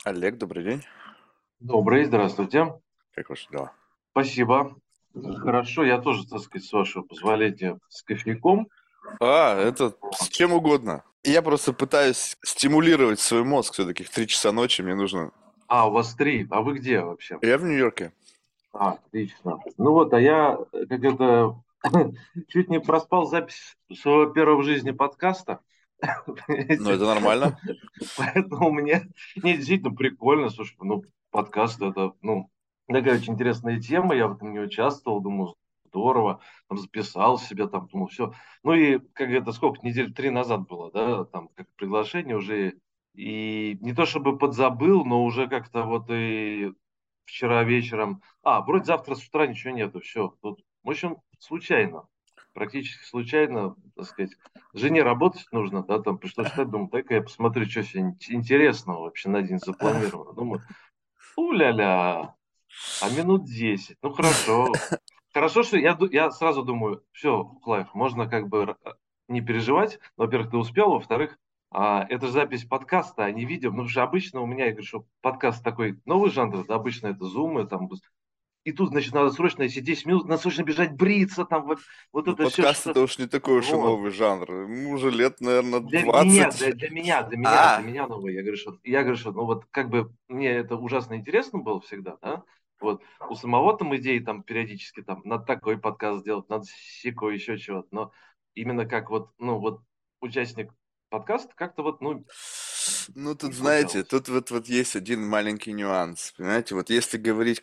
Олег, добрый день. Добрый, здравствуйте. Как ваши дела? Спасибо. Хорошо, я тоже, так сказать, с вашего позволения, с кофейком. Это с Вот. чем угодно. Я просто пытаюсь стимулировать свой мозг все-таки в 3 часа ночи мне нужно. У вас 3. А вы где вообще? Я в Нью-Йорке. Отлично. Ну вот, а я, как это, чуть не проспал запись своего первого в жизни подкаста. Но Понимаете? это нормально. Поэтому мне, не, действительно прикольно, слушай, ну, подкаст это, ну, такая очень интересная тема, я в этом не участвовал, думаю, здорово, там записал себя, там, думал, все. Ну и, как это, сколько, недель 3 назад было, да, там, как приглашение уже, и не то чтобы подзабыл, но уже как-то вот и вчера вечером, вроде завтра с утра ничего нету, все, тут, в общем, случайно, практически случайно, так сказать, жене работать нужно, да, там пришлось встать, думаю, дай-ка я посмотрю, что сегодня интересного вообще на день запланировано. Думаю, у-ля-ля, а минут 10, ну хорошо. Хорошо, что я сразу думаю, все, Клайв, можно как бы не переживать. Во-первых, ты успел, во-вторых, это же запись подкаста, а не видео. Ну, потому что обычно у меня, я говорю, что подкаст такой новый жанр, да, обычно это зумы, там, и тут, значит, надо срочно, если 10 минут, надо срочно бежать бриться, там, вот Ну, это все, подкаст что-то. это уж не такой уж и Вот. новый жанр. Ему уже лет, наверное, Для меня, 20. для меня новое. Я говорю, что, ну вот как бы мне это ужасно интересно было всегда, да. Вот у самого там идеи там периодически там надо такой подкаст сделать, надо сякой, еще чего-то. Но именно как вот, ну вот участник подкаста как-то вот, ну, Ну, тут, не знаете, получалось. тут вот есть один маленький нюанс. Понимаете, вот если говорить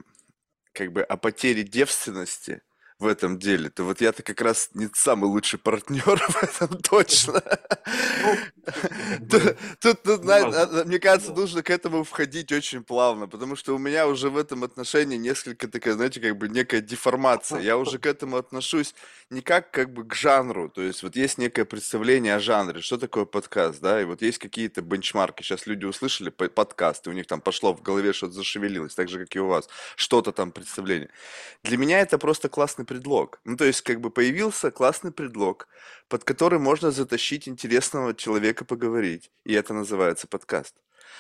как бы о потере девственности в этом деле, то вот я-то как раз не самый лучший партнер в этом точно. Ну, слушайте, как Тут, бы, неважно. мне кажется, Да. нужно к этому входить очень плавно, потому что у меня уже в этом отношении несколько такая, знаете, как бы некая деформация. Я уже к этому отношусь не как бы к жанру, то есть вот есть некое представление о жанре, что такое подкаст, да, и вот есть какие-то бенчмарки. Сейчас люди услышали подкаст, и у них там пошло в голове что-то зашевелилось, так же, как и у вас, что-то там представление. Для меня это просто классный предлог. Ну, то есть, как бы появился классный предлог, под который можно затащить интересного человека поговорить. И это называется подкаст.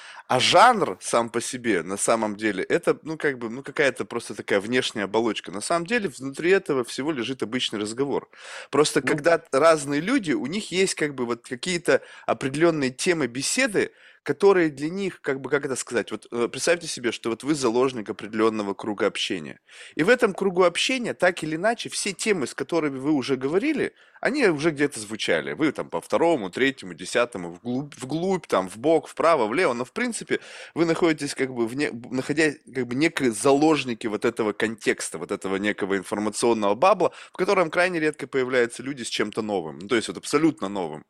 А жанр сам по себе, на самом деле, это, ну, как бы, ну, какая-то просто такая внешняя оболочка. На самом деле, внутри этого всего лежит обычный разговор. Просто Ну, когда разные люди, у них есть, как бы, вот какие-то определенные темы беседы, которые для них, как бы, как это сказать, вот представьте себе, что вот вы заложник определенного круга общения. И в этом кругу общения, так или иначе, все темы, с которыми вы уже говорили, они уже где-то звучали. Вы там по второму, третьему, десятому, вглубь, там, вбок, вправо, влево. Но, в принципе, вы находитесь как бы, находясь как бы некие заложники вот этого контекста, вот этого некого информационного бабла, в котором крайне редко появляются люди с чем-то новым. Ну, то есть вот абсолютно новым.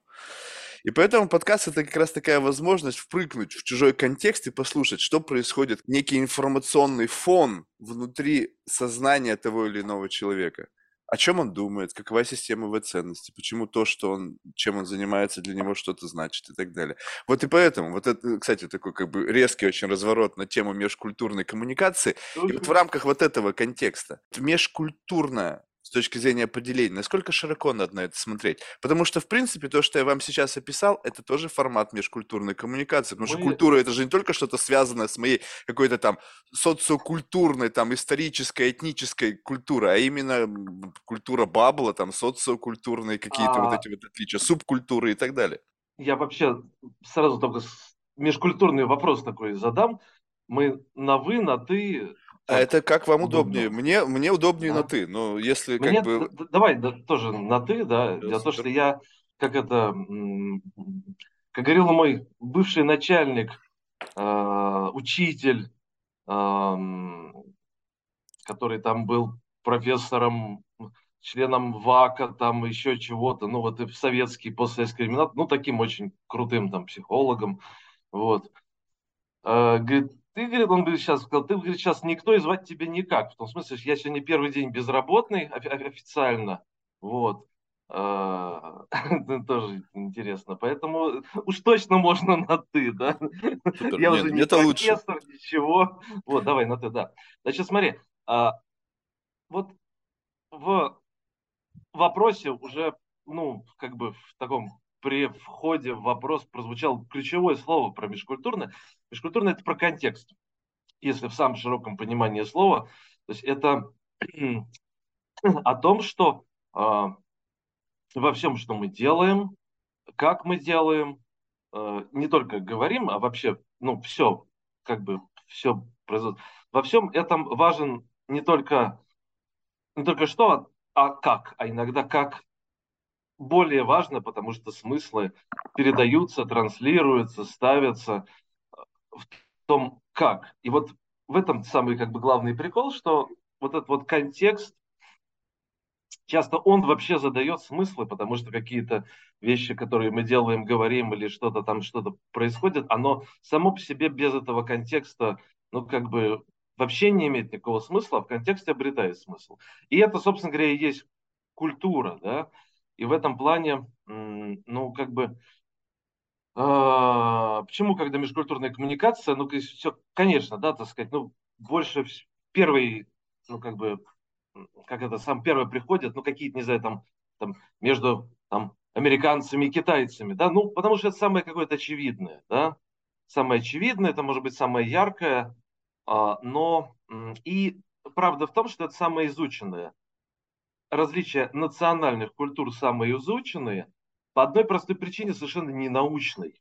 И поэтому подкаст это как раз такая возможность впрыгнуть в чужой контекст и послушать, что происходит, некий информационный фон внутри сознания того или иного человека. О чем он думает, какова система его ценностей, почему то, что он, чем он занимается, для него что-то значит и так далее. Вот и поэтому, вот это, кстати, такой как бы резкий очень разворот на тему межкультурной коммуникации. И вот в слушай, рамках вот этого контекста, межкультурная с точки зрения определения, насколько широко надо на это смотреть. Потому что, в принципе, то, что я вам сейчас описал, это тоже формат межкультурной коммуникации. Потому что мы, культура это же не только что-то связанное с моей какой-то там социокультурной, там, исторической, этнической культурой, а именно культура бабла, там, социокультурные какие-то вот а, эти вот отличия, субкультуры и так далее. Я вообще сразу только межкультурный вопрос такой задам. Мы на вы, на ты, А это как как вам удобнее? удобно, Мне удобнее на да? ты, но если как Мне, бы... давай тоже на ты, да. Всё, Дело в том, что супер. я, как это, как говорил мой бывший начальник, учитель, ам, который там был профессором, членом ВАКа, там еще чего-то, ну вот и в советский, постсоветский времена, ну таким очень крутым там психологом, вот. Говорит, ты, говорит, он говорит, сейчас сказал, ты, говорит, сейчас никто и звать тебя никак. В том смысле, что я сегодня первый день безработный официально. Вот. Это тоже интересно. Поэтому уж точно можно на ты, да? Супер. Я Не, уже ну не мне-то лучше. профессор, ничего. Вот, давай на ты, да. Значит, смотри, вот в вопросе уже, ну, как бы в таком при входе в вопрос прозвучало ключевое слово про межкультурное. Межкультурное – это про контекст, если в самом широком понимании слова. То есть это о том, что во всем, что мы делаем, как мы делаем, не только говорим, а вообще, ну, все, как бы, все произойдет. Во всем этом важен не только что, а как, а иногда как более важно, потому что смыслы передаются, транслируются, ставятся в том, как. И вот в этом самый как бы главный прикол, что вот этот вот контекст, часто он вообще задает смыслы, потому что какие-то вещи, которые мы делаем, говорим или что-то там, что-то происходит, оно само по себе без этого контекста, ну, как бы вообще не имеет никакого смысла, а в контексте обретает смысл. И это, собственно говоря, и есть культура, да, и в этом плане, ну, как бы, почему, когда межкультурная коммуникация, ну, все, конечно, да, так сказать, ну, больше первый, ну, как бы, как это, сам первый приходит, ну, какие-то, не знаю, там между там, американцами и китайцами, да, ну, потому что это самое какое-то очевидное, да, самое очевидное, это может быть самое яркое, но и правда в том, что это самое изученное. Различия национальных культур самые изученные по одной простой причине совершенно не научной.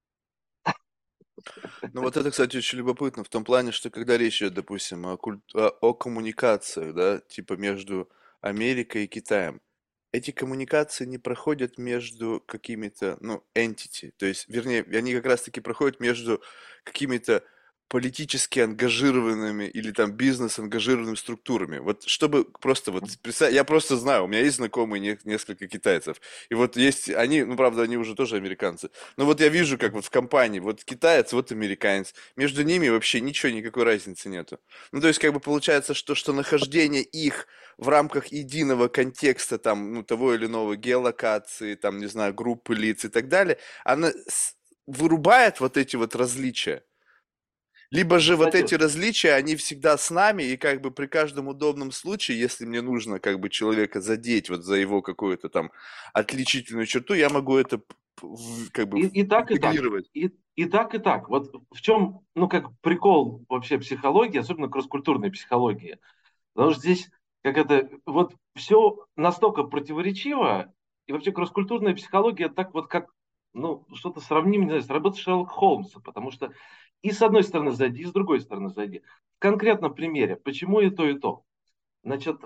Ну вот это, кстати, очень любопытно в том плане, что когда речь идет, допустим, о коммуникациях, да, типа между Америкой и Китаем, эти коммуникации не проходят между какими-то, ну, entity, то есть, вернее, они как раз-таки проходят между какими-то политически ангажированными или там бизнес-ангажированными структурами. Вот чтобы просто вот я просто знаю, у меня есть знакомые несколько китайцев, и вот есть они, ну, правда, они уже тоже американцы, но вот я вижу, как вот в компании, вот китаец, вот американец, между ними вообще ничего, никакой разницы нету. Ну, то есть, как бы получается, что нахождение их в рамках единого контекста там, ну, того или иного геолокации, там, не знаю, группы лиц и так далее, она вырубает вот эти вот различия. Либо же вот Кстати, эти различия, они всегда с нами, и как бы при каждом удобном случае, если мне нужно как бы человека задеть вот за его какую-то там отличительную черту, я могу это как бы и так, и так. интегрировать. И так, и так. Вот в чем, ну, как прикол вообще психологии, особенно кросс-культурной психологии. Потому что здесь, как это, вот все настолько противоречиво, и вообще кросс-культурная психология так вот как, ну, что-то сравнимо, не знаю, с работой Шерлока Холмса, потому что и с одной стороны зайди, и с другой стороны зайди. В конкретном примере, почему и то, и то. Значит,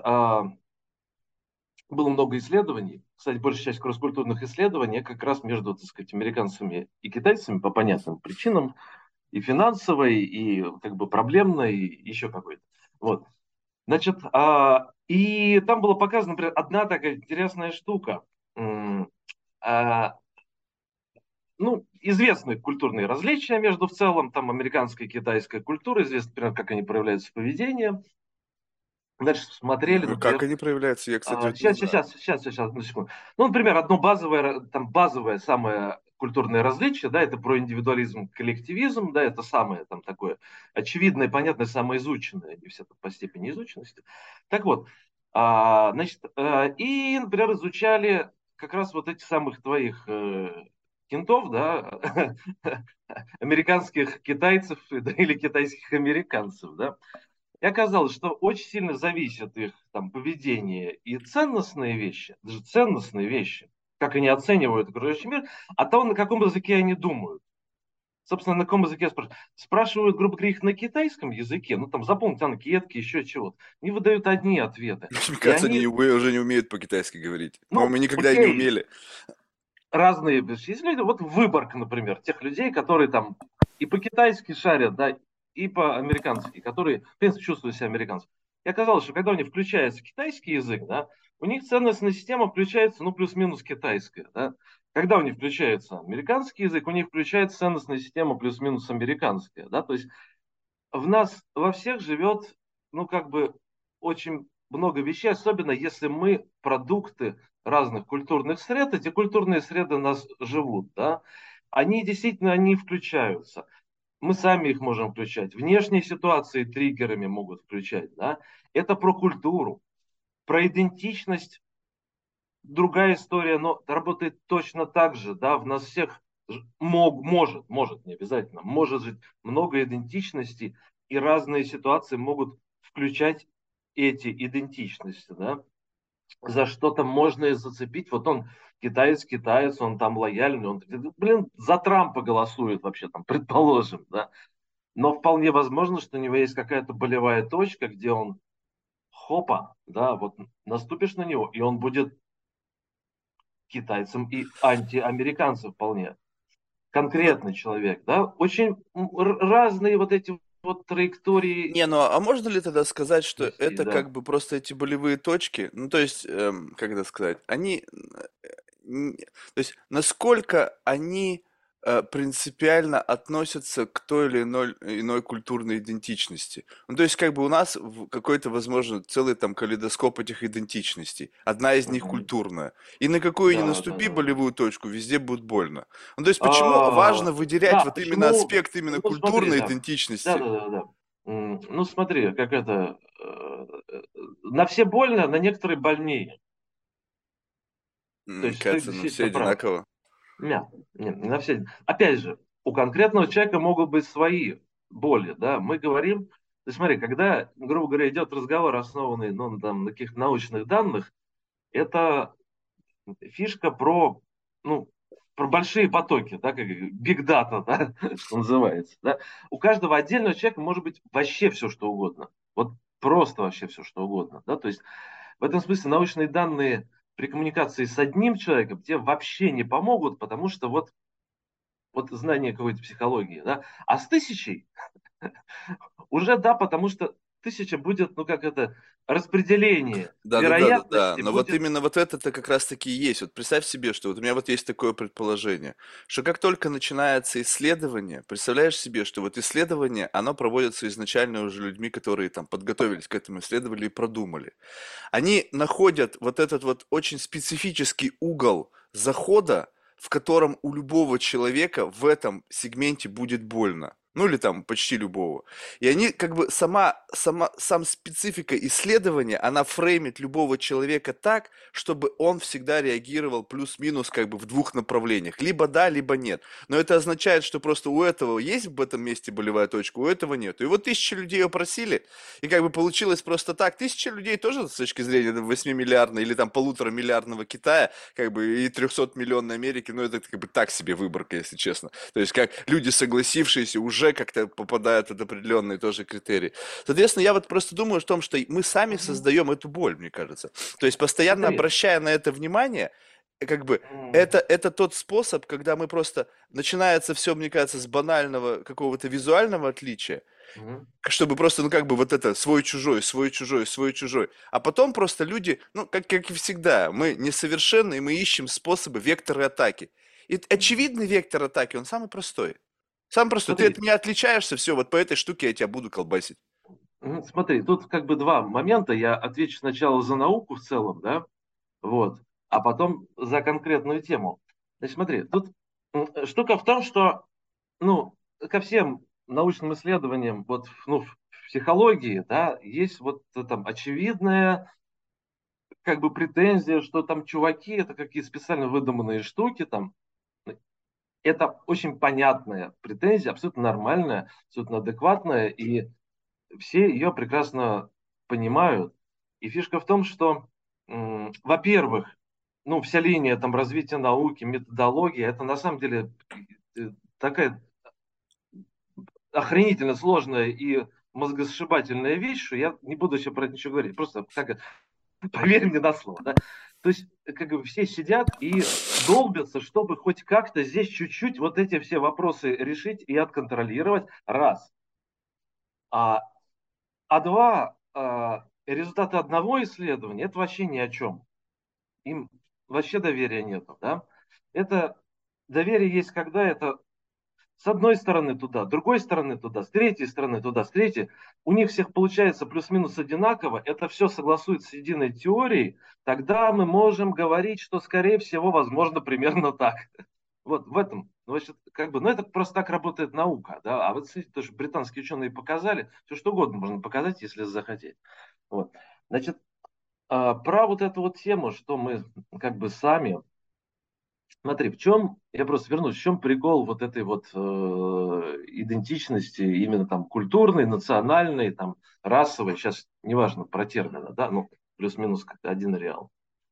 было много исследований, кстати, большая часть кросс-культурных исследований как раз между, так сказать, американцами и китайцами по понятным причинам, и финансовой, и как бы проблемной, и еще какой-то. Вот. Значит, и там было показано, например, одна такая интересная штука. А, ну, известны культурные различия между в целом, там, американской и китайской культурой, известно, например, как они проявляются в поведении. Дальше смотрели, Ну, как например, они проявляются, я, кстати, вот не сейчас, знаю. сейчас, сейчас, сейчас, одну секунду. Ну, например, одно базовое, там, базовое самое культурное различие, да, это про индивидуализм, коллективизм, да, это самое там такое очевидное, понятное, самое изученное, не все по степени изученности. Так вот, значит, и, например, изучали как раз вот этих самых твоих кентов, да, американских китайцев или китайских американцев, да, и оказалось, что очень сильно зависит их там, поведение и ценностные вещи, даже ценностные вещи, как они оценивают окружающий мир, от того, на каком языке они думают. Собственно, на каком языке спрашивают? Спрашивают, грубо говоря, их на китайском языке, ну там запомнить анкетки, еще чего-то. Они выдают одни ответы. Мне И кажется, они они, уже не умеют по-китайски говорить. По-моему, ну, никогда и не окей, умели. разные есть люди, вот выборка, например, тех людей, которые там и по-китайски шарят, да, и по-американски, которые, в принципе, чувствуют себя американцами. И оказалось, что когда у них включается китайский язык, да, у них ценностная система включается, ну, плюс-минус китайская, да. Когда у них включается американский язык, у них включается ценностная система плюс-минус американская, да, то есть в нас во всех живет, ну, как бы, очень много вещей, особенно если мы продукты разных культурных сред, эти культурные среды нас живут, да, они действительно, они включаются. Мы сами их можем включать. Внешние ситуации триггерами могут включать, да. Это про культуру, про идентичность другая история, но работает точно так же, да, в нас всех может, не обязательно, может жить много идентичностей, и разные ситуации могут включать эти идентичности, да. За что-то можно и зацепить. Вот он китаец, он там лояльный, он, блин, за Трампа голосует вообще там, предположим, да. Но вполне возможно, что у него есть какая-то болевая точка, где он хопа, да, вот наступишь на него, и он будет китайцем и антиамериканцем вполне. Ну, Конкретный человек, да. Очень разные вот эти вот траектории не, ну а можно ли тогда сказать, что вести, это да. как бы просто эти болевые точки? Ну, то есть, как это сказать, они, то есть, насколько они принципиально относятся к той или иной культурной идентичности? Ну, то есть, как бы у нас какой-то, возможно, целый там калейдоскоп этих идентичностей. Одна из них Мгм. культурная. И на какую ни Да, да, наступи да, да. болевую точку, везде будет больно. Ну, то есть, почему важно А, выделять да, вот именно почему? аспект именно Ну, смотри, культурной да. Да, идентичности? да, да, да. Ну, смотри, как это... На все больно, на некоторые больнее. То есть ты Кажется, ну все действительно прав. одинаково. Не на все. Опять же, у конкретного человека могут быть свои боли, да. Мы говорим... Ты смотри, когда, грубо говоря, идет разговор, основанный ну, там, на каких-то научных данных, это фишка про, ну, про большие потоки, да, как big data, да, что называется. Да. У каждого отдельного человека может быть вообще все, что угодно. Вот просто вообще все, что угодно. Да. То есть в этом смысле научные данные при коммуникации с одним человеком тебе вообще не помогут, потому что вот знание какой-то психологии, да, а с тысячей уже да, потому что тысяча будет, ну как это, распределение Да-да-да-да-да. вероятности Но вот будет. именно вот это как раз-таки и есть. Вот представь себе, что вот у меня вот есть такое предположение, что как только начинается исследование, представляешь себе, что вот исследование, оно проводится изначально уже людьми, которые там подготовились к этому исследованию и продумали. Они находят вот этот вот очень специфический угол захода, в котором у любого человека в этом сегменте будет больно. Ну или там почти любого. И они как бы сам специфика исследования, она фреймит любого человека так, чтобы он всегда реагировал плюс-минус как бы в двух направлениях. Либо да, либо нет. Но это означает, что просто у этого есть в этом месте болевая точка, у этого нет. И вот 1000 людей опросили, и как бы получилось просто так. 1000 людей тоже с точки зрения 8 миллиардной или там 1,5 миллиардного Китая, как бы и 300-миллионной Америки, ну это как бы так себе выборка, если честно. То есть как люди, согласившиеся, уже как-то попадают в определенные тоже критерии. Соответственно, я вот просто думаю о том, что мы сами Мгм. создаем эту боль, мне кажется. То есть постоянно Смотри, обращая на это внимание, как бы м, это тот способ, когда мы просто начинается все, мне кажется, с банального какого-то визуального отличия, мгм. чтобы просто, ну, как бы вот это свой-чужой, свой-чужой, свой-чужой. А потом просто люди, ну, как и всегда, мы несовершенны, и мы ищем способы, векторы атаки. И очевидный вектор атаки, он самый простой. Самый простой. Ты Смотри, от меня отличаешься, все, вот по этой штуке я тебя буду колбасить. смотри, тут как бы два момента. Я отвечу сначала за науку в целом, да, вот, а потом за конкретную тему. Значит, смотри, тут штука в том, что, ну, ко всем научным исследованиям, вот, ну, в психологии, да, есть вот там очевидная, как бы претензия, что там чуваки, это какие специально выдуманные штуки, там, это очень понятная претензия, абсолютно нормальная, абсолютно адекватная, и все ее прекрасно понимают. И фишка в том, что, во-первых, ну, вся линия там развития науки, методология, это на самом деле такая охренительно сложная и мозгосшибательная вещь, что я не буду еще про это ничего говорить. Просто как поверь мне на слово, да. То есть, как бы все сидят и долбятся, чтобы хоть как-то здесь чуть-чуть вот эти все вопросы решить и отконтролировать. Раз. А, а два, результаты одного исследования, это вообще ни о чем. Им вообще доверия нету, да. Это доверие есть, когда это с одной стороны туда, с другой стороны туда, с третьей стороны туда, с третьей. У них всех получается плюс-минус одинаково. Это все согласуется с единой теорией. Тогда мы можем говорить, что, скорее всего, возможно, примерно так. Вот в этом. Значит, как бы, ну, это просто так работает наука. Да? А вот смотрите, тоже британские ученые показали, все что угодно можно показать, если захотеть. Вот. Значит, Про вот эту вот тему, что мы как бы сами. Смотри, в чем, я просто вернусь, в чем прикол вот этой вот идентичности, именно там культурной, национальной, там расовой, сейчас неважно про термины, да, ну, плюс-минус как один реал.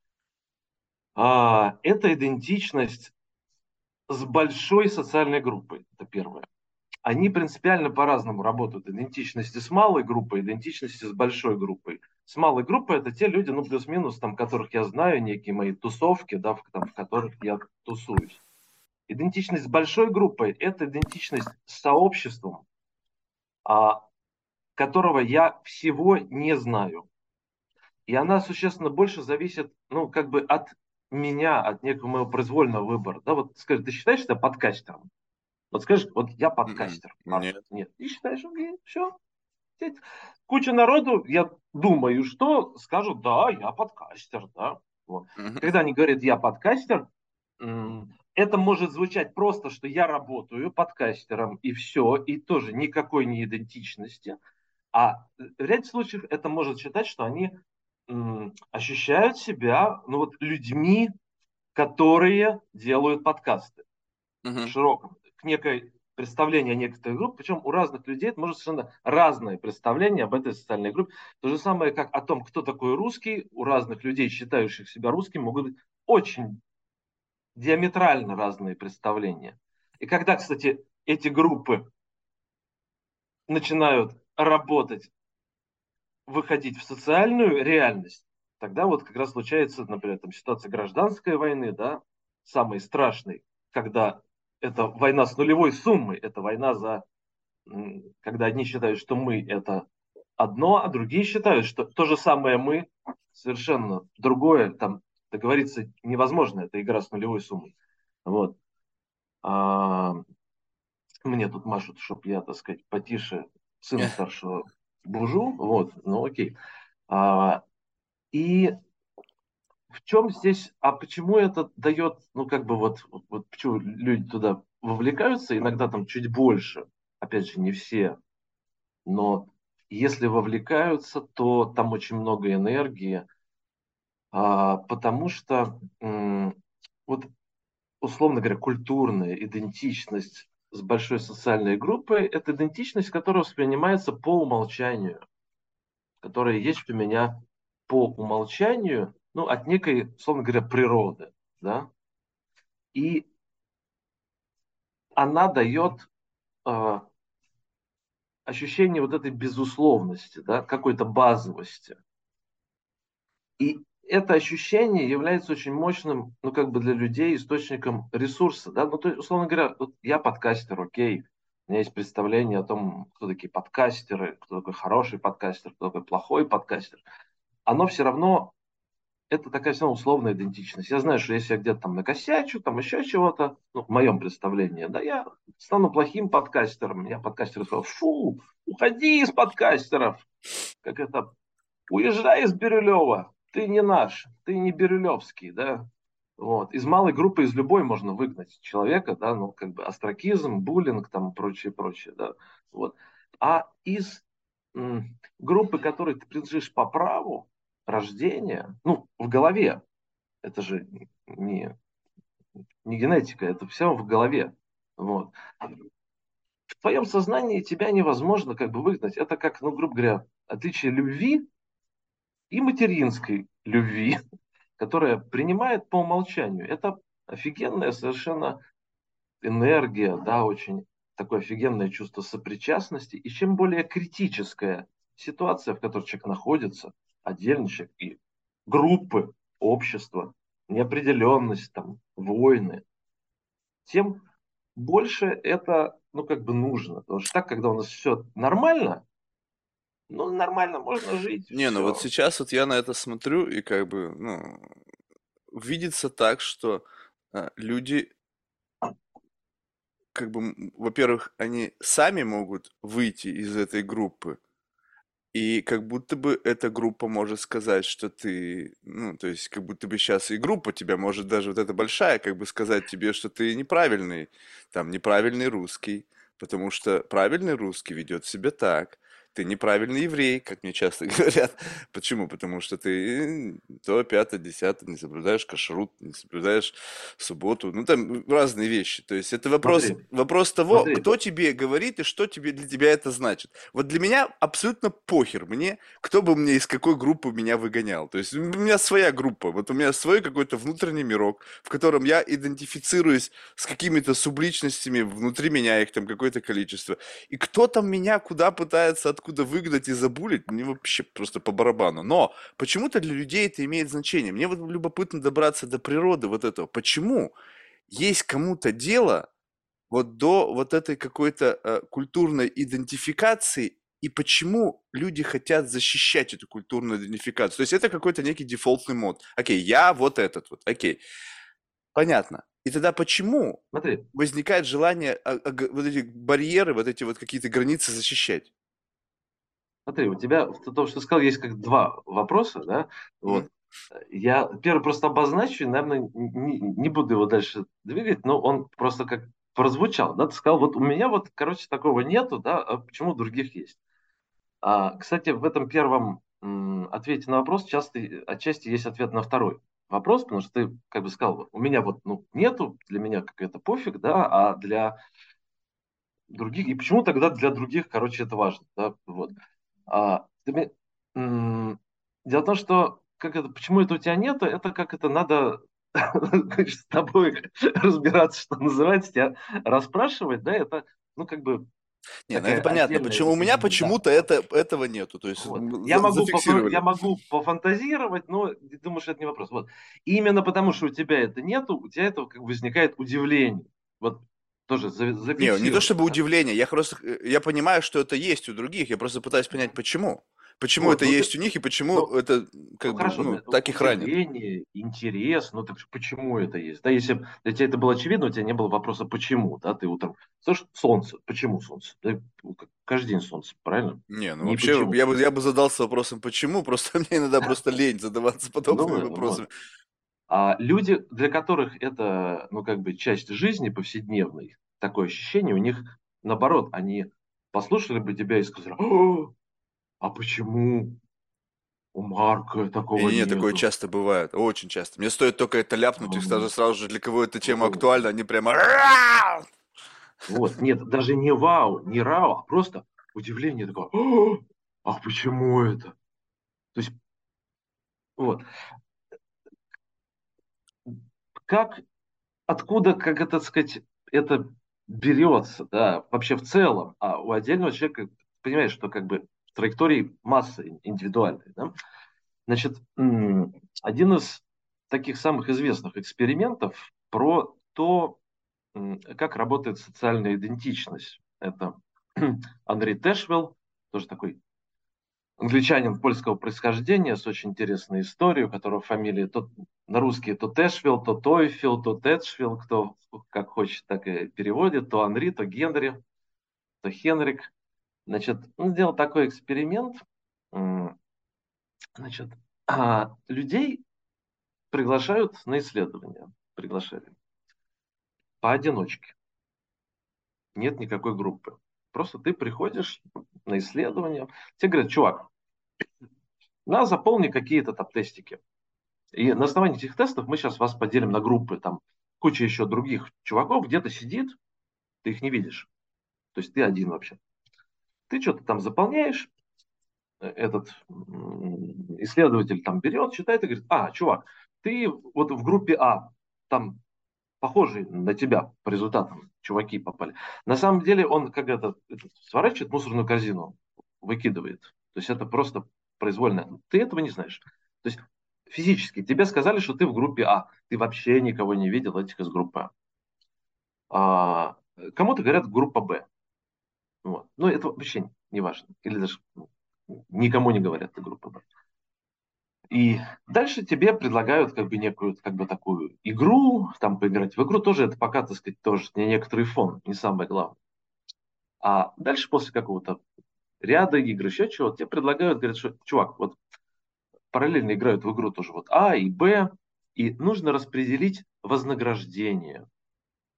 Это идентичность с большой социальной группой, это первое. Они принципиально по-разному работают. Идентичности с малой группой, идентичности с большой группой. С малой группой это те люди, ну, плюс-минус, там, которых я знаю, некие мои тусовки, да, в которых я тусуюсь. Идентичность с большой группой – это идентичность с сообществом, а, которого я всего не знаю. И она существенно больше зависит, ну, как бы от меня, от некого моего произвольного выбора. Да, вот скажи, ты считаешь себя подкастером? Вот скажешь, вот я М-м. подкастер. Нет. Нет. И считаешь, окей, все. Куча народу, я думаю, что скажут, да, я подкастер, да. Вот. Мгм. Когда они говорят, я подкастер, это может звучать просто, что я работаю подкастером, и все, и тоже никакой не идентичности. А в ряде случаев это может считать, что они ощущают себя, ну вот, людьми, которые делают подкасты в Мгм. широком, к некой представление о некоторых групп, причем у разных людей это может совершенно разное представление об этой социальной группе. То же самое, как о том, кто такой русский, у разных людей, считающих себя русским, могут быть очень диаметрально разные представления. И когда, кстати, эти группы начинают работать, выходить в социальную реальность, тогда вот как раз случается, например, там, ситуация гражданской войны, да, самой страшной, когда это война с нулевой суммой, это война за когда одни считают, что мы это одно, а другие считают, что то же самое мы совершенно другое, там договориться невозможно, это игра с нулевой суммой. Вот. А, мне тут машут, чтобы я, так сказать, потише сына старшего бужу, вот, ну окей. А, и в чем здесь, а почему это дает, ну как бы вот почему люди туда вовлекаются, иногда там чуть больше, опять же, не все, но если вовлекаются, то там очень много энергии, потому что вот, условно говоря, культурная идентичность с большой социальной группой – это идентичность, которая воспринимается по умолчанию, которая есть у меня по умолчанию, ну, от некой, условно говоря, природы, да, и она дает э, ощущение вот этой безусловности, да, какой-то базовости. И это ощущение является очень мощным, ну, как бы для людей источником ресурса, да, ну, то есть, условно говоря, вот я подкастер, окей, у меня есть представление о том, кто такие подкастеры, кто такой хороший подкастер, кто такой плохой подкастер. Оно все равно, это такая все равно условная идентичность. Я знаю, что если я где-то там накосячу, там еще чего-то, ну, в моем представлении, да, я стану плохим подкастером. Я подкастеры сказал, фу, уходи из подкастеров, как это уезжай из Бирюлева, ты не наш, ты не бирюлевский, да. Вот. Из малой группы, из любой можно выгнать человека, да, ну, как бы остракизм, буллинг, там, прочее, прочее, да. Вот. А из группы, которой ты принадлежишь по праву рождения, ну, в голове, это же не генетика, это все в голове. Вот. В твоем сознании тебя невозможно как бы выгнать. Это как, ну, грубо говоря, отличие любви и материнской любви, которая принимает по умолчанию. Это офигенная совершенно энергия, да, очень такое офигенное чувство сопричастности. И чем более критическая ситуация, в которой человек находится, отдельный человек и группы, общества, неопределенность, там, войны, тем больше это, ну, как бы нужно. Потому что так, когда у нас все нормально, ну, нормально, можно жить, Не, ну вот все. сейчас вот я на это смотрю, и как бы, ну, видится так, что люди, как бы, во-первых, они сами могут выйти из этой группы, и как будто бы эта группа может сказать, что ты, ну, то есть, как будто бы сейчас и группа тебя может даже вот эта большая, как бы сказать тебе, что ты неправильный, там, неправильный русский, потому что правильный русский ведет себя так. ты неправильный еврей, как мне часто говорят. Почему? Потому что ты то, пятое, десятое, не соблюдаешь кашрут, не соблюдаешь субботу, ну там разные вещи. То есть это вопрос, Смотри, вопрос того, смотри, кто тебе говорит и что тебе для тебя это значит. Вот для меня абсолютно похер мне, кто бы мне из какой группы меня выгонял. То есть у меня своя группа, вот у меня свой какой-то внутренний мирок, в котором я идентифицируюсь с какими-то субличностями, внутри меня их там какое-то количество. И кто там меня куда пытается откуда выгнать и забулить, мне вообще просто по барабану. Но почему-то для людей это имеет значение. Мне вот любопытно добраться до природы вот этого. Почему есть кому-то дело вот до вот этой какой-то культурной идентификации, и почему люди хотят защищать эту культурную идентификацию? То есть это какой-то некий дефолтный мод. Окей, я вот этот вот, окей. Понятно. И тогда почему смотри, возникает желание вот эти барьеры, вот эти вот какие-то границы защищать? смотри, у тебя в том, что ты сказал, есть как два вопроса, да, Мгм. вот. Я первый просто обозначу, и, наверное, не буду его дальше двигать, но он просто как прозвучал, да, ты сказал, вот у меня вот, короче, такого нету, да, а почему у других есть? Кстати, в этом первом ответе на вопрос часто, отчасти есть ответ на второй вопрос, потому что ты как бы сказал, вот, у меня вот ну, нету, для меня как это пофиг, да, а для других, и почему тогда для других, короче, это важно, да, вот. А, ты мне- м, Дело в том, что как это, почему это у тебя нету, это как это надо с тобой разбираться, что называется, тебя расспрашивать, да, это, ну, как бы Не, ну это такая понятно. отдельная Почему у меня дисциплина, да. почему-то этого нету. То есть Вот. Я зафиксировали. могу пофантазировать, но ты думаешь, это не вопрос. Вот. И именно потому, что у тебя это нету, у тебя это как бы возникает удивление. Вот тоже Не то зафиксируй это, чтобы да? удивление, я просто, я понимаю, что это есть у других, я просто пытаюсь понять, почему. Почему Вот, это ну ты, есть у них и почему ну, это, ну как бы, хорошо, ну, да, так их ранит. удивление, интерес, ну ты почему это есть? Да, если бы для тебя это было очевидно, у тебя не было вопроса почему, да, ты утром, слышишь, солнце, почему солнце? Да, каждый день солнце, правильно? Не, ну Не вообще, почему. я бы задался вопросом, почему, просто мне иногда просто лень задаваться Ну, подобными вот. вопросами. А люди, для которых это, ну, как бы часть жизни повседневной, такое ощущение, у них, наоборот, они послушали бы тебя и сказали, а почему у Марка такого Не-не-не, такое нету? часто бывает, очень часто. Мне стоит только это ляпнуть, и М, сразу же, для кого эта тема Вот, актуальна, они прямо... вот. Нет, даже не вау, не рау, а просто удивление такое, а почему это? То есть, вот, как, откуда, как это сказать, это берется, да, вообще в целом, а у отдельного человека, понимаешь, что как бы траектории массы индивидуальные, да? Значит, один из таких самых известных экспериментов про то, как работает социальная идентичность. Это Анри Тэшвилл, тоже такой англичанин польского происхождения с очень интересной историей, у которого фамилия то на русский то Тэшвилл, то Тойфилл, то Тэтчвилл, кто как хочет, так и переводит, то Анри, то Генри, то Хенрик. Значит, он сделал такой эксперимент. Значит, людей приглашают на исследование. Приглашали. Поодиночке. Нет никакой группы. Просто ты приходишь на исследование. Тебе говорят, чувак, на заполни какие-то там тестики. И на основании этих тестов мы сейчас вас поделим на группы. Там куча еще других чуваков где-то сидит, ты их не видишь. То есть ты один вообще. Ты что-то там заполняешь, этот исследователь там берет, читает и говорит, чувак, ты вот в группе А, там похожие на тебя по результатам чуваки попали. На самом деле он как это сворачивает мусорную корзину, выкидывает. То есть это просто произвольно. Ты этого не знаешь. То есть физически тебе сказали, что ты в группе А. Ты вообще никого не видел этих из группы А. Кому-то говорят группа Б. Вот. Но это вообще не важно. Или даже никому не говорят, ты группа Б. И дальше тебе предлагают как бы некую как бы такую игру, там поиграть в игру тоже это пока, так сказать, тоже не некоторый фон, не самое главное. А дальше после какого-то ряда игр, еще чего, тебе предлагают, говорят, что, чувак, вот параллельно играют в игру тоже вот А и Б, и нужно распределить вознаграждение.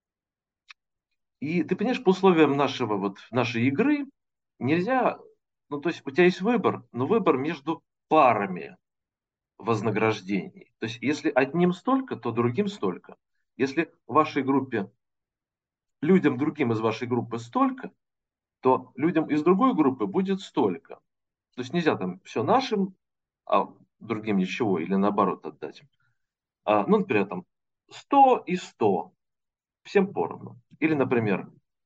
И ты понимаешь, по условиям нашей игры нельзя Ну, то есть у тебя есть выбор, но выбор между парами вознаграждений. То есть если одним столько, то другим столько. Если в вашей группе людям другим из вашей группы столько, то людям из другой группы будет столько. То есть нельзя там все нашим, а другим ничего, или наоборот отдать. Ну, например, там 100 и 100 всем поровну. Или, например,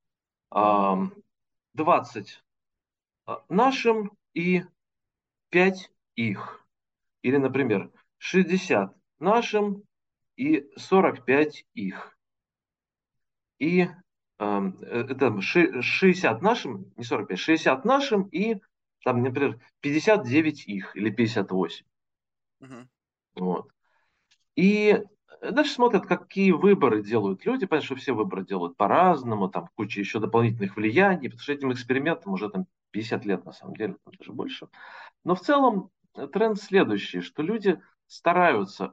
20 нашим и 5 их. Или, например, 60 нашим и 45 их. И это 60 нашим, не 45, 60 нашим и, там, например, 59 их или 58. Мгм. Вот. И дальше смотрят, какие выборы делают люди. Понятно, что все выборы делают по-разному, там куча еще дополнительных влияний, потому что этим экспериментам уже там 50 лет на самом деле, там даже больше. Но в целом тренд следующий, что люди стараются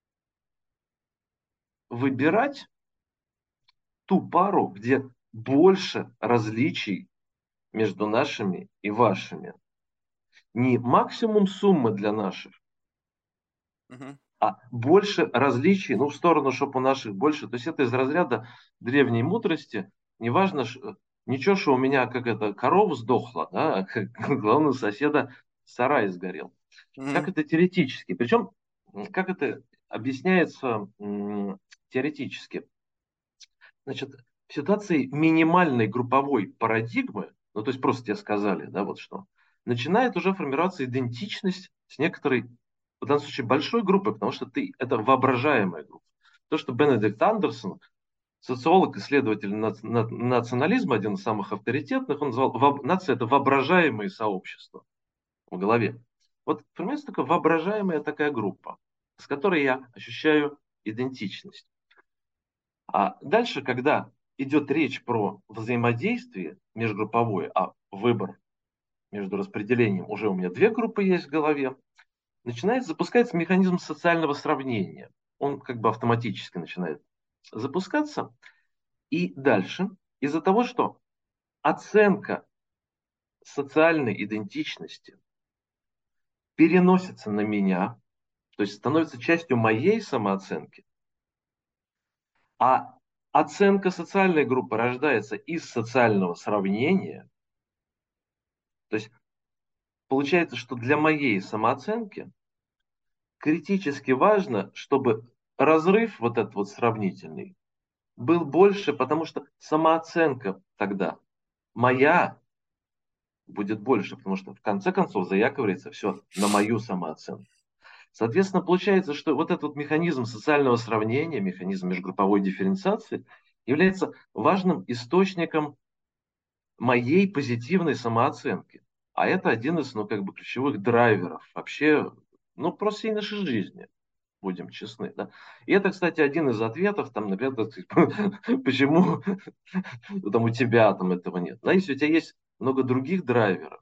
выбирать ту пару, где больше различий между нашими и вашими. Не максимум суммы для наших, Мгм. а больше различий, ну, в сторону, чтобы у наших больше. То есть это из разряда древней мудрости. Неважно, ничего, что у меня как это, корова сдохла, да, а главное, у соседа сарай сгорел. Как Мгм. это теоретически? Причем, как это объясняется теоретически? Значит, в ситуации минимальной групповой парадигмы, ну, то есть просто тебе сказали, да, вот что, начинает уже формироваться идентичность с некоторой, в данном случае, большой группой, потому что это воображаемая группа. То, что Бенедикт Андерсон, социолог, исследователь национализма, один из самых авторитетных, он назвал нация – это воображаемые сообщества в голове. Вот формируется такая воображаемая такая группа, с которой я ощущаю идентичность. А дальше, когда идет речь про взаимодействие межгрупповое, а выбор между распределением, уже у меня две группы есть в голове, запускается механизм социального сравнения. Он как бы автоматически начинает запускаться. И дальше, из-за того, что оценка социальной идентичности переносится на меня, то есть становится частью моей самооценки, а оценка социальной группы рождается из социального сравнения, то есть получается, что для моей самооценки критически важно, чтобы разрыв вот этот вот сравнительный был больше, потому что самооценка тогда моя будет больше, потому что в конце концов заякивается все на мою самооценку. Соответственно, получается, что вот этот вот механизм социального сравнения, механизм межгрупповой дифференциации является важным источником моей позитивной самооценки. А это один из, ну, как бы ключевых драйверов вообще, ну, просто всей нашей жизни, будем честны, да. И это, кстати, один из ответов, там, например, почему там у тебя там этого нет. Да, если у тебя есть много других драйверов.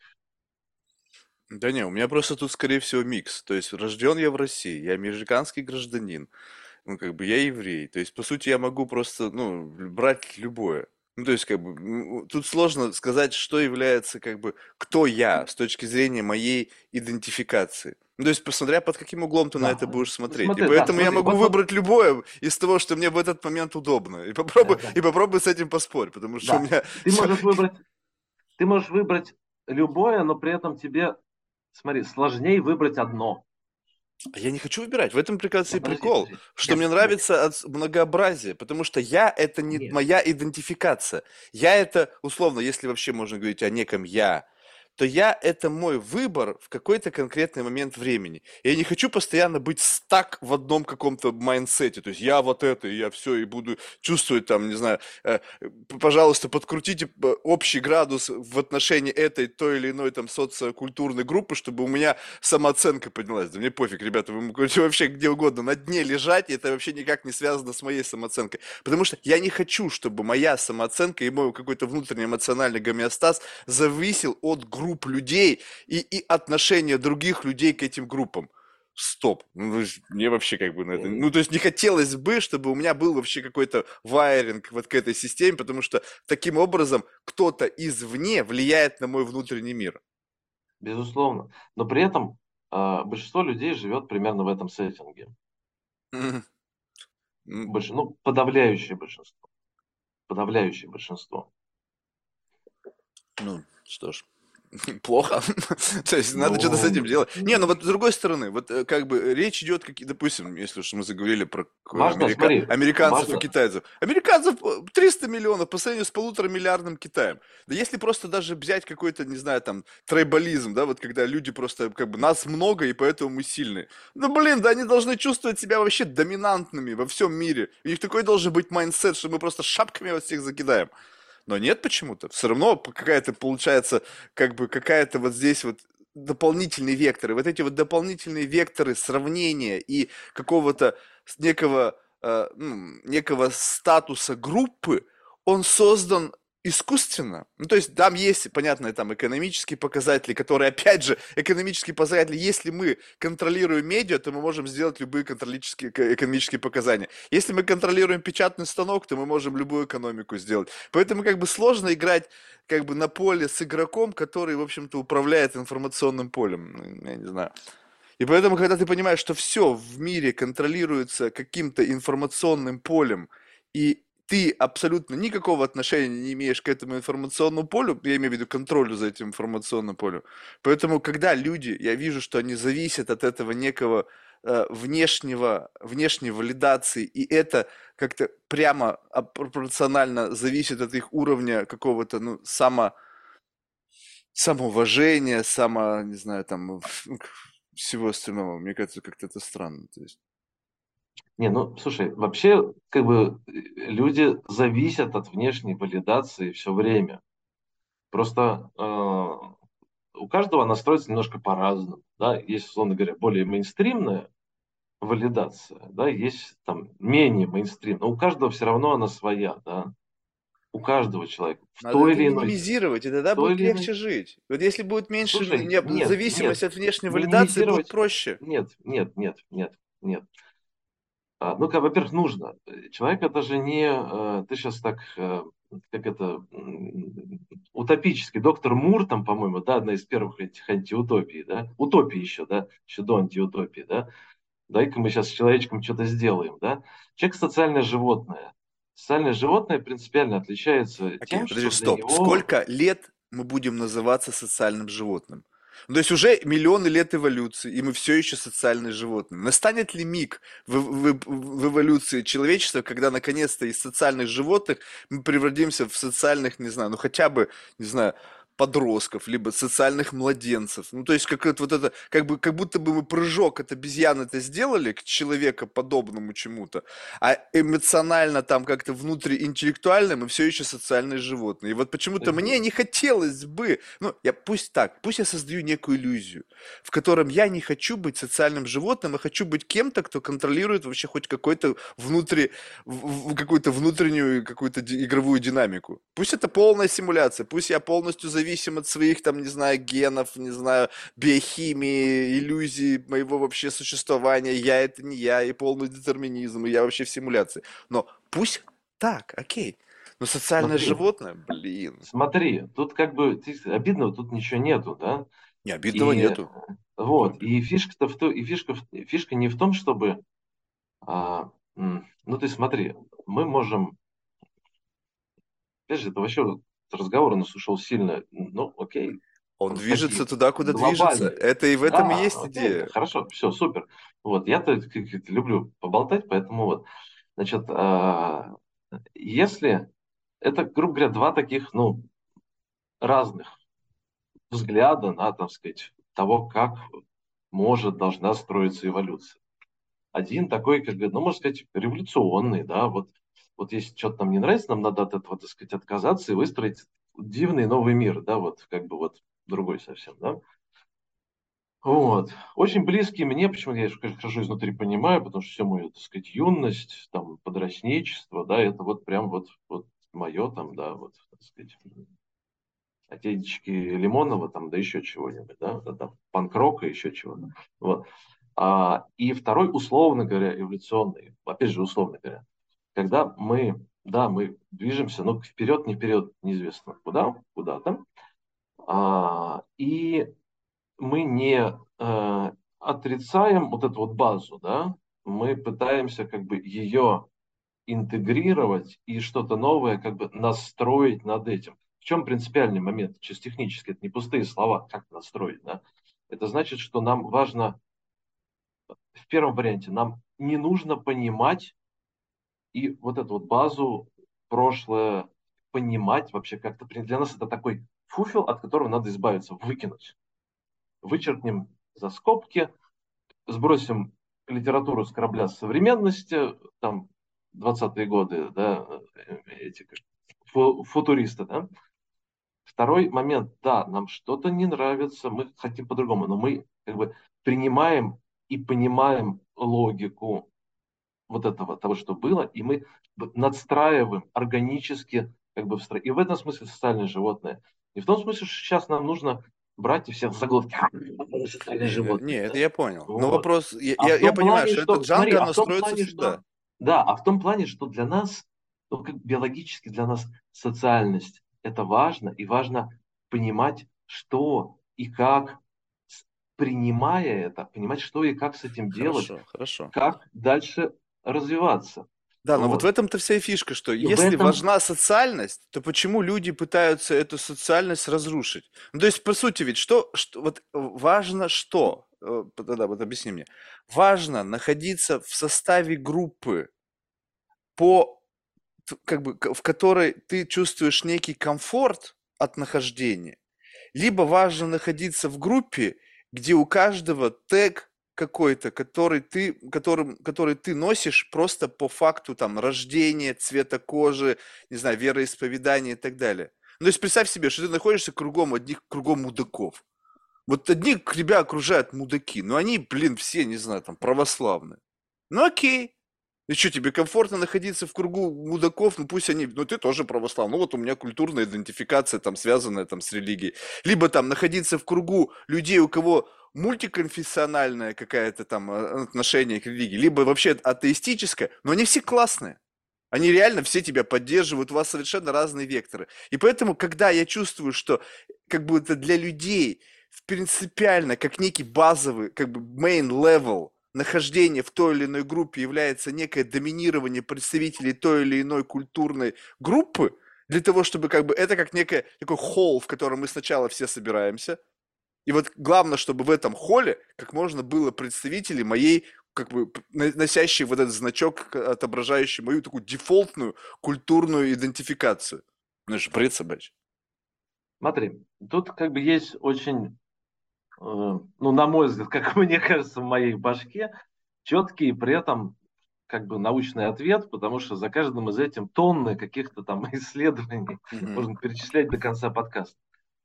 Да не, у меня просто тут, скорее всего, микс. То есть рожден я в России, я американский гражданин, ну, как бы я еврей. То есть, по сути, я могу просто, ну, брать любое. Ну, то есть, как бы, тут сложно сказать, что является, как бы, кто я с точки зрения моей идентификации. Ну, то есть, посмотря под каким углом ты на это Да, будешь смотреть. И смотри, да, поэтому я смотри, могу вот, выбрать любое из того, что мне в этот момент удобно. да, И попробуй с этим поспорь, потому что у да. меня Ты можешь выбрать, ты можешь выбрать любое, но при этом тебе, смотри, сложнее выбрать одно. А я не хочу выбирать. В этом прекрасный Подожди, прикол, подожди. что Нет, мне нет, нравится многообразие, потому что я это не нет. моя идентификация. Я это, условно, если вообще можно говорить о неком я, то я это мой выбор в какой-то конкретный момент времени. Я не хочу постоянно быть стак в одном каком-то майндсете. То есть я вот это, и я все, и буду чувствовать там, не знаю, пожалуйста, подкрутите общий градус в отношении этой той или иной там социокультурной группы, чтобы у меня самооценка поднялась. Да мне пофиг, ребята, вы можете вообще где угодно на дне лежать, и это вообще никак не связано с моей самооценкой. Потому что я не хочу, чтобы моя самооценка и мой какой-то внутренний эмоциональный гомеостаз зависел от групп людей и отношения других людей к этим группам. Стоп. Ну, мне вообще как бы на это... Э, Ну, то есть не хотелось бы, чтобы у меня был вообще какой-то вайринг вот к этой системе, потому что таким образом кто-то извне влияет на мой внутренний мир. безусловно. Но при этом большинство людей живет примерно в этом сеттинге. Мгм. М, Ну, подавляющее большинство. Подавляющее большинство. Ну, что ж. Плохо. То есть надо что-то с Ну, этим делать. Не, ну вот с другой стороны, вот как бы речь идет, допустим, если уж мы заговорили про важно, смотри, американцев и важно, китайцев. Американцев 300 миллионов по сравнению с 1,5 миллиардным Китаем. Да если просто даже взять какой-то, не знаю, там, трайбализм, да, вот когда люди просто, как бы, нас много, и поэтому мы сильные. Ну, блин, да они должны чувствовать себя вообще доминантными во всем мире. У них такой должен быть майндсет, что мы просто шапками вас всех закидаем. Но нет почему-то. Все равно какая-то получается, как бы какая-то вот здесь вот дополнительные векторы. Вот эти вот дополнительные векторы сравнения и какого-то некого, некого статуса группы, он создан искусственно. Ну, то есть там есть, понятно, там экономические показатели, которые, опять же, экономические показатели, если мы контролируем медиа, то мы можем сделать любые экономические показания. Если мы контролируем печатный станок, то мы можем любую экономику сделать. Поэтому как бы сложно играть как бы на поле с игроком, который, в общем-то, управляет информационным полем. Ну, я не знаю. И поэтому, когда ты понимаешь, что все в мире контролируется каким-то информационным полем, и ты абсолютно никакого отношения не имеешь к этому информационному полю, я имею в виду контролю за этим информационным полем. Поэтому, когда люди, я вижу, что они зависят от этого некого внешней валидации, и это как-то прямо пропорционально зависит от их уровня какого-то, ну, самоуважения, не знаю, там, всего остального. Мне кажется, как-то это странно. То есть, не, ну, слушай, вообще, как бы, люди зависят от внешней валидации все время. Просто у каждого она строится немножко по-разному, да, есть, условно говоря, более мейнстримная валидация, да, есть там менее мейнстрим, но у каждого все равно она своя, да, у каждого человека в надо той это или иной, минимизировать, и тогда в той будет или иной, легче жить. Вот если будет меньше слушай, нет, нет, зависимость от внешней валидации, будет минимизировать, проще. нет, нет, нет, нет, нет. Ну-ка, во-первых, нужно. Человек это же не, ты сейчас так, как это, утопический. Доктор Мур, там, по-моему, да, одна из первых этих антиутопий, да, утопии еще, да, еще до антиутопии, да, дай-ка мы сейчас с человечком что-то сделаем, да. Человек социальное животное. Социальное животное принципиально отличается Окей, тем, подожди, что для стоп. него... Сколько лет мы будем называться социальным животным? Ну, то есть уже миллионы лет эволюции, и мы все еще социальные животные. Настанет ли миг в эволюции человечества, когда наконец-то из социальных животных мы превратимся в социальных, не знаю, ну хотя бы, не знаю, подростков, либо социальных младенцев. Ну, то есть, как это, вот это, как бы, как будто бы мы прыжок от обезьяны это сделали к человекоподобному чему-то, а эмоционально там как-то внутриинтеллектуально мы все еще социальные животные. И вот почему-то мне не хотелось бы, ну, я пусть так, пусть я создаю некую иллюзию, в котором я не хочу быть социальным животным, а хочу быть кем-то, кто контролирует вообще хоть какой-то какую-то внутреннюю какую-то игровую динамику. Пусть это полная симуляция, пусть я полностью зависим от своих там, не знаю, генов, не знаю, биохимии, иллюзий моего вообще существования, я это не я, и полный детерминизм, и я вообще в симуляции. Но пусть так, окей. Но социальное Смотри, животное, блин, смотри, тут как бы обидного тут ничего нету, да? не обидного И нету. вот, Супер. и фишка-то в том, фишка не в том, чтобы, ну ты смотри, мы можем, опять же, это вообще вот разговор у нас ушел сильно, ну окей, Он в движется такие туда, куда движется. глобальные. Это и в этом и Да, есть окей, идея. хорошо, все, супер. Вот, я-то люблю поболтать, поэтому вот, значит, если это, грубо говоря, два таких, ну, разных взгляда на, так сказать, того, как должна строиться эволюция. Один такой, как бы, ну, можно сказать, революционный, да, вот если что-то нам не нравится, нам надо от этого, так сказать, отказаться и выстроить дивный новый мир, да, вот, как бы, вот, другой совсем, да. Вот. Очень близкий мне, почему я, конечно, хорошо изнутри понимаю, потому что все мою, так сказать, юность, там, подростничество, да, это вот прям вот мое там, да, вот, так сказать, отечки Лимонова, там, да еще чего-нибудь, да там, панк-рока, еще чего-то. Вот. И второй, условно говоря, эволюционный, опять же, условно говоря, когда мы, да, мы движемся, но вперед, не вперед, неизвестно куда, куда-то, и мы не отрицаем вот эту вот базу, да, мы пытаемся как бы ее интегрировать и что-то новое как бы настроить над этим. В чем принципиальный момент? Чисто технически, это не пустые слова, как настроить, да? Это значит, что нам важно, в первом варианте, нам не нужно понимать и вот эту вот базу, прошлое, понимать вообще как-то. Для нас это такой фуфел, от которого надо избавиться, выкинуть. Вычеркнем за скобки, сбросим литературу с корабля современности, там, 20-е годы, да, эти футуристы, да. Второй момент, да, нам что-то не нравится, мы хотим по-другому, но мы как бы принимаем и понимаем логику вот этого, того, что было, и мы надстраиваем органически, как бы, и в этом смысле социальное животное. И в том смысле, что сейчас нам нужно брать и всех заглотить. Социальное Не, животное, это да? я понял. Но Вот. вопрос, А в я том понимаю, плане, что это что, смотри, Джанго, а оно в том строится плане, что, всегда. да, а в том плане, что для нас, ну, как биологически для нас социальность, это важно, и важно понимать, что и как, принимая это, понимать, что и как с этим делать, Хорошо, хорошо. как дальше развиваться. Да, но вот в Вот. этом-то вся и фишка, что И в если этом, важна социальность, то почему люди пытаются эту социальность разрушить? Ну, то есть, по сути, ведь важно что? Да, вот объясни мне. Важно находиться в составе группы по, как бы, в которой ты чувствуешь некий комфорт от нахождения, либо важно находиться в группе, где у каждого тег какой-то, который ты носишь просто по факту там рождения, цвета кожи, не знаю, вероисповедания и так далее. Ну, то есть представь себе, что ты находишься кругом мудаков. Вот одни тебя окружают мудаки, но они, блин, все, не знаю, там, православные. Ну окей, и что, тебе комфортно находиться в кругу мудаков? Ну пусть они, ну ты тоже православный, ну вот у меня культурная идентификация там связанная там с религией. Либо там находиться в кругу людей, у кого мультиконфессиональное какое-то там отношение к религии, либо вообще атеистическое, но они все классные. Они реально все тебя поддерживают, у вас совершенно разные векторы. И поэтому, когда я чувствую, что как бы это для людей принципиально, как некий базовый, как бы main level нахождение в той или иной группе является некое доминирование представителей той или иной культурной группы, для того, чтобы как бы это как некое такой холл, в котором мы сначала все собираемся, и вот главное, чтобы в этом холле как можно было представителей моей, как бы носящие вот этот значок, отображающий мою такую дефолтную культурную идентификацию. Ну, это же бред собачий. смотри, тут как бы есть очень, ну, на мой взгляд, как мне кажется, в моей башке, четкий и при этом как бы научный ответ, потому что за каждым из этим тонны каких-то там исследований Мгм. можно перечислять до конца подкаста.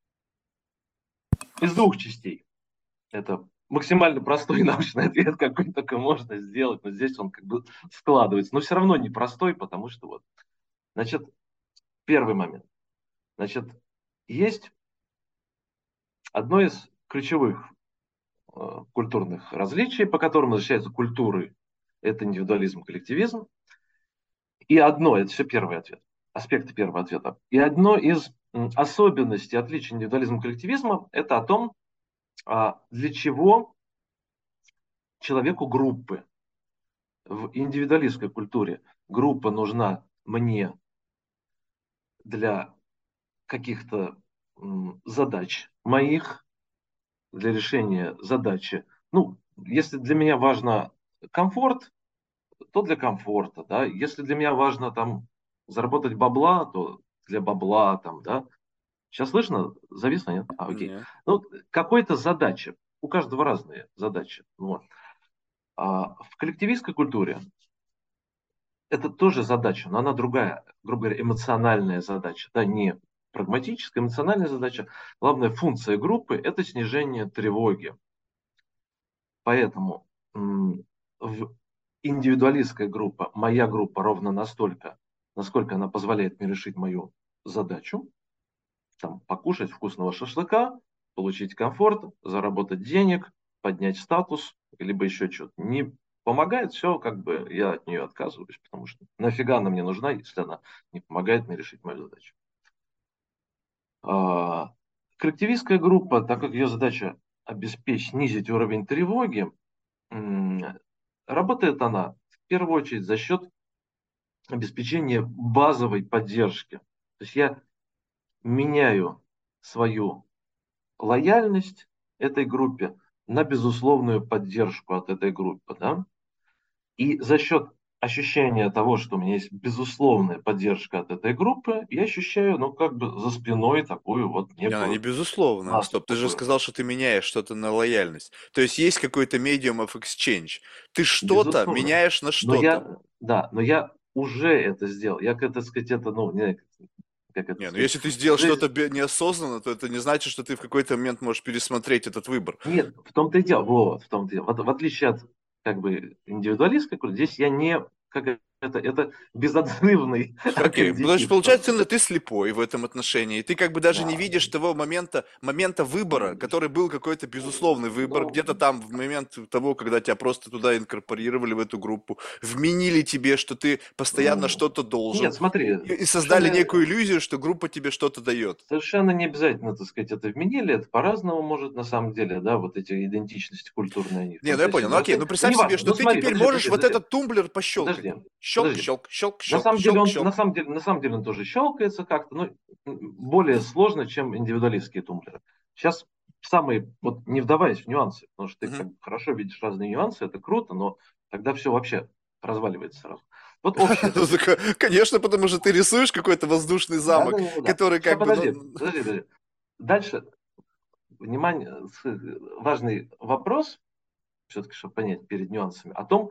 Из двух частей. Это максимально простой научный ответ, какой только можно сделать, но здесь он как бы складывается. Но все равно непростой, потому что вот, значит, первый момент. Значит, есть одно из ключевых культурных различий, по которым различаются культуры, это индивидуализм, коллективизм. И одно, это все первый ответ, аспекты первого ответа. И одно из особенностей отличия индивидуализма и коллективизма, это о том, для чего человеку группы. В индивидуалистской культуре группа нужна мне для каких-то задач моих, для решения задачи. Ну, если для меня важно комфорт, то для комфорта, да. Если для меня важно там заработать бабла, то для бабла там, да. Сейчас слышно? Зависло, нет? Окей. Не. Ну, какой-то задача. У каждого разные задачи. Вот. В коллективистской культуре это тоже задача, но она другая, грубо говоря, эмоциональная задача, да, не прагматическая, эмоциональная задача. Главная функция группы – это снижение тревоги. Поэтому в индивидуалистская группа, моя группа ровно настолько, насколько она позволяет мне решить мою задачу, там, покушать вкусного шашлыка, получить комфорт, заработать денег, поднять статус, либо еще что-то. Не помогает, все, как бы я от нее отказываюсь, потому что нафига она мне нужна, если она не помогает мне решить мою задачу. А, Коллективистская группа, так как ее задача снизить уровень тревоги, работает она в первую очередь за счет обеспечения базовой поддержки. То есть я меняю свою лояльность этой группе на безусловную поддержку от этой группы. Да? И за счет ощущения того, что у меня есть безусловная поддержка от этой группы, я ощущаю, ну, как бы за спиной такую вот Не, она не некую безусловно. массу Стоп, ты же такую. сказал, что ты меняешь что-то на лояльность. То есть какой-то medium of exchange. Ты что-то Безусловно. меняешь на Но что-то. я, да, но я уже это сделал. Я, как это сказать, это, ну, не, как это Не, ну сказать, если ты сделал уже что-то неосознанно, то это не значит, что ты в какой-то момент можешь пересмотреть этот выбор. нет, в том-то и дело, вот, в том-то и дело. В отличие от как бы индивидуалистской культуры, здесь я не, как это безотзывный Окей, ну, значит, аккредитив, что получается, называется. ты слепой в этом отношении. Ты как бы даже не Да. видишь того момента выбора, который был какой-то безусловный выбор, Ну, где-то там в момент того, когда тебя просто туда инкорпорировали в эту группу, вменили тебе, что ты постоянно что-то должен, нет, смотри, и создали совершенно, некую иллюзию, что группа тебе что-то дает. совершенно не обязательно, так сказать, это вменили, это по-разному может на самом деле, да, вот эти идентичности культурные, они в Не, том ну я числе понял. Ну окей, существуют. ну Ну, представь себе, неважно, что ну ты смотри, теперь можешь вот подожди, этот тумблер пощелкать. подожди, Щелк, подожди. щелк, щелк, щелк, щелк, На щелк. самом деле он тоже щелкается как-то, но более сложно, чем индивидуалистские тумблеры. Сейчас самые, вот не вдаваясь в нюансы, потому что ты Мгм. как бы хорошо видишь разные нюансы, это круто, но тогда все вообще разваливается сразу. Вот общее Ну, такое. так, конечно, потому что ты рисуешь какой-то воздушный Да, замок, да, да, да. который Сейчас как бы, подожди, ну, подожди. Дальше, внимание, важный вопрос, все-таки, чтобы понять перед нюансами, о том,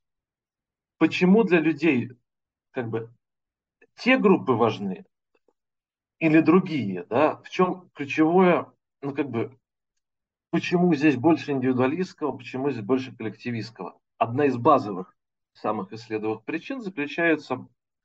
почему для людей как бы те группы важны или другие, да, в чем ключевое, ну, как бы, почему здесь больше индивидуалистского, почему здесь больше коллективистского. Одна из базовых, самых исследуемых причин заключается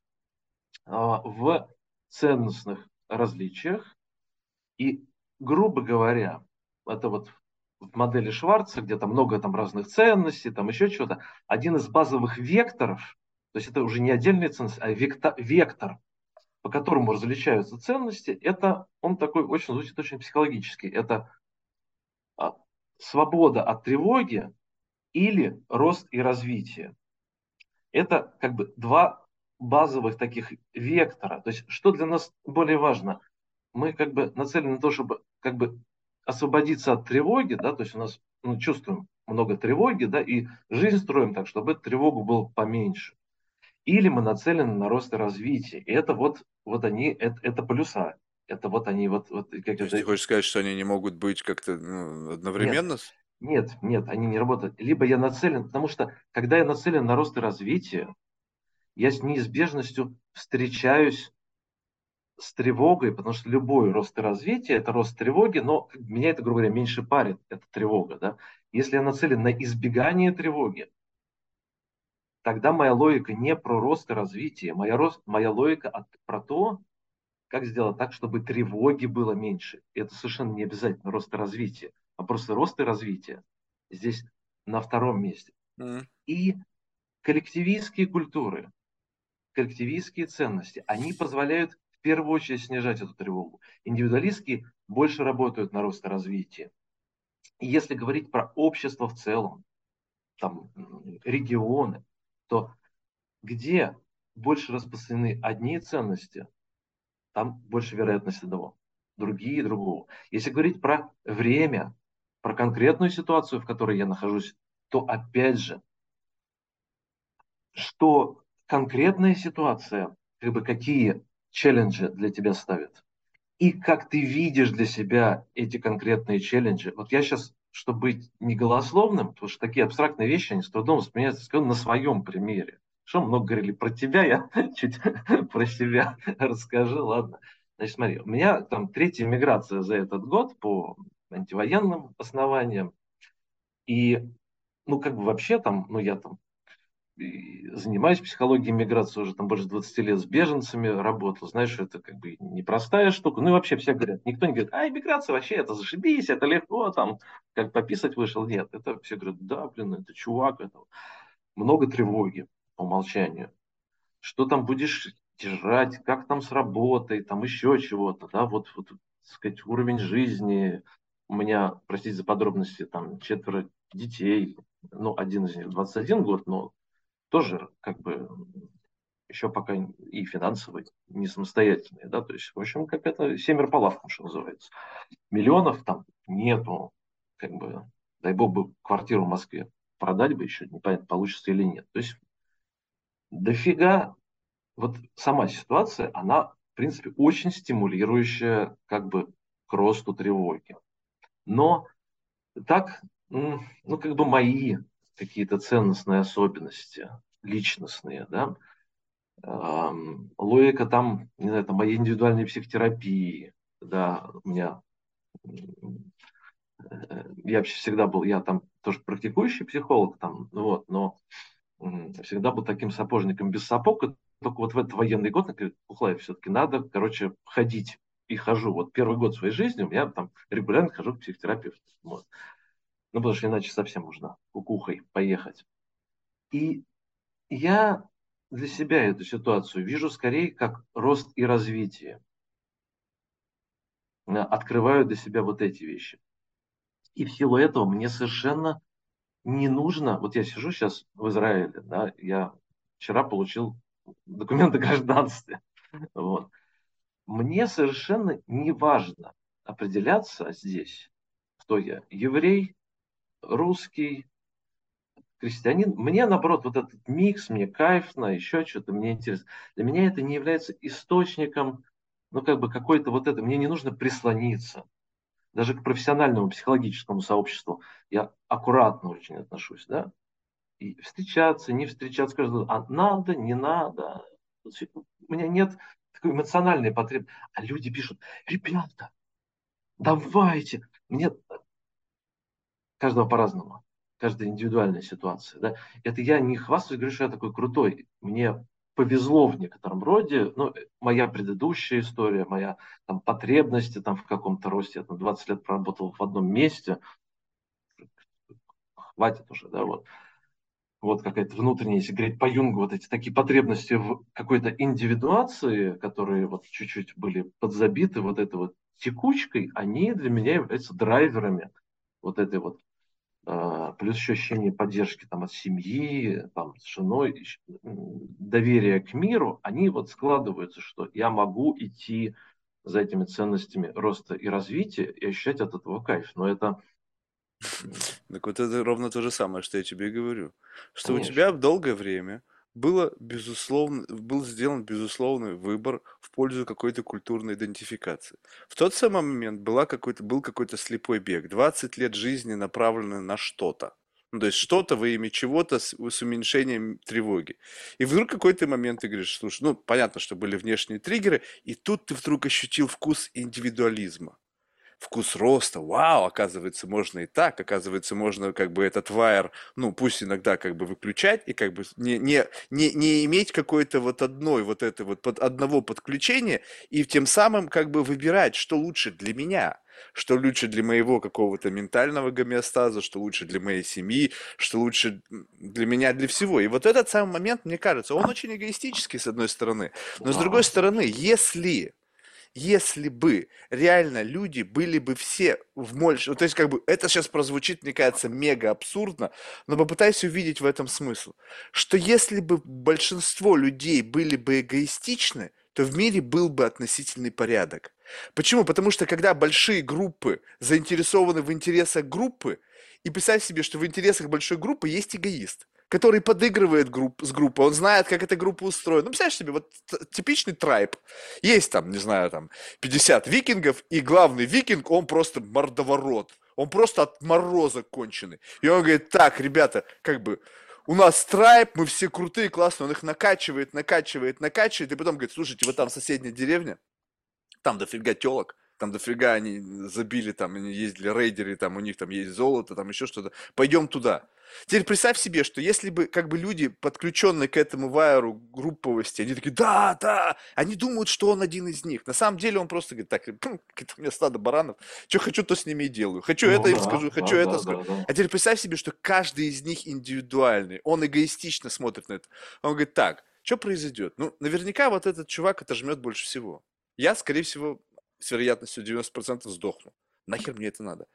в ценностных различиях. И, грубо говоря, это вот в модели Шварца, где там много там разных ценностей, там еще чего-то, один из базовых векторов, то есть это уже не отдельная ценность, а вектор, по которому различаются ценности, это он такой очень звучит очень психологический. Это а, свобода от тревоги или рост и развитие. Это как бы два базовых таких вектора. То есть что для нас более важно? Мы как бы нацелены на то, чтобы как бы освободиться от тревоги, да, то есть у нас чувствуем много тревоги, да, и жизнь строим так, чтобы эту тревогу было поменьше. Или мы нацелены на рост и развитие. И это вот они, это плюса. Это вот они, вот как то есть это, ты хочешь сказать, что они не могут быть как-то ну, нет, одновременно? нет, они не работают. Либо я нацелен, потому что когда я нацелен на рост и развитие, я с неизбежностью встречаюсь с тревогой, потому что любой рост и развитие– это рост тревоги, но меня это, грубо говоря, меньше парит, это тревога. Да? Если я нацелен на избегание тревоги, тогда моя логика не про рост и развитие, моя логика про то, как сделать так, чтобы тревоги было меньше. И это совершенно не обязательно рост и развитие, а просто рост и развитие здесь на втором месте. Мгм. И коллективистские культуры, коллективистские ценности, они позволяют в первую очередь снижать эту тревогу. Индивидуалистские больше работают на рост и развитие. И если говорить про общество в целом, там, регионы, то где больше распространены одни ценности, там больше вероятность одного, другие другого. Если говорить про время, про конкретную ситуацию, в которой я нахожусь, то опять же, что конкретная ситуация, как бы какие челленджи для тебя ставит, и как ты видишь для себя эти конкретные челленджи. Вот я сейчас, чтобы быть не голословным, потому что такие абстрактные вещи, они с трудом воспринимаются, скажу на своем примере. Что много говорили про тебя, я чуть про себя расскажу, ладно. Значит, смотри, у меня там третья миграция за этот год по антивоенным основаниям. И, ну, как бы вообще там, ну, я там и занимаюсь психологией миграции уже там больше 20 лет, с беженцами работал. Знаешь, это как бы непростая штука. Ну и вообще все говорят, никто не говорит, миграция вообще, это зашибись, это легко, там, как пописать вышел. Нет, это все говорят, да, блин, это чувак, это много тревоги по умолчанию. Что там будешь держать, как там с работой, там еще чего-то, да, вот, так сказать, уровень жизни, У меня, простите за подробности, там 4 детей, ну, один из них 21 год, но тоже как бы еще пока и финансово не самостоятельные, да, то есть, в общем, как это, семеро по лавкам, что называется. Миллионов там нету, как бы, дай бог бы квартиру в Москве продать бы еще, непонятно, получится или нет. То есть дофига, вот сама ситуация, она, в принципе, очень стимулирующая как бы к росту тревоги. Но так, ну, как бы мои какие-то ценностные особенности, личностные, да, логика там, не знаю, там моей индивидуальной психотерапии, да, у меня, я вообще всегда был, я там тоже практикующий психолог, там, ну вот, но всегда был таким сапожником без сапог, и только вот в этот военный год, например, Ухлаев все-таки надо, короче, ходить. И хожу. Вот первый год своей жизни у меня там регулярно хожу к психотерапевту. Вот. Ну, потому что иначе совсем можно кукухой поехать. И я для себя эту ситуацию вижу скорее как рост и развитие. Открываю для себя вот эти вещи. И в силу этого мне совершенно не нужно, вот я сижу сейчас в Израиле, да, я вчера получил документы о гражданстве. Вот. Мне совершенно не важно определяться здесь, кто я, еврей, русский, крестьянин. Мне, наоборот, вот этот микс, мне кайфно, еще что-то, мне интересно. Для меня это не является источником, ну, как бы какой-то вот это, мне не нужно прислониться. Даже к профессиональному психологическому сообществу я аккуратно очень отношусь, да. И встречаться, не встречаться, каждый, а надо, не надо. У меня нет такой эмоциональной потребности. А люди пишут, ребята, давайте. Мне каждого по-разному. Каждая индивидуальная ситуация. Да? Это я не хвастаюсь, говорю, что я такой крутой. Мне повезло в некотором роде. Ну, моя предыдущая история, моя там, потребности там, в каком-то росте. Я там 20 лет проработал в одном месте. Хватит уже, да, вот. Вот какая-то внутренняя, если говорить по Юнгу, вот эти такие потребности в какой-то индивидуации, которые вот чуть-чуть были подзабиты вот этой вот текучкой, они для меня являются драйверами вот этой вот, плюс еще ощущение поддержки там от семьи, там с женой, доверие к миру, они вот складываются, что я могу идти за этими ценностями роста и развития и ощущать от этого кайф. Но это, Так вот это ровно то же самое, что я тебе и говорю. Что у тебя конечно, в долгое время был сделан безусловный выбор в пользу какой-то культурной идентификации. В тот самый момент был какой-то слепой бег. 20 лет жизни направлены на что-то. Ну, то есть что-то во имя чего-то с уменьшением тревоги. И вдруг какой-то момент ты говоришь, слушай, ну, понятно, что были внешние триггеры, и тут ты вдруг ощутил вкус индивидуализма, вкус роста. Вау, оказывается, можно и так, оказывается, можно как бы этот вайер, ну, пусть иногда как бы выключать и как бы не иметь какой-то вот одной вот это вот одного подключения и тем самым как бы выбирать, что лучше для меня, что лучше для моего какого-то ментального гомеостаза, что лучше для моей семьи, что лучше для меня, для всего. И вот этот самый момент, мне кажется, он очень эгоистический, с одной стороны, но с другой да, стороны, если бы реально люди были бы все в больше, то есть как бы это сейчас прозвучит, мне кажется, мега абсурдно, но попытайся увидеть в этом смысл, что если бы большинство людей были бы эгоистичны, то в мире был бы относительный порядок. Почему? Потому что когда большие группы заинтересованы в интересах группы, и представь себе, что в интересах большой группы есть эгоист, который подыгрывает с группой, он знает, как эта группа устроена. Ну, представляешь себе, вот типичный трайб. Есть там, не знаю, там 50 викингов, и главный викинг, он просто мордоворот. Он просто отморозок конченый. И он говорит, так, ребята, как бы, у нас трайб, мы все крутые, классные. Он их накачивает, накачивает, накачивает, и потом говорит, слушайте, вот там соседняя деревня, там дофига телок, там дофига они забили, там они ездили рейдеры, там у них там есть золото, там еще что-то. Пойдем туда. Теперь представь себе, что если бы как бы люди, подключенные к этому вайеру групповости, они такие, да, да, они думают, что он один из них. На самом деле он просто говорит, так, это у меня стадо баранов, что хочу, то с ними и делаю. Хочу ну это им да, скажу, хочу да, это да, скажу. да, да. А теперь представь себе, что каждый из них индивидуальный, он эгоистично смотрит на это. Он говорит, так, что произойдет? Ну, наверняка вот этот чувак отожмет больше всего. Я, скорее всего, с вероятностью 90% сдохну. Нахер мне это надо?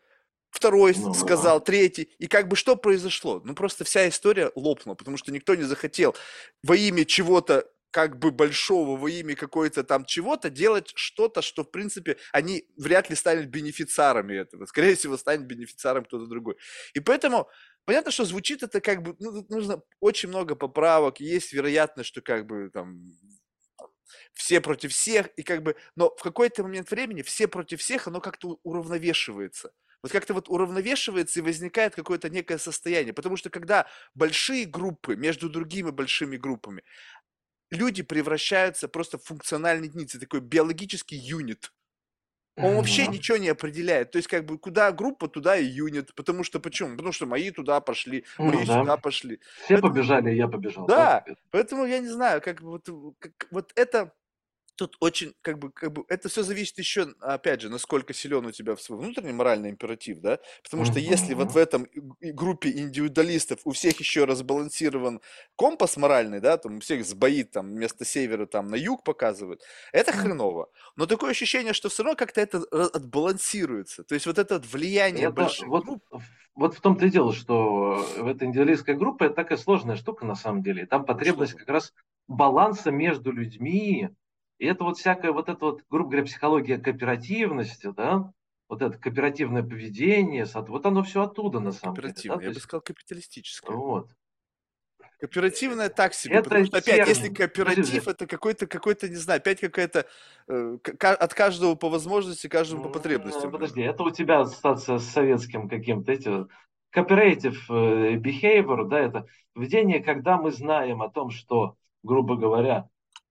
второй Ну да. сказал, третий. И как бы что произошло? Ну, просто вся история лопнула, потому что никто не захотел во имя чего-то как бы большого, во имя какой-то там чего-то делать что-то, что, в принципе, они вряд ли станут бенефициарами этого. Скорее всего, станет бенефициаром кто-то другой. И поэтому понятно, что звучит это как бы, ну, тут нужно очень много поправок, есть вероятность, что как бы там все против всех, и как бы, но в какой-то момент времени все против всех, оно как-то уравновешивается. Вот как-то вот уравновешивается и возникает какое-то некое состояние. Потому что когда большие группы между другими большими группами, люди превращаются просто в функциональные единицы, такой биологический юнит. Он вообще Мгм. ничего не определяет. То есть, как бы, куда группа, туда и юнит. Потому что, почему? Потому что мои туда пошли, Ну мои да. сюда пошли. Все Поэтому, побежали, и я побежал, да, да, как это? поэтому я не знаю, как бы вот, вот это тут очень, как бы, это все зависит еще, опять же, насколько силен у тебя свой внутренний моральный императив, да, потому что если вот в Мгм. этом группе индивидуалистов у всех еще разбалансирован компас моральный, да, там у всех сбоит там вместо севера там на юг показывают, это хреново. Но такое ощущение, что все равно как-то это отбалансируется. То есть вот это вот влияние Это больших вот, групп, вот в том-то и дело, что в этой индивидуалистской группе это такая сложная штука на самом деле. И там что потребность же, как раз баланса между людьми. И это вот всякая вот эта вот, грубо говоря, психология кооперативности, да, вот это кооперативное поведение, вот оно все оттуда на не самом деле, да, кооперативное, то я бы есть сказал капиталистическое. вот. Кооперативное так себе, потому Это что опять, если термин. Подожди, кооператив, подожди. это какой-то, не знаю, опять какая-то от каждого по возможности, каждому по потребностям, Подожди, наверное. это у тебя ассоциация с советским каким-то этим cooperative behavior, да, это поведение, когда мы знаем о том, что, грубо говоря,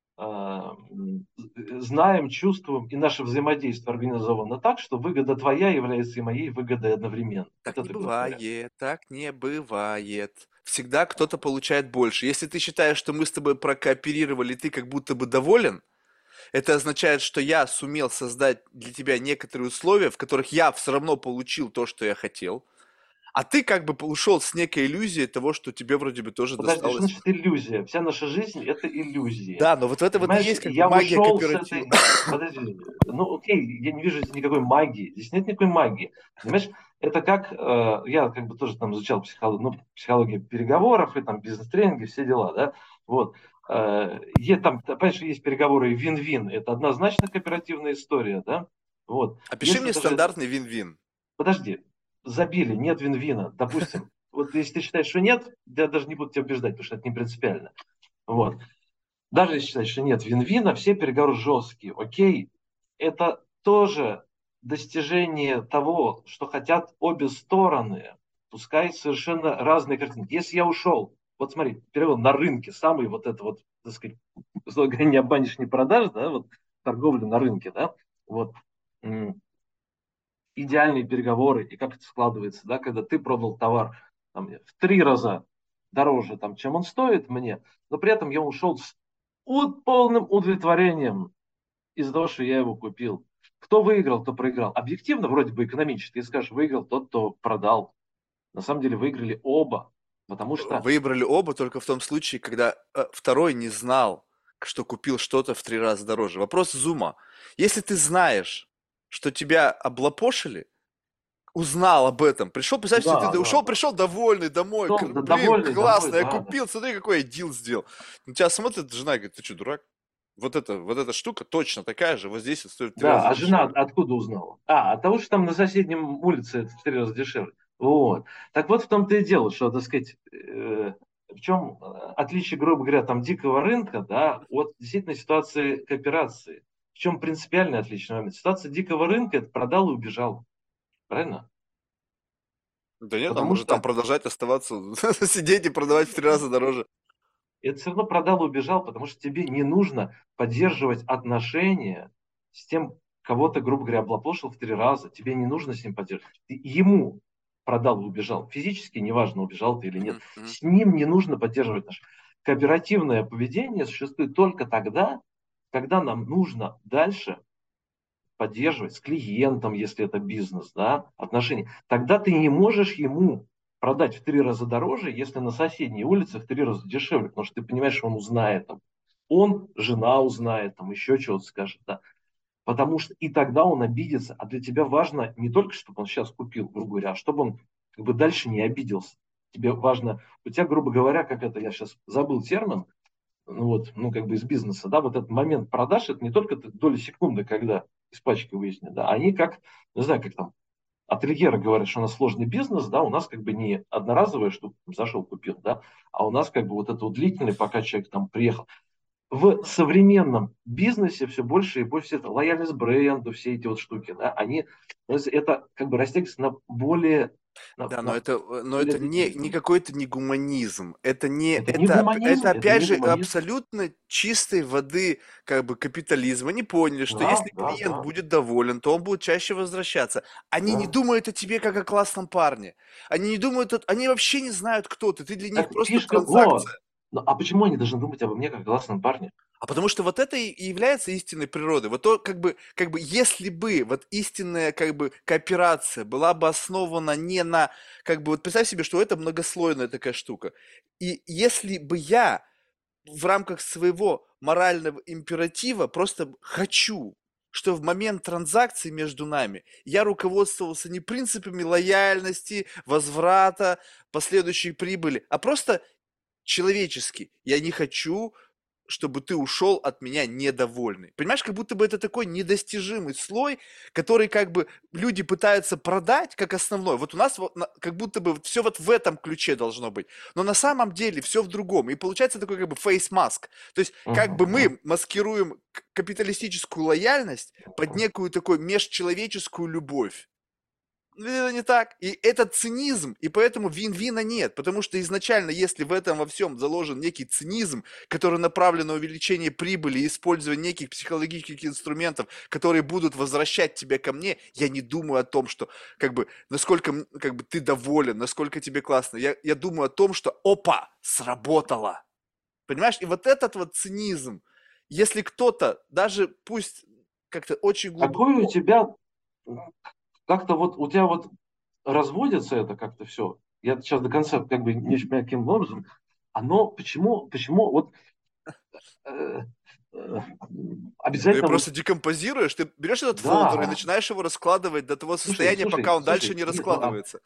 знаем, чувствуем, и наше взаимодействие организовано так, что выгода твоя является и моей выгодой одновременно. Вот Так не это, грубо говоря. бывает, так не бывает. Всегда кто-то получает больше. Если ты считаешь, что мы с тобой прокооперировали, ты как будто бы доволен, это означает, что я сумел создать для тебя некоторые условия, в которых я все равно получил то, что я хотел, а ты как бы ушел с некой иллюзией того, что тебе вроде бы тоже Подожди, что досталось. значит иллюзия? Вся наша жизнь– это иллюзия. Да, но вот это вот и Понимаешь, есть как бы я магия ушел с кооператива. этой... Подожди, ну окей, я не вижу здесь никакой магии. Здесь нет никакой магии. Понимаешь, это как... я как бы тоже там изучал психологию переговоров и там бизнес-тренинги, все дела, да? Вот. Там, понимаешь, есть переговоры вин-вин. Это однозначно кооперативная история, да? Вот. Опиши Если мне даже... стандартный вин-вин. Подожди, забили, нет вин-вина, допустим. Вот если ты считаешь, что нет, я даже не буду тебя убеждать, потому что это не принципиально. Вот. Даже если считать, что нет вин-вина, все переговоры жесткие. Окей, это тоже достижение того, что хотят обе стороны. Пускай совершенно разные картинки. Если я ушел, вот смотри, перевод на рынке, самый вот это вот, так сказать, условно говоря, не обманешь, не продашь, да, вот торговля на рынке, да, вот идеальные переговоры и как это складывается, да, когда ты продал товар там, в 3 раза дороже, там, чем он стоит мне, но при этом я ушел с полным удовлетворением из-за того, что я его купил. Кто выиграл, кто проиграл. Объективно, вроде бы экономически, ты скажешь, выиграл тот, кто продал. На самом деле выиграли оба, потому что Выбрали оба только в том случае, когда второй не знал, что купил что-то в 3 раза дороже. Вопрос зума. Если ты знаешь, что тебя облапошили, узнал об этом, пришел, представь себе, да, ты да, ушел, да. пришел довольный домой, блин, Довольный домой, классно, я да, да. купил, смотри, какой я дил сделал. На тебя смотрит жена и говорит, ты что, дурак? Вот эта штука точно такая же, вот здесь вот стоит в три Да, раза а жена дешевле. откуда узнала? От того, что там на соседнем улице это в 3 раза дешевле. Вот. Так вот в том-то и дело, что, так сказать, в чем отличие, грубо говоря, там дикого рынка, да, от действительно ситуации кооперации. В чем принципиальный отличный момент? Ситуация дикого рынка– это продал и убежал. Правильно? Да нет, он Потому может там что продолжать оставаться, сидеть и продавать в 3 раза дороже. это все равно продал и убежал, потому что тебе не нужно поддерживать отношения с тем, кого ты, грубо говоря, облапошил в 3 раза. Тебе не нужно с ним поддерживать. Ты ему продал и убежал. Физически, неважно, убежал ты или нет. Мгм, мгм. С ним не нужно поддерживать отношения. Кооперативное поведение существует только тогда, когда нам нужно дальше поддерживать с клиентом, если это бизнес, да, отношения. Тогда ты не можешь ему продать в 3 раза дороже, если на соседней улице в 3 раза дешевле, потому что ты понимаешь, что он узнает там. Он, жена узнает, там еще чего-то скажет, да. Потому что и тогда он обидится. А для тебя важно не только, чтобы он сейчас купил, грубо говоря, а чтобы он как бы дальше не обиделся. Тебе важно, у тебя, грубо говоря, как это, я сейчас забыл термин, ну вот, ну как бы из бизнеса, да, вот этот момент продаж, это не только доля секунды, когда из пачки выяснят, да, они как, не знаю, как там, ательеры говорят, что у нас сложный бизнес, да, у нас как бы не одноразовое, что зашел, купил, да, а у нас как бы вот это вот длительное, пока человек там приехал. В современном бизнесе все больше и больше это лояльность бренду, все эти вот штуки, да, они, то есть это как бы растягивается на более, Да, но на это более не, длительный не срок. какой-то не гуманизм. Это не, Это не это гуманизм, это опять не же гуманизм. абсолютно чистой воды как бы капитализм. Они поняли, что Да, если да, клиент да, будет доволен, то он будет чаще возвращаться. Они не да. думают о тебе как о классном парне. Они не думают, они вообще не знают, кто ты. Ты для них Так просто фишка, вот. транзакция. Ну, а почему они должны думать обо мне как о классном парне? А потому что вот это и является истинной природой. Вот то, как бы, если бы вот истинная, как бы, кооперация была бы основана не на, как бы, вот представь себе, что это многослойная такая штука. И если бы я в рамках своего морального императива просто хочу, что в момент транзакции между нами я руководствовался не принципами лояльности, возврата, последующей прибыли, а просто человечески. Я не хочу, чтобы ты ушел от меня недовольный. Понимаешь, как будто бы это такой недостижимый слой, который как бы люди пытаются продать как основной. Вот у нас вот как будто бы все вот в этом ключе должно быть. Но на самом деле все в другом. И получается такой как бы face mask. То есть как бы Мгм. мы маскируем капиталистическую лояльность под некую такую межчеловеческую любовь. Это не так. И это цинизм, и поэтому вин-вина нет. Потому что изначально, если в этом во всем заложен некий цинизм, который направлен на увеличение прибыли и использование неких психологических инструментов, которые будут возвращать тебя ко мне, я не думаю о том, что как бы насколько как бы ты доволен, насколько тебе классно. Я думаю о том, что опа, сработало. Понимаешь? И вот этот вот цинизм, если кто-то, даже пусть как-то очень Какой у глубоко. тебя, как-то вот, у тебя вот разводится это как-то все. Я сейчас до конца как бы не очень понимаю, каким образом. Оно, почему вот э, э, Ну и обязательно вот, просто декомпозируешь, ты берешь этот фолдер и да, начинаешь его раскладывать до того слушай, состояния, пока слушай, он дальше слушай, не нет, ну а раскладывается.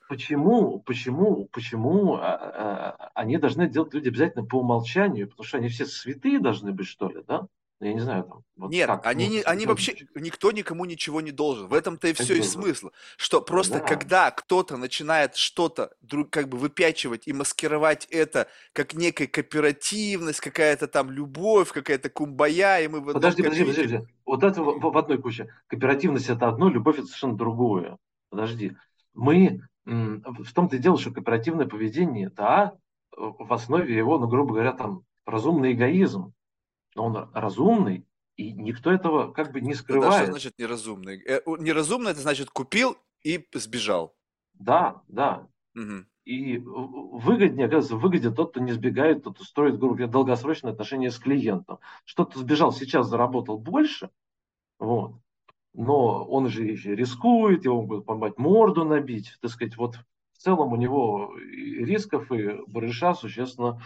почему они должны делать люди обязательно по умолчанию, потому что они все святые должны быть, что ли, да? Я не знаю, там, вот Нет, как, ну, они вообще, никто никому ничего не должен. В этом-то и как все и бы, смысл. Что просто да. когда кто-то начинает что-то как бы выпячивать и маскировать это как некая кооперативность, какая-то там любовь, какая-то кумбая, и мы в одном копилке. Подожди. Вот это в одной куче. Кооперативность это одно, любовь это совершенно другое. Подожди. Мы в том-то и дело, что кооперативное поведение, да, в основе его, ну, грубо говоря, там разумный эгоизм. Но он разумный, и никто этого как бы не Да, что скрывает. значит неразумный? Неразумный это значит купил и сбежал. Да, да. Мгм. И выгоднее, оказывается, выгодит тот, кто не сбегает, тот, кто строит, грубо говоря, долгосрочные отношения с клиентом. Что-то сбежал, сейчас заработал больше, вот, но он же еще рискует, его могут помать морду набить, так сказать, вот в целом у него и рисков и барыша существенно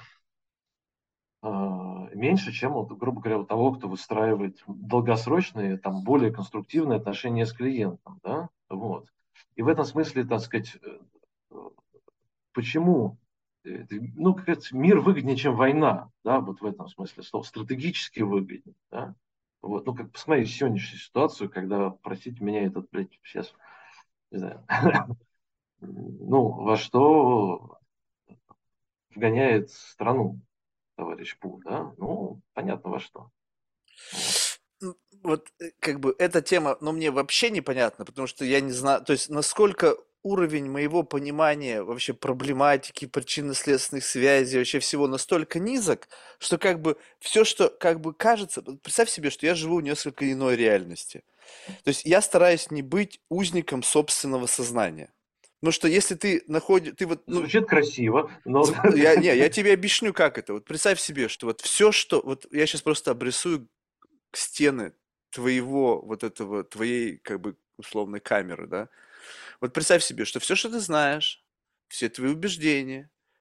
меньше, чем, вот, грубо говоря, у того, кто выстраивает долгосрочные, там, более конструктивные отношения с клиентом, да, вот. И в этом смысле, так сказать, почему, ну, как говорится, мир выгоднее, чем война, да, вот в этом смысле, что стратегически выгоднее, да, вот, ну, как посмотреть сегодняшнюю ситуацию, когда, простите меня, этот, блядь, сейчас, не знаю, ну, во что вгоняет страну товарищ Пу, да, ну, понятно во что. Вот. Вот как бы эта тема, ну, мне вообще непонятна, потому что я не знаю, то есть насколько уровень моего понимания вообще проблематики, причинно-следственных связей, вообще всего настолько низок, что как бы все, что как бы кажется, вот представь себе, что я живу в несколько иной реальности. То есть я стараюсь не быть узником собственного сознания. Потому что если ты находишь, ты вот, ну, Звучит красиво, но я тебе объясню, как это. Вот представь себе, что вот все, что, вот я сейчас просто обрисую стены твоего вот этого, твоей как бы условной камеры, да. Вот представь себе, что все, что ты знаешь, все твои убеждения,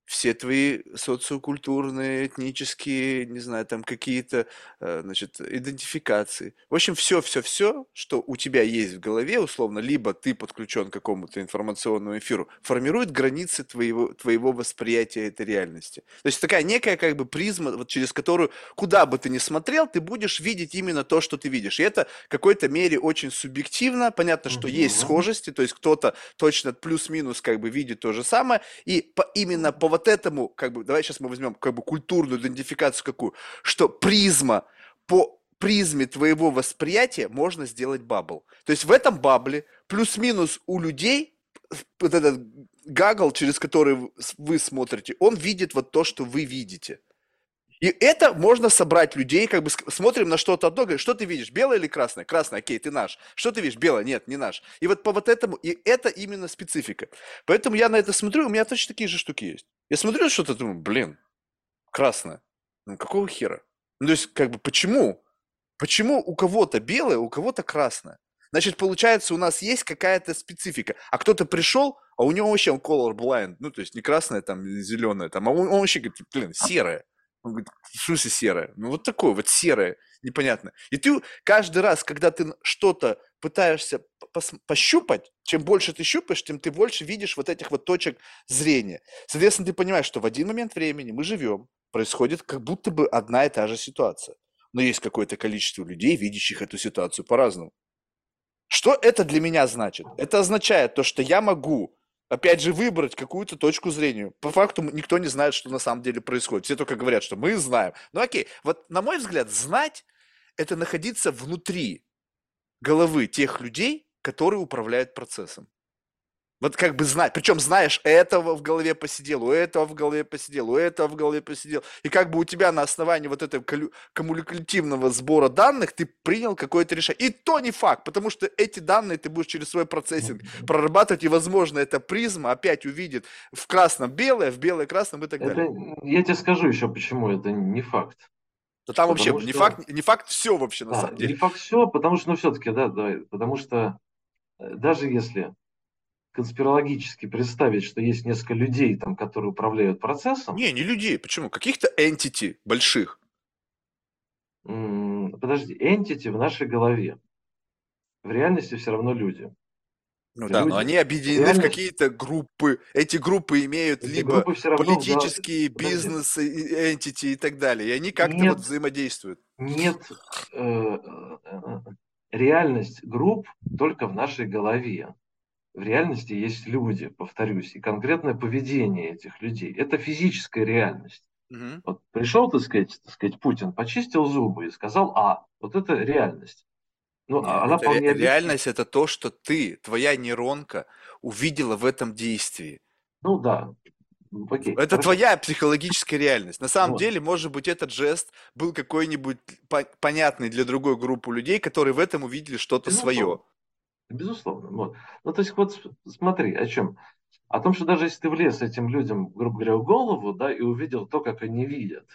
все твои социокультурные, этнические, не знаю, там какие-то, значит, идентификации. В общем, все, что у тебя есть в голове, условно, либо ты подключен к какому-то информационному эфиру, формирует границы твоего восприятия этой реальности. То есть такая некая как бы призма, вот через которую, куда бы ты ни смотрел, ты будешь видеть именно то, что ты видишь. И это в какой-то мере очень субъективно. Понятно, что есть Мгм. схожести, то есть кто-то точно плюс-минус как бы видит то же самое, и именно по вот этому, как бы, давай сейчас мы возьмем как бы культурную идентификацию какую, что призма по призме твоего восприятия можно сделать бабл. То есть в этом бабле плюс-минус у людей вот этот гагл, через который вы смотрите, он видит вот то, что вы видите. И это можно собрать людей, как бы смотрим на что-то одно, говорим, что ты видишь, белое или красное? Красное, окей, ты наш. Что ты видишь? Белое, нет, не наш. И вот по вот этому, и это именно специфика. Поэтому я на это смотрю, у меня точно такие же штуки есть. Я смотрю на что-то, думаю, блин, красное. Ну какого хера? Ну то есть, как бы, почему? Почему у кого-то белое, у кого-то красное? Значит, получается, у нас есть какая-то специфика. А кто-то пришел, а у него вообще он color blind, ну, то есть не красное, там, не зеленое, там, а он вообще говорит, блин, серое. Он говорит, в смысле серое? Ну, вот такое вот серое, непонятно. И ты каждый раз, когда ты что-то пытаешься пощупать, чем больше ты щупаешь, тем ты больше видишь вот этих вот точек зрения. Соответственно, ты понимаешь, что в один момент времени мы живем, происходит как будто бы одна и та же ситуация, но есть какое-то количество людей, видящих эту ситуацию по-разному. Что это для меня значит? Это означает то, что я могу, опять же, выбрать какую-то точку зрения. По факту никто не знает, что на самом деле происходит. Все только говорят, что мы знаем. Ну окей, вот на мой взгляд, знать – это находиться внутри головы тех людей, которые управляют процессом. Вот как бы знать, причем знаешь, этого в голове посидел, у этого в голове посидел, у этого в голове посидел. И как бы у тебя на основании вот этого кумулятивного сбора данных ты принял какое-то решение. И то не факт, потому что эти данные ты будешь через свой процессинг прорабатывать, и, возможно, эта призма опять увидит в красном белое, в белое красном и так Это, далее. я тебе скажу еще, почему это не факт. То там вообще Потому что, не факт все вообще на да, самом не деле. факт все, потому что, ну, все-таки, да, давай, потому что даже если конспирологически представить, что есть несколько людей, там, которые управляют процессом, Не людей, почему? Каких-то entity больших. подожди, entity в нашей голове. В реальности все равно люди. Ну да, но Люди. они объединены в Реальность, какие-то группы. Эти группы имеют эти либо группы все равно, да, политические, подожди, бизнес, entity и так далее. И они как-то вот нет, взаимодействуют. нет, э, э, э, реальность групп только в нашей голове. В реальности есть люди, повторюсь, и конкретное поведение этих людей. Это физическая реальность. Мгм. Вот пришел, так сказать, Путин, почистил зубы и сказал, вот это реальность. Ну, Не, она это вполне объективна. реальность, это то, что твоя нейронка увидела в этом действии. Ну да, окей, Это хорошо. твоя психологическая реальность. На самом Вот. деле, может быть, этот жест был какой-нибудь понятный для другой группы людей, которые в этом увидели что-то свое. Безусловно. Безусловно. Вот. Ну, то есть, вот смотри, о чем. О том, что даже если ты влез этим людям, грубо говоря, в голову, да, и увидел то, как они видят,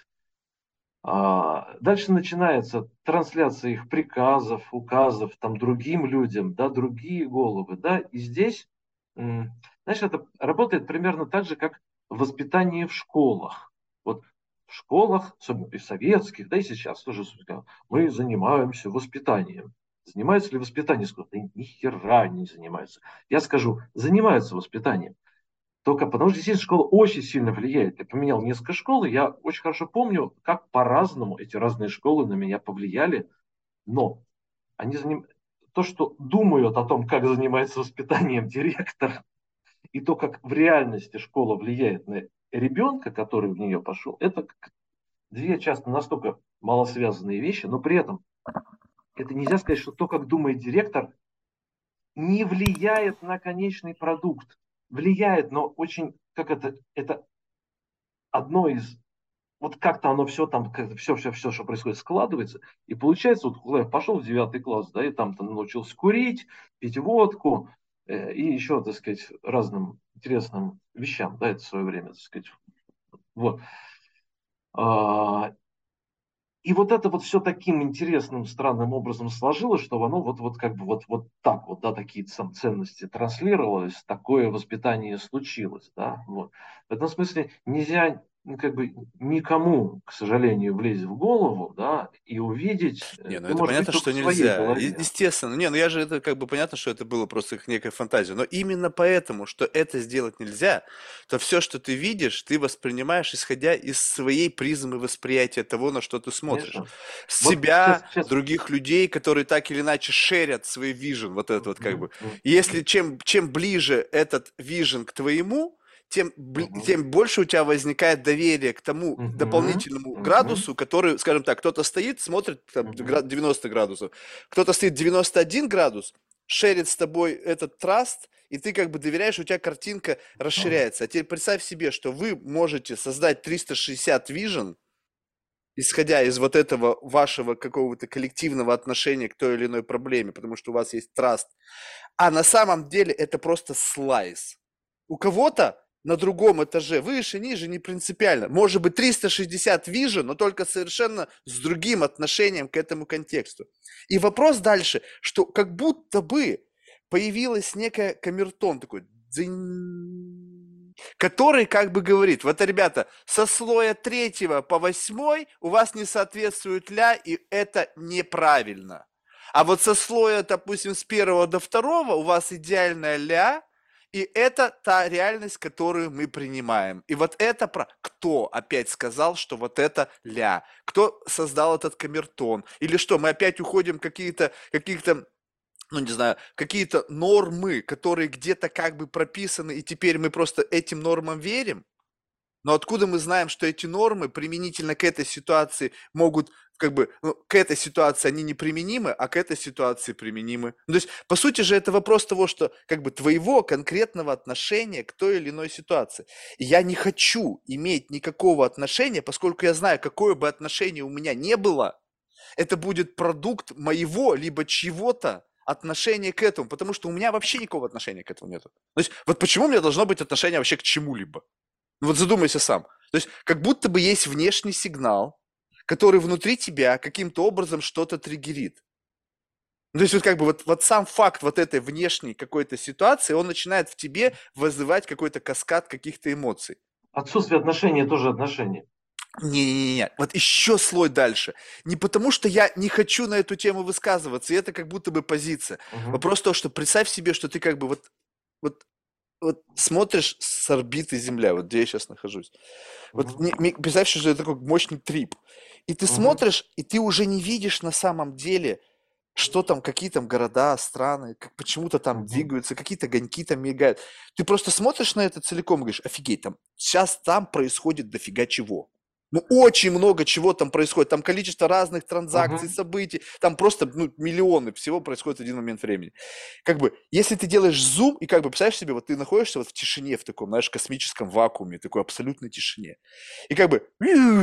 дальше начинается трансляция их приказов, указов там другим людям, да, другие головы, да, и здесь, знаешь, это работает примерно так же, как в воспитании в школах. Вот в школах, особенно и советских, да и сейчас тоже, мы занимаемся воспитанием. Занимаются ли воспитанием? Да ни хера не занимаются. Я скажу, занимаются воспитанием. Только потому что здесь школа очень сильно влияет. Я поменял несколько школ, и я очень хорошо помню, как по-разному эти разные школы на меня повлияли. Но они то, что думают о том, как занимается воспитанием директор, и то, как в реальности школа влияет на ребенка, который в нее пошел, это две часто настолько малосвязанные вещи, но при этом это нельзя сказать, что то, как думает директор, не влияет на конечный продукт. Влияет, но очень, как это одно из вот как-то оно все там, все, что происходит, складывается. И получается, вот когда я пошел в 9 класс, да, и там научился курить, пить водку, и еще, так сказать, разным интересным вещам, да, это в свое время, так сказать. Вот. А, И вот это вот все таким интересным, странным образом сложилось, что оно вот как бы вот так вот, да, такие ценности транслировалось, такое воспитание случилось, да, вот. В этом смысле нельзя, ну, как бы никому, к сожалению, влезть в голову, да, и увидеть, Не, ну ты это можешь видеть понятно, только что в своей нельзя. голове. Естественно. Не, ну я же это как бы понятно, что это было просто их некая фантазия. Но именно поэтому, что это сделать нельзя, то все, что ты видишь, ты воспринимаешь, исходя из своей призмы восприятия того, на что ты смотришь. Конечно. Вот Себя, сейчас. других людей, которые так или иначе шерят свой вижен, вот этот вот как бы. Мгм, мгм, И если чем ближе этот вижен к твоему, мгм, тем больше у тебя возникает доверие к тому мгм, дополнительному мгм, градусу, который, скажем так, кто-то стоит, смотрит там, мгм. 90 градусов, кто-то стоит 91 градус, шерит с тобой этот траст, и ты как бы доверяешь, у тебя картинка Ну, расширяется. А теперь представь себе, что вы можете создать 360 vision, исходя из вот этого вашего какого-то коллективного отношения к той или иной проблеме, потому что у вас есть траст. А на самом деле это просто слайс. У кого-то на другом этаже, выше, ниже, не принципиально. Может быть 360 vision, но только совершенно с другим отношением к этому контексту. И вопрос дальше, что как будто бы появилась некая камертон такой, дзынь, который как бы говорит, вот, ребята, со слоя 3 по 8 у вас не соответствует ля, и это неправильно. А вот со слоя, допустим, с 1 до 2 у вас идеальная ля, и это та реальность, которую мы принимаем. И вот это про... Кто опять сказал, что вот это ля? Кто создал этот камертон? Или что, мы опять уходим в каких-то, ну не знаю, какие-то нормы, которые где-то как бы прописаны, и теперь мы просто этим нормам верим? Но откуда мы знаем, что эти нормы применительно к этой ситуации могут, как бы, ну, к этой ситуации они неприменимы, а к этой ситуации применимы? Ну, то есть, по сути же, это вопрос того, что, как бы, твоего конкретного отношения к той или иной ситуации. И я не хочу иметь никакого отношения, поскольку я знаю, какое бы отношение у меня не было, это будет продукт моего, либо чьего-то отношения к этому, потому что у меня вообще никакого отношения к этому нету. То есть, вот почему у меня должно быть отношение вообще к чему-либо? Ну вот задумайся сам. То есть как будто бы есть внешний сигнал, который внутри тебя каким-то образом что-то триггерит. Ну, то есть вот как бы вот сам факт вот этой внешней какой-то ситуации, он начинает в тебе вызывать какой-то каскад каких-то эмоций. отсутствие отношения тоже отношения. Не-не-не, вот еще слой дальше. Не потому, что я не хочу на эту тему высказываться, и это как будто бы позиция. Мгм, Вопрос в том, что представь себе, что ты как бы вот, вот смотришь с орбиты Земля, вот где я сейчас нахожусь. Вот мгм, представь, что это такой мощный трип. И ты мгм, смотришь, и ты уже не видишь на самом деле, что там, какие там города, страны, как почему-то там мгм. двигаются, какие-то огоньки там мигают. Ты просто смотришь на это целиком и говоришь, офигеть, там сейчас там происходит дофига чего. Ну, очень много чего там происходит. Там количество разных транзакций, Мгм. событий. Там просто ну, миллионы всего происходит в один момент времени. Как бы, если ты делаешь зум, и как бы, представляешь себе, вот ты находишься вот в тишине, в таком, знаешь, космическом вакууме, такой абсолютной тишине. И как бы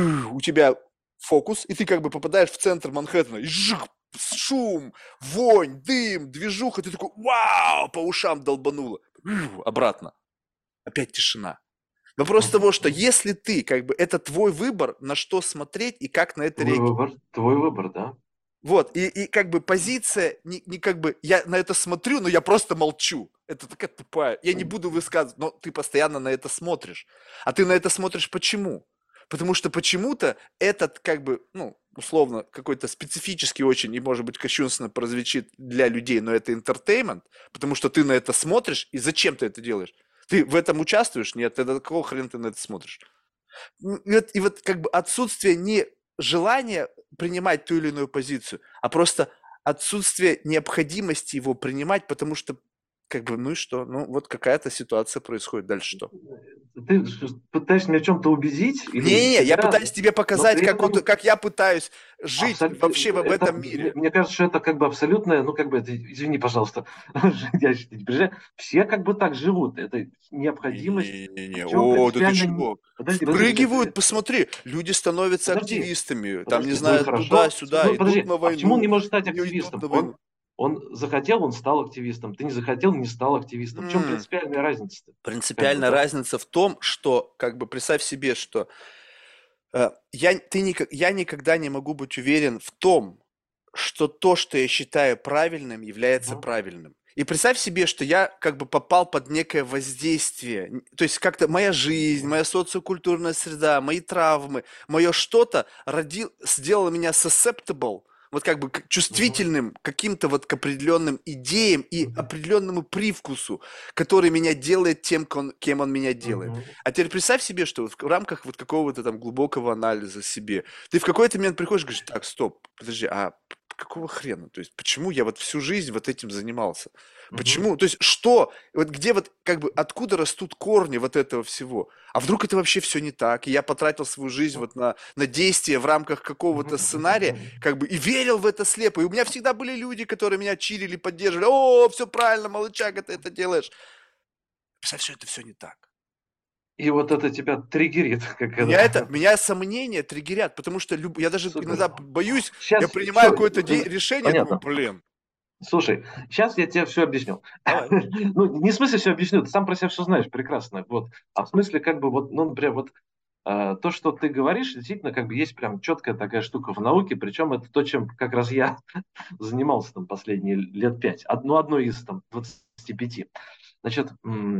у тебя фокус, и ты как бы попадаешь в центр Манхэттена, и жик, шум, вонь, дым, движуха, ты такой, вау, по ушам долбануло. Обратно. Опять тишина. Вопрос Мгм. того, что Мгм. если ты, как бы, это твой выбор, на что смотреть и как на это реагировать. Твой выбор, да. Вот, и как бы позиция, не как бы, я на это смотрю, но я просто молчу. Это такая тупая. Я не буду высказывать, но ты постоянно на это смотришь. А ты на это смотришь почему? Потому что почему-то этот, как бы, ну, условно, какой-то специфический очень, и, может быть, кощунственно прозвучит для людей, но это интертеймент, потому что ты на это смотришь, и зачем ты это делаешь? Ты в этом участвуешь? Нет, тогда какого хрена ты на это смотришь? И вот как бы отсутствие не желания принимать ту или иную позицию, а просто отсутствие необходимости его принимать, потому что как бы, ну и что? Ну вот какая-то ситуация происходит, дальше что? Ты пытаешься меня в чем-то убедить или Не-не-не, я себя, пытаюсь тебе но показать, при как, вот, этом как я пытаюсь жить вообще в это, этом мне, мире. мне кажется, что это как бы абсолютное, ну как бы, это, извини, пожалуйста, я сейчас не приезжаю, все как бы так живут. Это необходимость, Не-не-не, причем о, да ты принципиально... чего? Подожди, Впрыгивают, посмотри, люди становятся подожди, активистами, там, не подожди, ну и знаю, хорошо. туда-сюда, Ну идут подожди, на а почему он войну, не может стать не идут активистом? на войну. Он захотел, он стал активистом. Ты не захотел, не стал активистом. В чем М, принципиальная разница-то? Как бы, Принципиальная да? разница в том, что, как бы, представь себе, что Я никогда не могу быть уверен в том, что то, что я считаю правильным, является Мгм. правильным. И представь себе, что я как бы попал под некое воздействие. То есть как-то моя жизнь, Мгм. моя социокультурная среда, мои травмы, мое что-то сделало меня susceptible, вот как бы Мгм. чувствительным к каким-то вот к определенным идеям и Мгм. определенному привкусу, который меня делает тем, кем он меня делает. Мгм. А теперь представь себе, что вот в рамках вот какого-то там глубокого анализа себе, ты в какой-то момент приходишь и говоришь, так, стоп, подожди, какого хрена? То есть почему я вот всю жизнь вот этим занимался? Мгм. Почему? То есть что? Вот где вот как бы откуда растут корни вот этого всего? А вдруг это вообще все не так? И я потратил свою жизнь Ну, вот на действие в рамках какого-то мгм. Мгм. сценария, Мгм. как бы и верил в это слепо. И у меня всегда были люди, которые меня чирили, поддерживали. О, все правильно, молодчага, ты это делаешь. Представь, что это все не так. И вот это тебя триггерит, как Меня это, это. меня сомнения триггерят, потому что я даже Супер. иногда боюсь, я Сейчас принимаю все, какое-то решение, думаю, понятно. блин, Слушай, сейчас я тебе все объясню. давай. Ну, не в смысле все объясню, ты сам про себя все знаешь прекрасно. Вот. А в смысле, как бы, вот, ну, например, вот то, что ты говоришь, действительно, как бы есть прям четкая такая штука в науке, причем это то, чем как раз я занимался там последние лет 5. Одно из там 25. Значит,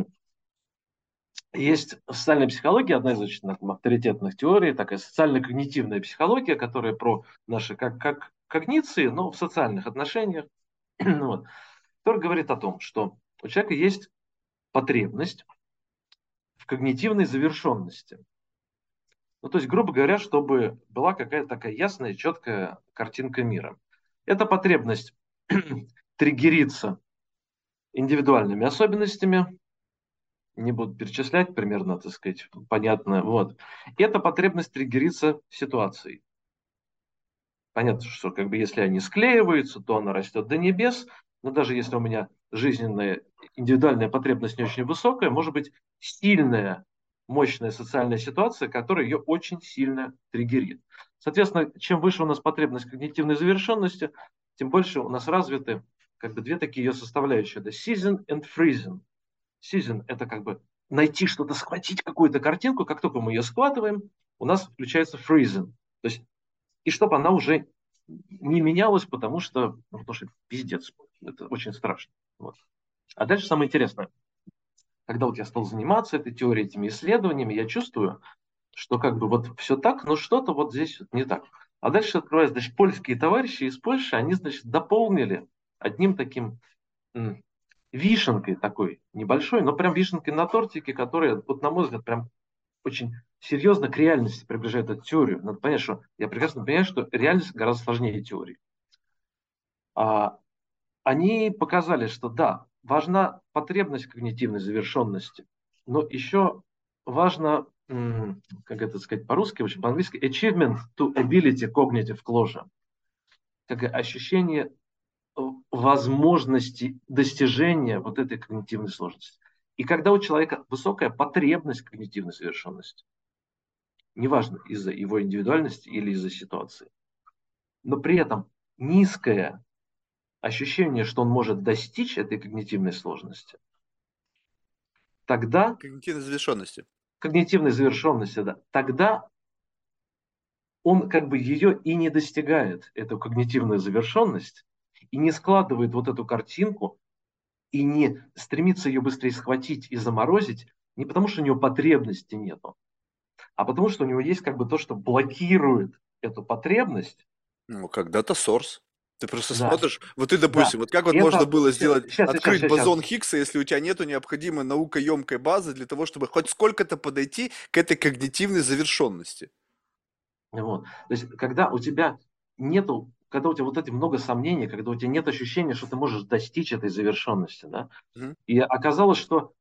есть социальная психология, одна из очень там, авторитетных теорий, такая социально-когнитивная психология, которая про наши как когниции, но в социальных отношениях, ну вот, который говорит о том, что у человека есть потребность в когнитивной завершенности. Ну, то есть, грубо говоря, чтобы была какая-то такая ясная, четкая картинка мира. Эта потребность триггерится индивидуальными особенностями, не буду перечислять, примерно, так сказать, понятно. Вот. Эта потребность триггерится ситуацией. Понятно, что как бы если они склеиваются, то она растет до небес, но даже если у меня жизненная индивидуальная потребность не очень высокая, может быть сильная, мощная социальная ситуация, которая ее очень сильно триггерит. Соответственно, чем выше у нас потребность когнитивной завершенности, тем больше у нас развиты как бы две такие ее составляющие. Это season and freezing. Season – это как бы найти что-то, схватить какую-то картинку, как только мы ее схватываем, у нас включается freezing. То есть и чтобы она уже не менялась, потому что пиздец, это очень страшно. Вот. А дальше самое интересное. Когда вот я стал заниматься этой теорией, этими исследованиями, я чувствую, что как бы вот все так, но что-то вот здесь вот не так. А дальше открывается, значит, польские товарищи из Польши, они, значит, дополнили одним таким м, вишенкой такой небольшой, но прям вишенкой на тортике, которая, вот на мой взгляд, прям очень серьезно к реальности приближает эту теорию. Надо понять, что я прекрасно понимаю, что реальность гораздо сложнее теории. А, они показали, что да, важна потребность когнитивной завершенности, но еще важно, как это сказать по-русски, очень по-английски, achievement to ability cognitive closure, как ощущение возможности достижения вот этой когнитивной сложности. И когда у человека высокая потребность когнитивной завершенности, неважно из-за его индивидуальности или из-за ситуации, но при этом низкое ощущение, что он может достичь этой когнитивной сложности, тогда Когнитивной завершенности. когнитивной завершенности, да, тогда он как бы ее и не достигает, эту когнитивную завершенность, и не складывает вот эту картинку, и не стремится ее быстрее схватить и заморозить, не потому что у него потребности нету, а потому что у него есть как бы то, что блокирует эту потребность. Ну, как дата source. Ты просто Да, смотришь, вот ты, да. допустим, вот как вот И можно это было сейчас, сделать, сейчас, сейчас, открыть сейчас. бозон Хиггса, если у тебя нету необходимой наукоемкой базы для того, чтобы хоть сколько-то подойти к этой когнитивной завершенности. Вот. То есть, когда у тебя нету, когда у тебя вот эти много сомнений, когда у тебя нет ощущения, что ты можешь достичь этой завершенности, да, Мгм. и оказалось, что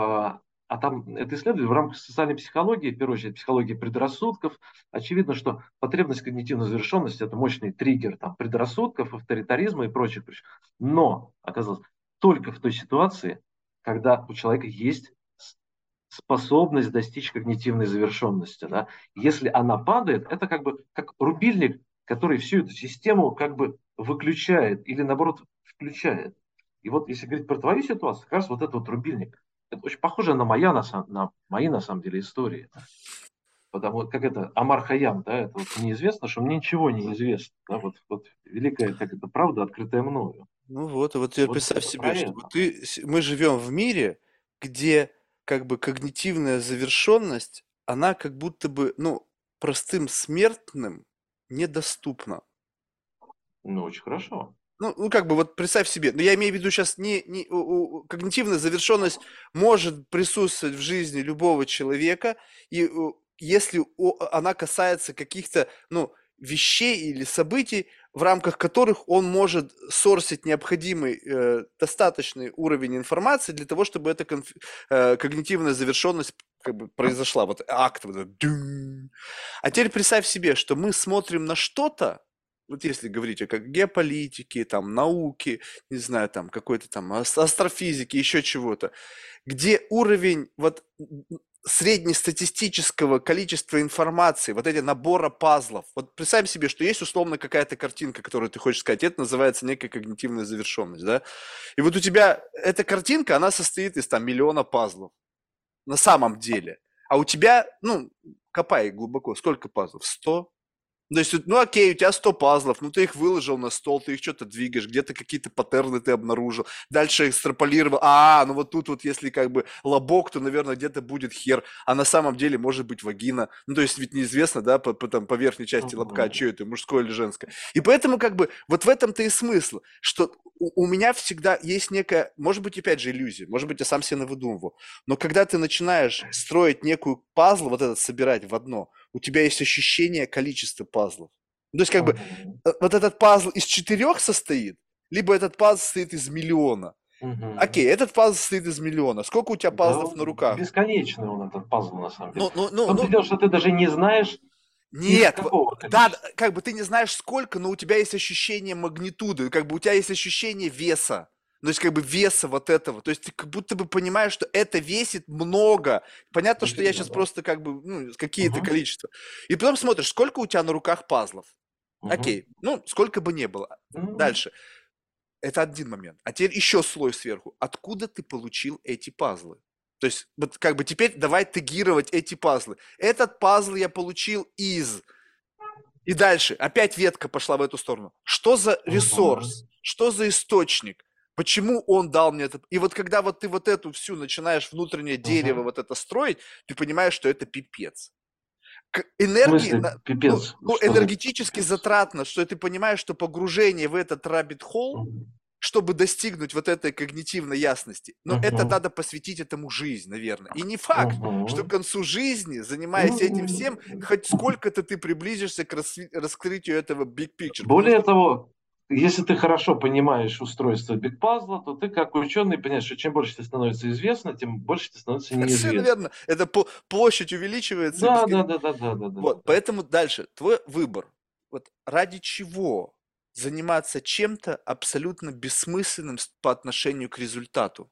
там это исследовали в рамках социальной психологии, в первую очередь психологии предрассудков. Очевидно, что потребность когнитивной завершенности – это мощный триггер там, предрассудков, авторитаризма и прочих. Но оказалось, только в той ситуации, когда у человека есть способность достичь когнитивной завершенности. Да? Если она падает, это как бы как рубильник, который всю эту систему как бы выключает или наоборот включает. И вот если говорить про твою ситуацию, как раз вот этот вот рубильник, это очень похоже на мои на самом деле истории. Да? Потому как это Амар Хайям, да, это вот мне известно, что мне ничего не известно. Да, вот великая, как это, правда, открытая мною. Ну вот, и вот теперь Вот представь это про себе, что это. вот мы живем в мире, где как бы когнитивная завершенность, она как будто бы, ну, простым смертным недоступна. Ну, очень хорошо. Ну, как бы вот представь себе, но я имею в виду сейчас когнитивная завершенность может присутствовать в жизни любого человека, и если она касается каких-то, ну, вещей или событий, в рамках которых он может сорсить необходимый достаточный уровень информации для того, чтобы эта когнитивная завершенность как бы произошла, вот акт, вот этот дюн. А теперь представь себе, что мы смотрим на что-то, вот если говорить о как геополитике, там, науке, не знаю, там, какой-то там астрофизике, еще чего-то, где уровень вот среднестатистического количества информации, вот эти набора пазлов. Вот представим себе, что есть условно какая-то картинка, которую ты хочешь сказать, это называется некая когнитивная завершенность, да? И вот у тебя эта картинка, она состоит из там миллиона пазлов на самом деле. А у тебя, ну, копай глубоко, сколько пазлов? 100? То есть, ну окей, у тебя 100 пазлов, ну ты их выложил на стол, ты их что-то двигаешь, где-то какие-то паттерны ты обнаружил, дальше экстраполировал, ну вот тут вот если как бы лобок, то, наверное, где-то будет хер, а на самом деле может быть вагина. Ну то есть ведь неизвестно, да, там, по верхней части лобка, Мгм. что это, мужское или женское. И поэтому как бы вот в этом-то и смысл, что у меня всегда есть некая, может быть, опять же, иллюзия, может быть, я сам себе навыдумывал, но когда ты начинаешь строить некую пазл, вот этот собирать в одно, у тебя есть ощущение количества пазлов. То есть как бы Мгм. вот этот пазл из 4 состоит, либо этот пазл состоит из миллиона. Мгм. Окей, этот пазл состоит из миллиона. Сколько у тебя Да, пазлов на руках? бесконечный он, этот пазл, на самом деле. В том-то и Ну, дело, что ты даже не знаешь, из нет, какого да, количества. как бы ты не знаешь сколько, но у тебя есть ощущение магнитуды, как бы у тебя есть ощущение веса. То есть как бы веса вот этого. То есть ты как будто бы понимаешь, что это весит много. Понятно, что я Дофига, сейчас да. просто как бы, ну, какие-то Мгм. количества. И потом смотришь, сколько у тебя на руках пазлов. Мгм. Окей, ну, сколько бы ни было. Ну, Дальше. Это один момент. А теперь еще слой сверху. Откуда ты получил эти пазлы? То есть, вот как бы теперь давай тегировать эти пазлы. Этот пазл я получил из. И дальше опять ветка пошла в эту сторону. Что за мгм. ресурс? Что за источник? Почему он дал мне это? И вот когда вот ты вот эту всю начинаешь внутреннее дерево Мгм. вот это строить, ты понимаешь, что это пипец. В Энергии, смысле, ну, пипец? ну, Что за энергетически пипец? затратно, что ты понимаешь, что погружение в этот rabbit hole, Мгм. чтобы достигнуть вот этой когнитивной ясности, но это Мгм. надо посвятить этому жизнь, наверное. И не факт, что к Мгм. концу жизни, занимаясь этим всем, Ну, хоть сколько-то ты приблизишься к раскрытию этого big picture. Потому более что того, если ты хорошо понимаешь устройство бигпазла, то ты как ученый понимаешь, что чем больше тебе становится известно, тем больше тебе становится совершенно неизвестно. верно, эта площадь увеличивается и Да, да, да, да, да, да, да, да, Вот, да. поэтому дальше, твой выбор. Вот ради чего заниматься чем-то абсолютно бессмысленным по отношению к результату?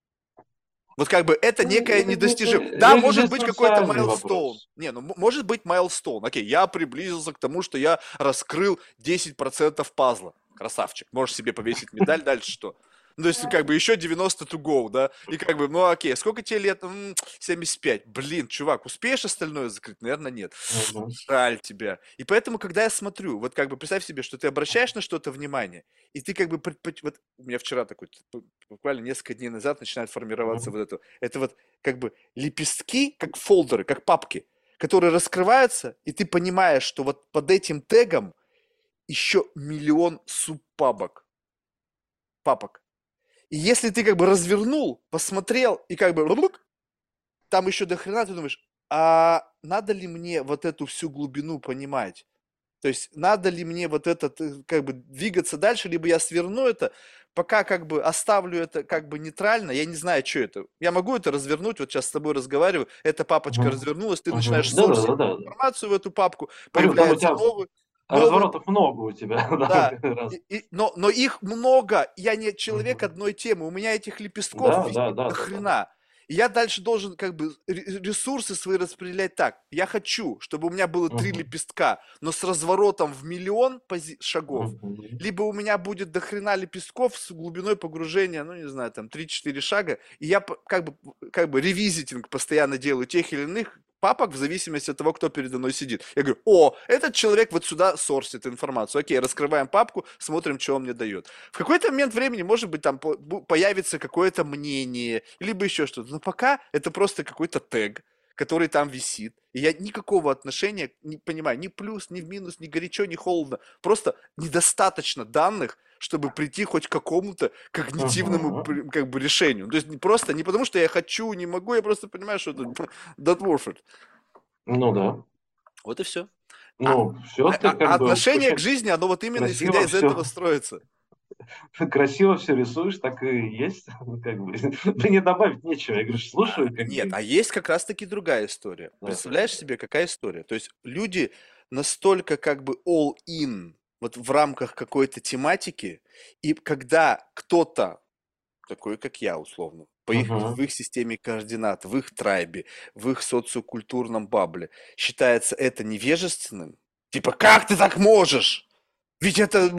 Вот как бы это некое недостижимое. Да, может быть какой-то Экзистенциальный майлстоун. вопрос. Не, ну может быть майлстоун. Окей, я приблизился к тому, что я раскрыл 10% пазла. Красавчик. Можешь себе повесить медаль, дальше что? Ну, то есть, как бы еще 90 to go, да? И как бы, ну окей, сколько тебе лет? 75. Блин, чувак, успеешь остальное закрыть? Наверное, нет. Мгм. Жаль тебя. И поэтому, когда я смотрю, вот как бы представь себе, что ты обращаешь на что-то внимание, и ты как бы вот у меня вчера такой, буквально несколько дней назад начинает формироваться Мгм. вот это вот как бы лепестки, как фолдеры, как папки, которые раскрываются, и ты понимаешь, что вот под этим тегом еще миллион субпапок, папок. И если ты как бы развернул, посмотрел и как бы там еще до хрена, ты думаешь, а надо ли мне вот эту всю глубину понимать? То есть надо ли мне вот это как бы двигаться дальше, либо я сверну это, пока как бы оставлю это как бы нейтрально, я не знаю, что это. Я могу это развернуть, вот сейчас с тобой разговариваю, эта папочка Мгм. развернулась, ты начинаешь Мгм. Да, да, сорсить да, да, да. информацию в эту папку, Говорю, там у появляется тебя новый, разворотов много у тебя, да, да, раз. но их много. Я не человек Мгм. одной темы. У меня этих лепестков Да, да, висит да, до да, да, да. хрена. И я дальше должен как бы ресурсы свои распределять так. Я хочу, чтобы у меня было 3 лепестка, но с разворотом в миллион шагов. Мгм. Либо у меня будет до хрена лепестков с глубиной погружения, ну не знаю, там 3-4 шага. И я как бы ревизитинг постоянно делаю тех или иных папок в зависимости от того, кто передо мной сидит. Я говорю, о, этот человек вот сюда сорсит информацию. Окей, раскрываем папку, смотрим, что он мне дает. В какой-то момент времени, может быть, там появится какое-то мнение, либо еще что-то. Но пока это просто какой-то тег, который там висит. И я никакого отношения не понимаю, ни плюс, ни в минус, ни горячо, ни холодно. Просто недостаточно данных, чтобы прийти хоть к какому-то когнитивному Мгм. как бы решению. То есть просто не потому, что я хочу, не могу, я просто понимаю, что это not worth it. Ну да. Вот и все. А, Ну, все ты а как бы отношение к очень жизни, оно вот именно исходя красиво из этого все, строится. красиво все рисуешь, так и есть. Ну, как бы, мне добавить нечего. Я говорю, слушаю, как Нет, бы. а есть как раз-таки другая история. Да, да, Представляешь себе, какая история? То есть люди настолько как бы all in вот в рамках какой-то тематики, и когда кто-то такой, как я, условно, в Мгм. их системе координат, в их трайбе, в их социокультурном бабле, считается это невежественным, типа, как ты так можешь? Ведь это...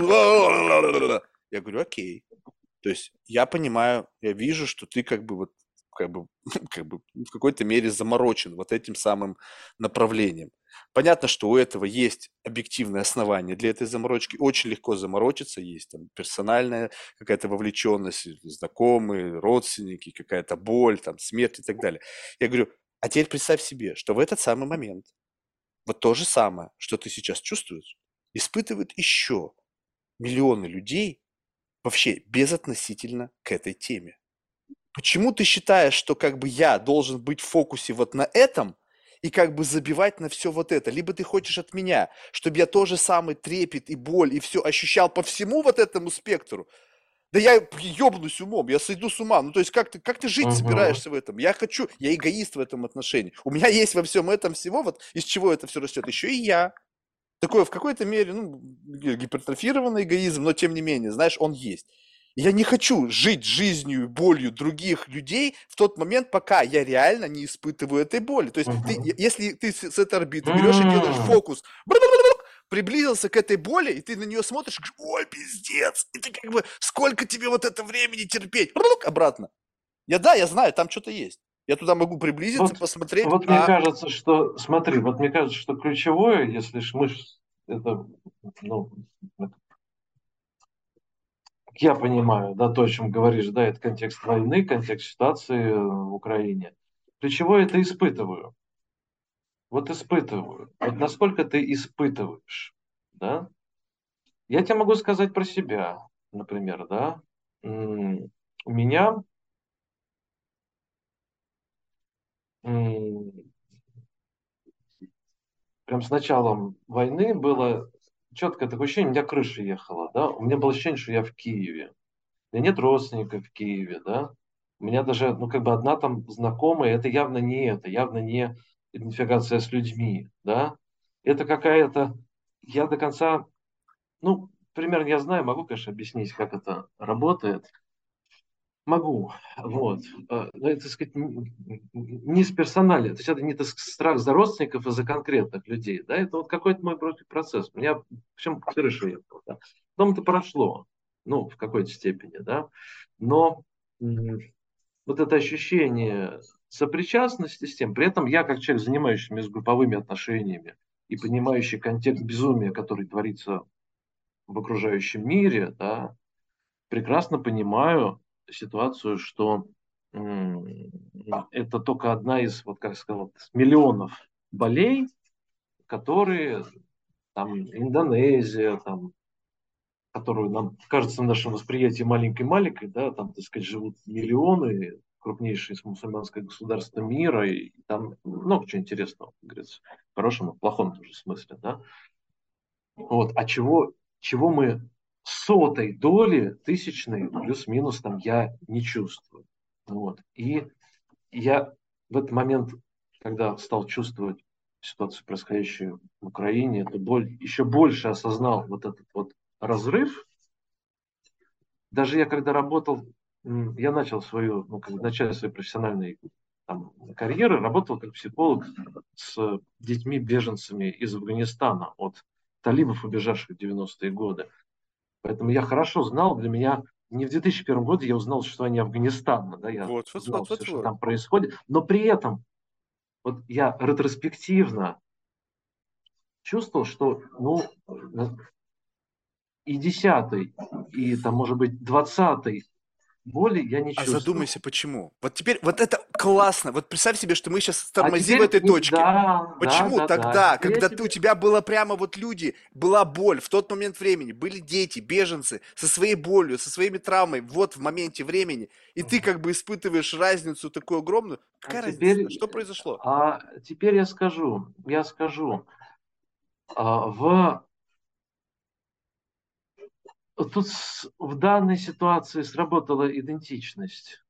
Я говорю, окей. То есть я понимаю, я вижу, что ты как бы вот как бы, как бы в какой-то мере заморочен вот этим самым направлением. Понятно, что у этого есть объективное основание для этой заморочки. Очень легко заморочиться, есть там персональная какая-то вовлеченность, знакомые, родственники, какая-то боль, там, смерть и так далее. Я говорю, а теперь представь себе, что в этот самый момент вот то же самое, что ты сейчас чувствуешь, испытывают еще миллионы людей, вообще безотносительно к этой теме. Почему ты считаешь, что как бы я должен быть в фокусе вот на этом и как бы забивать на все вот это? Либо ты хочешь от меня, чтобы я тоже самый трепет и боль и все ощущал по всему вот этому спектру? Да я ебнусь умом, я сойду с ума. Ну, то есть, как ты жить Мгм. собираешься в этом? Я хочу, я эгоист в этом отношении. У меня есть во всем этом всего, вот из чего это все растет, еще и я. Такой в какой-то мере, ну, гипертрофированный эгоизм, но тем не менее, знаешь, он есть. Я не хочу жить жизнью и болью других людей в тот момент, пока я реально не испытываю этой боли. То есть ты, Мгм. если ты с этой орбиты берешь и делаешь М. фокус, приблизился к этой боли, и ты на нее смотришь, говоришь, ой, пиздец, и ты как бы, сколько тебе вот это времени терпеть, обратно. Я знаю, там что-то есть. Я туда могу приблизиться, Вот, посмотреть, вот мне кажется, что, смотри, вот мне кажется, что ключевое, если ж мы это, ну, как я понимаю, да, то, о чем говоришь, да, это контекст войны, контекст ситуации в Украине. Ключевое это испытываю. Вот испытываю. Вот насколько ты испытываешь, да? Я тебе могу сказать про себя, например, да. У меня м, прям с началом войны было четкое такое ощущение, у меня крыша ехала, да. У меня было ощущение, что я в Киеве. У меня нет родственников в Киеве, да. У меня даже, ну, как бы одна там знакомая, это, явно не идентификация с людьми, да. Это какая-то, я до конца, ну, примерно я знаю, могу, конечно, объяснить, как это работает. Могу, вот. Но это, так сказать, не с персонали, то есть это не так, страх за родственников и за конкретных людей, да, это вот какой-то мой процесс. У меня, причем крыша ехала, да. Потом это прошло, ну, в какой-то степени, да, но вот это ощущение сопричастности с тем, при этом я, как человек, занимающийся групповыми отношениями и понимающий контекст безумия, который творится в окружающем мире, да, прекрасно понимаю ситуацию, что это только одна из, вот как сказал, миллионов болей, которые там Индонезия, там, которую нам кажется в нашем восприятии маленькой-маленькой, да, там, так сказать, живут миллионы, крупнейшие мусульманское государство мира, и там много чего интересного, как говорится, в хорошем и в плохом тоже смысле, да. Вот, а чего мы сотой доли, тысячной, плюс-минус там я не чувствую. Вот. И я в этот момент, когда стал чувствовать ситуацию, происходящую в Украине, эту боль, еще больше осознал вот этот вот разрыв. Даже я когда работал, я начал свою, ну, как бы в начале своей профессиональной там, карьеры, работал как психолог с детьми-беженцами из Афганистана от талибов, убежавших в 90-е годы. Поэтому я хорошо знал, для меня не в 2001 году я узнал существование Афганистана, да, я вот, вот, знал вот, все, вот, что вот. там происходит, но при этом вот я ретроспективно чувствовал, что, ну, и 10-й, и там, может быть, 20-й боли я не А чувствовал. задумайся, почему. Вот теперь, вот это классно. Вот представь себе, что мы сейчас А тормози в теперь, этой точке. да, да, Почему да, да, тогда, теперь я когда у тебе... тебя было прямо вот люди, была боль в тот момент времени, были дети, беженцы со своей болью, со своими травмами, вот в моменте времени, и ты как бы испытываешь разницу такую огромную. А Какая разница? теперь, Что произошло? теперь я скажу, в тут в данной ситуации сработала идентичность.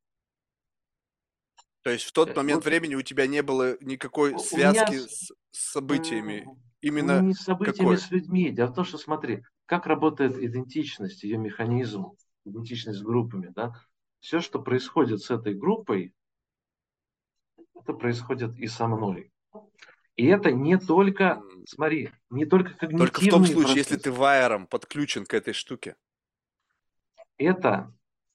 То есть в тот момент Вот времени у тебя не было никакой у меня связки с событиями. Именно не с событиями, какой? с людьми. Дело в том, что смотри, как работает идентичность, ее механизм, идентичность с группами, да? Все, что происходит с этой группой, это происходит и со мной. И это не только, М, смотри, не только Только в том когнитивные случае, если ты процессы. вайером подключен к этой штуке. Это,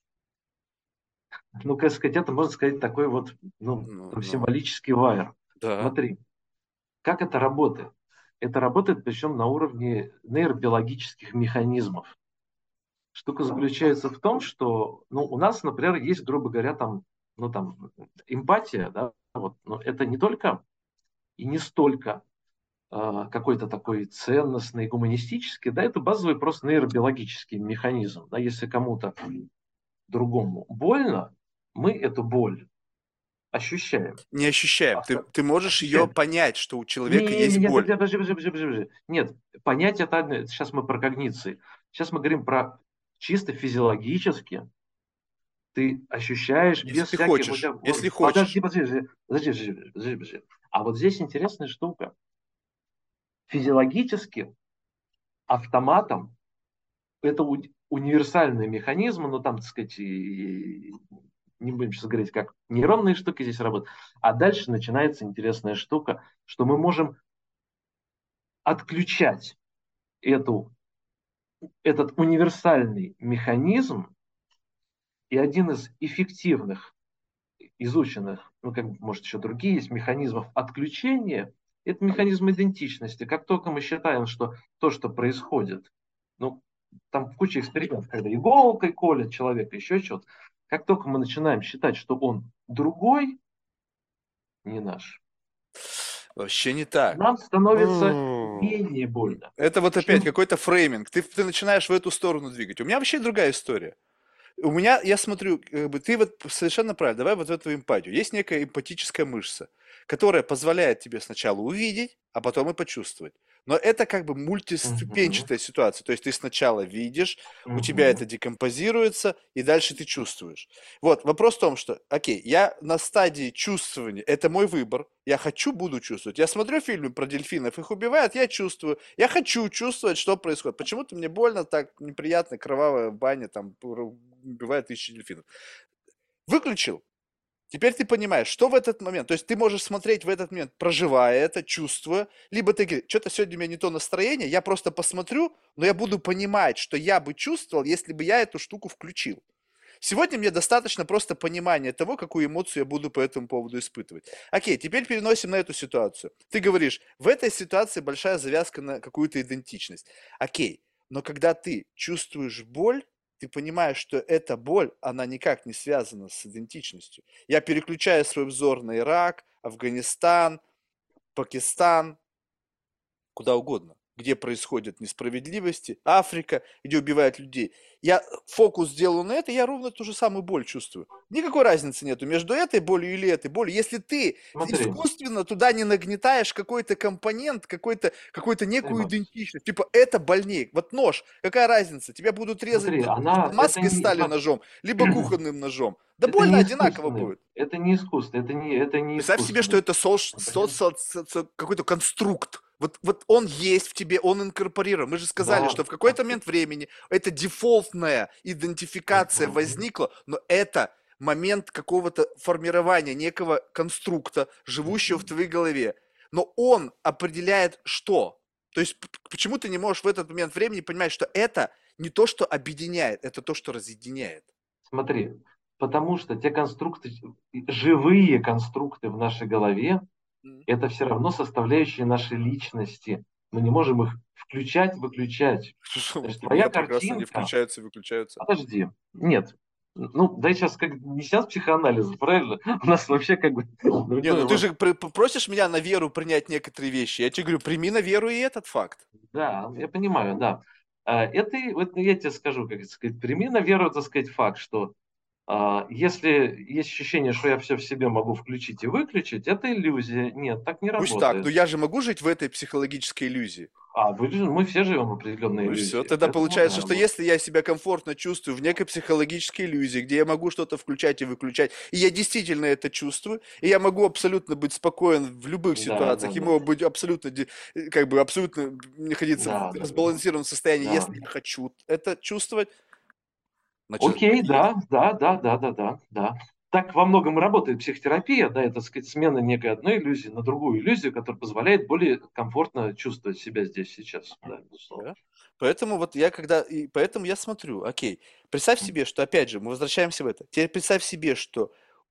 ну, как сказать, это можно сказать такой вот, ну, Ну, там, ну, символический вайер. да. Смотри, как это работает? Это работает причем на уровне нейробиологических механизмов. Штука заключается в том, что, ну, у нас, например, есть, грубо говоря, там, ну, там, эмпатия, да, вот, но это не только и не столько какой-то такой ценностный, гуманистический, да, это базовый просто нейробиологический механизм. Да, если кому-то другому больно, мы эту боль ощущаем. Не ощущаем. Ты можешь ее Ощущаем. понять, что у человека Не, есть не, не, боль. подожди, подожди, подожди, подожди. Нет, понять это одно. Сейчас мы про когниции. Сейчас мы говорим про чисто физиологически. Ты ощущаешь Если без ты всяких у хочешь. тебя... Если Подожди, хочешь. подожди, подожди, подожди, подожди, подожди. А вот здесь интересная штука. Физиологически автоматом это универсальный механизм, но там, так сказать, и не будем сейчас говорить, как нейронные штуки здесь работают. А дальше начинается интересная штука, что мы можем отключать эту, этот универсальный механизм, и один из эффективных, изученных, ну, как может еще другие есть механизмов отключения, это механизм идентичности. Как только мы считаем, что то, что происходит, ну, там куча экспериментов, когда иголкой колят человека, еще что-то, как только мы начинаем считать, что он другой, не наш, Вообще не так. нам становится М. менее больно, Это вот опять чем... какой-то фрейминг. Ты начинаешь в эту сторону двигать. У меня вообще другая история. У меня, я смотрю, как бы, ты вот совершенно правильно, давай вот эту эмпатию. Есть некая эмпатическая мышца, которая позволяет тебе сначала увидеть, а потом и почувствовать. Но это как бы Мгм, мультиступенчатая ситуация. То есть ты сначала видишь, у тебя мгм. это декомпозируется, и дальше ты чувствуешь. Вот, вопрос в том, что, окей, я на стадии чувствования, это мой выбор, я хочу, буду чувствовать. Я смотрю фильмы про дельфинов, их убивают, я чувствую. Я хочу чувствовать, что происходит. Почему-то мне больно, так неприятно, кровавая баня, там убивает тысячи дельфинов. Выключил. Теперь ты понимаешь, что в этот момент, то есть ты можешь смотреть в этот момент, проживая это, чувствуя, либо ты говоришь, что-то сегодня у меня не то настроение, я просто посмотрю, но я буду понимать, что я бы чувствовал, если бы я эту штуку включил. Сегодня мне достаточно просто понимания того, какую эмоцию я буду по этому поводу испытывать. Окей, теперь переносим на эту ситуацию. Ты говоришь, в этой ситуации большая завязка на какую-то идентичность. Окей, но когда ты чувствуешь боль, ты понимаешь, что эта боль, она никак не связана с идентичностью. Я переключаю свой взор на Ирак, Афганистан, Пакистан, куда угодно, где происходят несправедливости, Африка, где убивают людей. Я фокус сделаю на это, я ровно ту же самую боль чувствую. Никакой разницы нету между этой болью или этой болью. Если ты Смотри, искусственно туда не нагнетаешь какой-то компонент, какую-то некую Эмма, идентичность, типа это больнее. Вот нож, какая разница? Тебя будут резать смотри, не она, это дамасской не, стали ножом, либо кухонным ножом. Да это больно не одинаково искусственное, будет. это не искусство, это не Представь себе, что искусственное. это Понимаешь? какой-то конструкт. Вот он есть в тебе, он инкорпорирован. Мы же сказали, Да, что в какой-то момент времени эта дефолтная идентификация мгм. возникла, но это момент какого-то формирования некого конструкта, живущего в Мгм. твоей голове. Но он определяет что? То есть почему ты не можешь в этот момент времени понимать, что это не то, что объединяет, это то, что разъединяет? Смотри, потому что те конструкты, живые конструкты в нашей голове, М. Это все равно составляющие нашей личности. Мы не можем их включать, выключать. Вот Значит, у твоя меня прекрасно они картинка. включаются и выключаются. Подожди. Нет. Ну, дай сейчас как не сейчас психоанализа, правильно? У нас вообще как бы Не, ну другой ты вот. же просишь меня на веру принять некоторые вещи. Я тебе говорю, прими на веру и этот факт. Да, я понимаю, да. Это, вот я тебе скажу, как сказать, прими на веру, так сказать, факт, что если есть ощущение, что я все в себе могу включить и выключить, это иллюзия. Нет, так не Пусть так, но работает. я же могу жить в этой психологической иллюзии. Мы все живем в определенной Ну и все. иллюзии. Тогда Поэтому, получается, да, что вот. если я себя комфортно чувствую в некой психологической иллюзии, где я могу что-то включать и выключать, и я действительно это чувствую, и я могу абсолютно быть спокоен в любых Да, да, ситуациях, и да. могу быть абсолютно, как бы абсолютно находиться в Да, да, да, да. разбалансированном состоянии, Да. если я хочу это чувствовать, значит, это Окей, так и есть. да, да, да, да, да, да, да. Так во многом и работает психотерапия, да, это, так сказать, смена некой одной иллюзии на другую иллюзию, которая позволяет более комфортно чувствовать себя здесь сейчас. Да, безусловно. Да. Поэтому вот я когда, и поэтому я смотрю, окей, представь себе, что, опять же, мы возвращаемся в это, теперь представь себе, что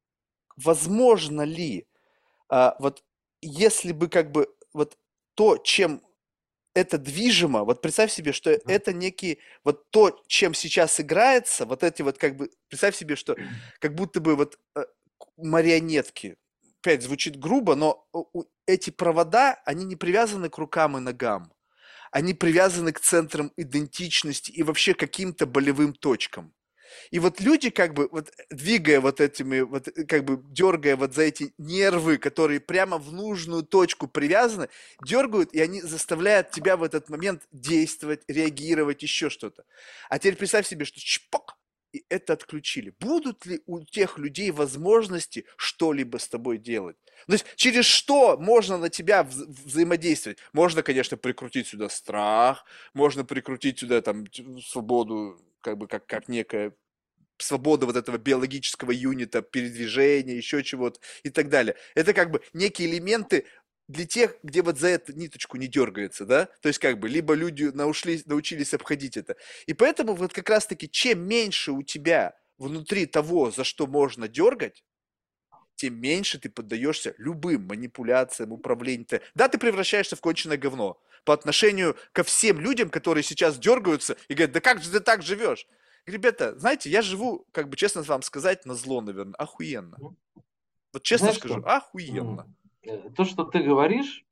возможно ли, вот если бы как бы вот то, чем это движимо, вот представь себе, что Мгм. это некий, вот то, чем сейчас играется, вот эти вот как бы, представь себе, что как будто бы вот марионетки, опять звучит грубо, но эти провода, они не привязаны к рукам и ногам, они привязаны к центрам идентичности и вообще каким-то болевым точкам. И вот люди, как бы, вот, двигая вот этими, вот, как бы, дергая вот за эти нервы, которые прямо в нужную точку привязаны, дергают, и они заставляют тебя в этот момент действовать, реагировать, еще что-то. А теперь представь себе, что чпок, и это отключили. Будут ли у тех людей возможности что-либо с тобой делать? То есть через что можно на тебя взаимодействовать? Можно, конечно, прикрутить сюда страх, можно прикрутить сюда там свободу, как бы как некое свобода вот этого биологического юнита, передвижения, еще чего-то и так далее. Это как бы некие элементы для тех, где вот за эту ниточку не дергается, да, то есть как бы либо люди научились обходить это. И поэтому вот как раз-таки чем меньше у тебя внутри того, за что можно дергать, тем меньше ты поддаешься любым манипуляциям, управлению. Да, ты превращаешься в конченое говно по отношению ко всем людям, которые сейчас дергаются и говорят, да как же ты так живешь? Ребята, знаете, я живу, как бы честно вам сказать, на зло, наверное, охуенно. Ну, Вот честно знаешь скажу, что? охуенно. То, что ты говоришь,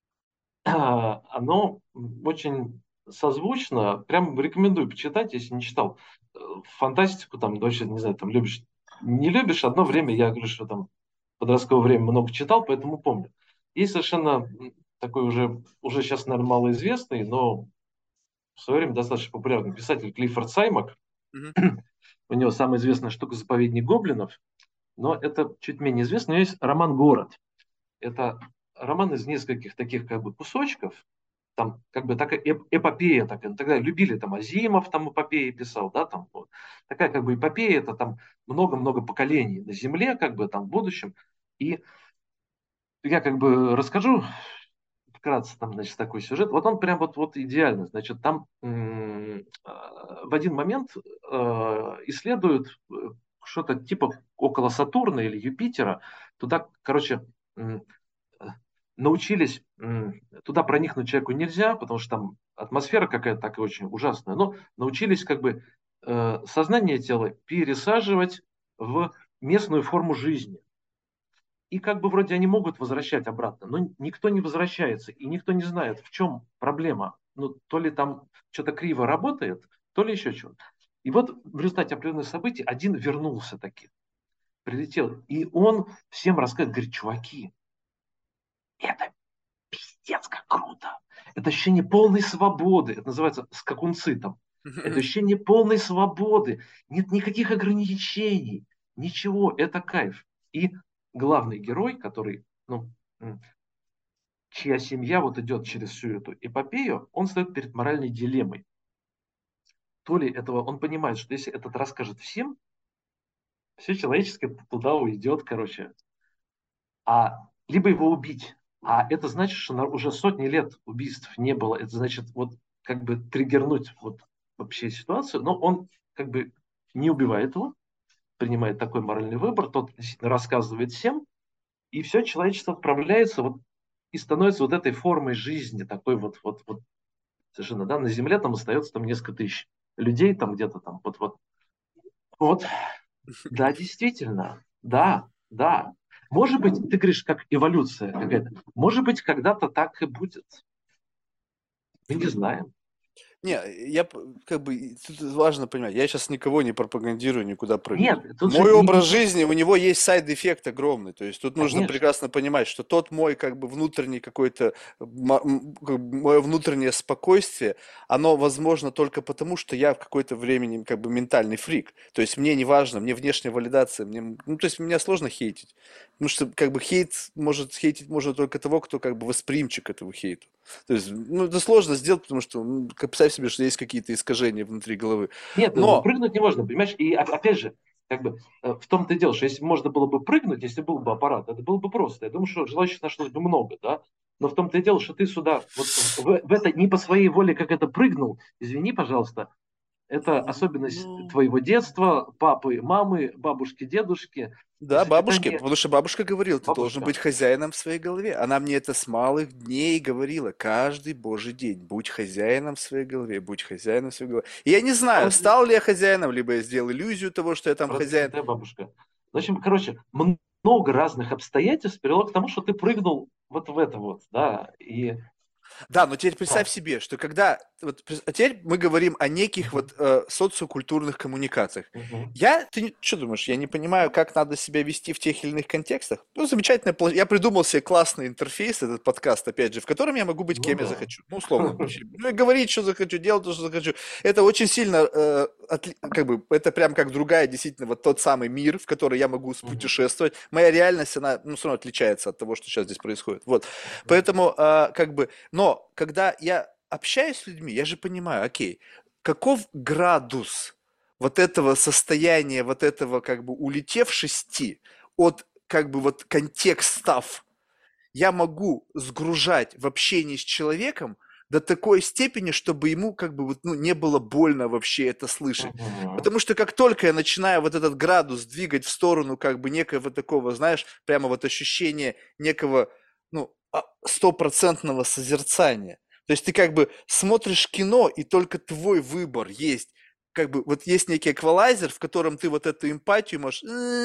оно очень созвучно. Прям рекомендую почитать, если не читал. Фантастику там, дочь, не знаю, там любишь, не любишь. Одно время, я говорю, что там в подростковое время много читал, поэтому помню. Есть совершенно такой уже сейчас, наверное, малоизвестный, но в свое время достаточно популярный писатель Клиффорд Саймак. Мгм, У него самая известная штука «Заповедник гоблинов», но это чуть менее известно. У него есть роман «Город». Это роман из нескольких таких как бы кусочков, там как бы такая эпопея, так, тогда любили там Азимов, там эпопеи писал, да, там вот. Такая как бы эпопея, это там много-много поколений на Земле, как бы там в будущем. И я как бы расскажу вкратце там, значит, такой сюжет. Вот он прям вот идеально. Значит, там в один момент исследуют что-то типа около Сатурна или Юпитера. Туда, короче, научились, туда проникнуть человеку нельзя, потому что там атмосфера какая-то такая очень ужасная, но научились как бы сознание тела пересаживать в местную форму жизни. И как бы вроде они могут возвращать обратно, но никто не возвращается, и никто не знает, в чем проблема. Ну, то ли там что-то криво работает, то ли еще что-то. И вот в результате определенных событий один вернулся таки, прилетел, и он всем рассказывает, говорит, чуваки, это пиздец как круто. Это ощущение полной свободы. Это называется скакунцы там. Это мгм. ощущение полной свободы. Нет никаких ограничений. Ничего. Это кайф. И главный герой, который, ну, чья семья вот идет через всю эту эпопею, он стоит перед моральной дилеммой. То ли этого, он понимает, что если этот расскажет всем, все человеческое туда уйдет, короче. Либо его убить. А это значит, что уже сотни лет убийств не было. Это значит, вот как бы триггернуть вот вообще ситуацию. Но он как бы не убивает его, принимает такой моральный выбор. Тот действительно рассказывает всем. И все человечество отправляется вот и становится вот этой формой жизни, такой вот совершенно, да, на Земле там остается там несколько тысяч людей, там где-то там, вот, да, действительно, да, да. Может быть, ты говоришь, как эволюция какая-то, может быть, когда-то так и будет, мы не знаем. Не, как бы тут важно понимать, я сейчас никого не пропагандирую никуда прыгать. Нет, тут же Мой образ жизни, у него есть сайд-эффект огромный. То есть тут нужно конечно. прекрасно понимать, что тот мой как бы внутренний какой-то, как бы мое внутреннее спокойствие, оно возможно только потому, что я в какое-то времени как бы ментальный фрик. То есть мне не важно, мне внешняя валидация, ну то есть меня сложно хейтить. Потому что как бы хейтить можно только того, кто как бы восприимчив к этому хейту. То есть, ну, это сложно сделать, потому что, ну, представь себе, что есть какие-то искажения внутри головы. Нет, ну, Но, прыгнуть не можно, понимаешь? И опять же, как бы в том-то и дело, что если можно было бы прыгнуть, если был бы аппарат, это было бы просто. Я думаю, что желающих нашлось бы много, да? Но в том-то и дело, что ты сюда вот в это не по своей воле как это прыгнул, извини, пожалуйста, это особенность ну, твоего детства, папы, мамы, бабушки, дедушки, да, бабушке, сочетание потому что бабушка говорила, ты должен бабушка. быть хозяином в своей голове. Она мне это с малых дней говорила, каждый божий день. Будь хозяином в своей голове, будь хозяином в своей голове. И я не знаю, Правда, стал ли я хозяином, либо я сделал иллюзию того, что я там хозяин. Святая бабушка. В общем, короче, много разных обстоятельств привело к тому, что ты прыгнул вот в это вот, да, и Да, но теперь представь да. себе, что когда... Вот, а теперь мы говорим о неких Мгм. вот социокультурных коммуникациях. Мгм. Ты что думаешь, я не понимаю, как надо себя вести в тех или иных контекстах? Ну, замечательно. Я придумал себе классный интерфейс, этот подкаст, опять же, в котором я могу быть Ну кем я да. захочу. Ну, условно. Ну, и говорить, что захочу, делать то, что захочу. Это очень сильно, как бы, это прям как другая, действительно, вот тот самый мир, в который я могу Мгм. спутешествовать. Моя реальность, она, ну, все равно отличается от того, что сейчас здесь происходит. Вот. Мгм. Поэтому, как бы, но когда я общаюсь с людьми, я же понимаю, окей, каков градус вот этого состояния, вот этого как бы улетевшести от как бы вот контекстов я могу сгружать в общении с человеком до такой степени, чтобы ему как бы вот, ну, не было больно вообще это слышать. Мгм. Потому что как только я начинаю вот этот градус двигать в сторону как бы некого такого, знаешь, прямо вот ощущения некого, ну, стопроцентного созерцания. То есть ты как бы смотришь кино, и только твой выбор есть. Как бы вот есть некий эквалайзер, в котором ты вот эту эмпатию можешь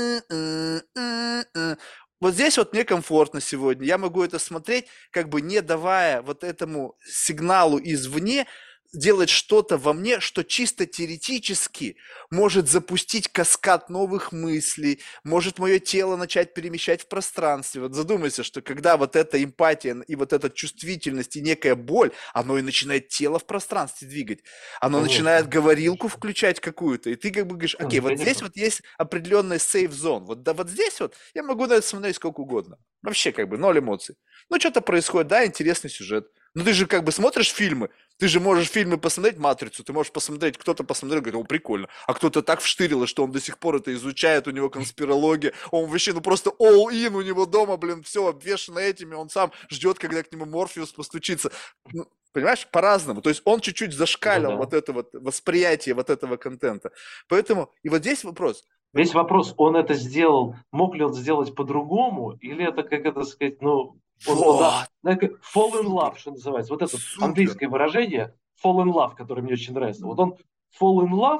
вот здесь вот мне комфортно сегодня. Я могу это смотреть, как бы не давая вот этому сигналу извне делать что-то во мне, что чисто теоретически может запустить каскад новых мыслей, может мое тело начать перемещать в пространстве. Вот задумайся, что когда вот эта эмпатия и вот эта чувствительность и некая боль, оно и начинает тело в пространстве двигать. Оно начинает Конечно, говорилку конечно. включать какую-то, и ты как бы говоришь, окей, Ну, вот здесь конечно. вот есть определенный сейф зон, вот, да, вот здесь вот я могу на это смотреть сколько угодно. Вообще как бы ноль эмоций. Ну, что-то происходит, да, интересный сюжет. Ну, ты же как бы смотришь фильмы, ты же можешь фильмы посмотреть, «Матрицу», ты можешь посмотреть, кто-то посмотрел, говорит, о, прикольно. А кто-то так вштырил, что он до сих пор это изучает, у него конспирология, он вообще, ну просто all in у него дома, блин, все обвешано этими, он сам ждет, когда к нему Морфеус постучится. Ну, понимаешь, по-разному. То есть он чуть-чуть Ну зашкалил да. вот это вот восприятие вот этого контента. Поэтому, и вот здесь вопрос. Вот, Весь вопрос, он это сделал, мог ли он сделать по-другому, или это, как это сказать, ну, вот, да, как fall in love, супер, что называется. Вот это супер. английское выражение fall in love, которое мне очень нравится. Вот он fall in love,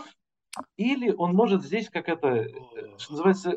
или он может здесь, как это, что называется,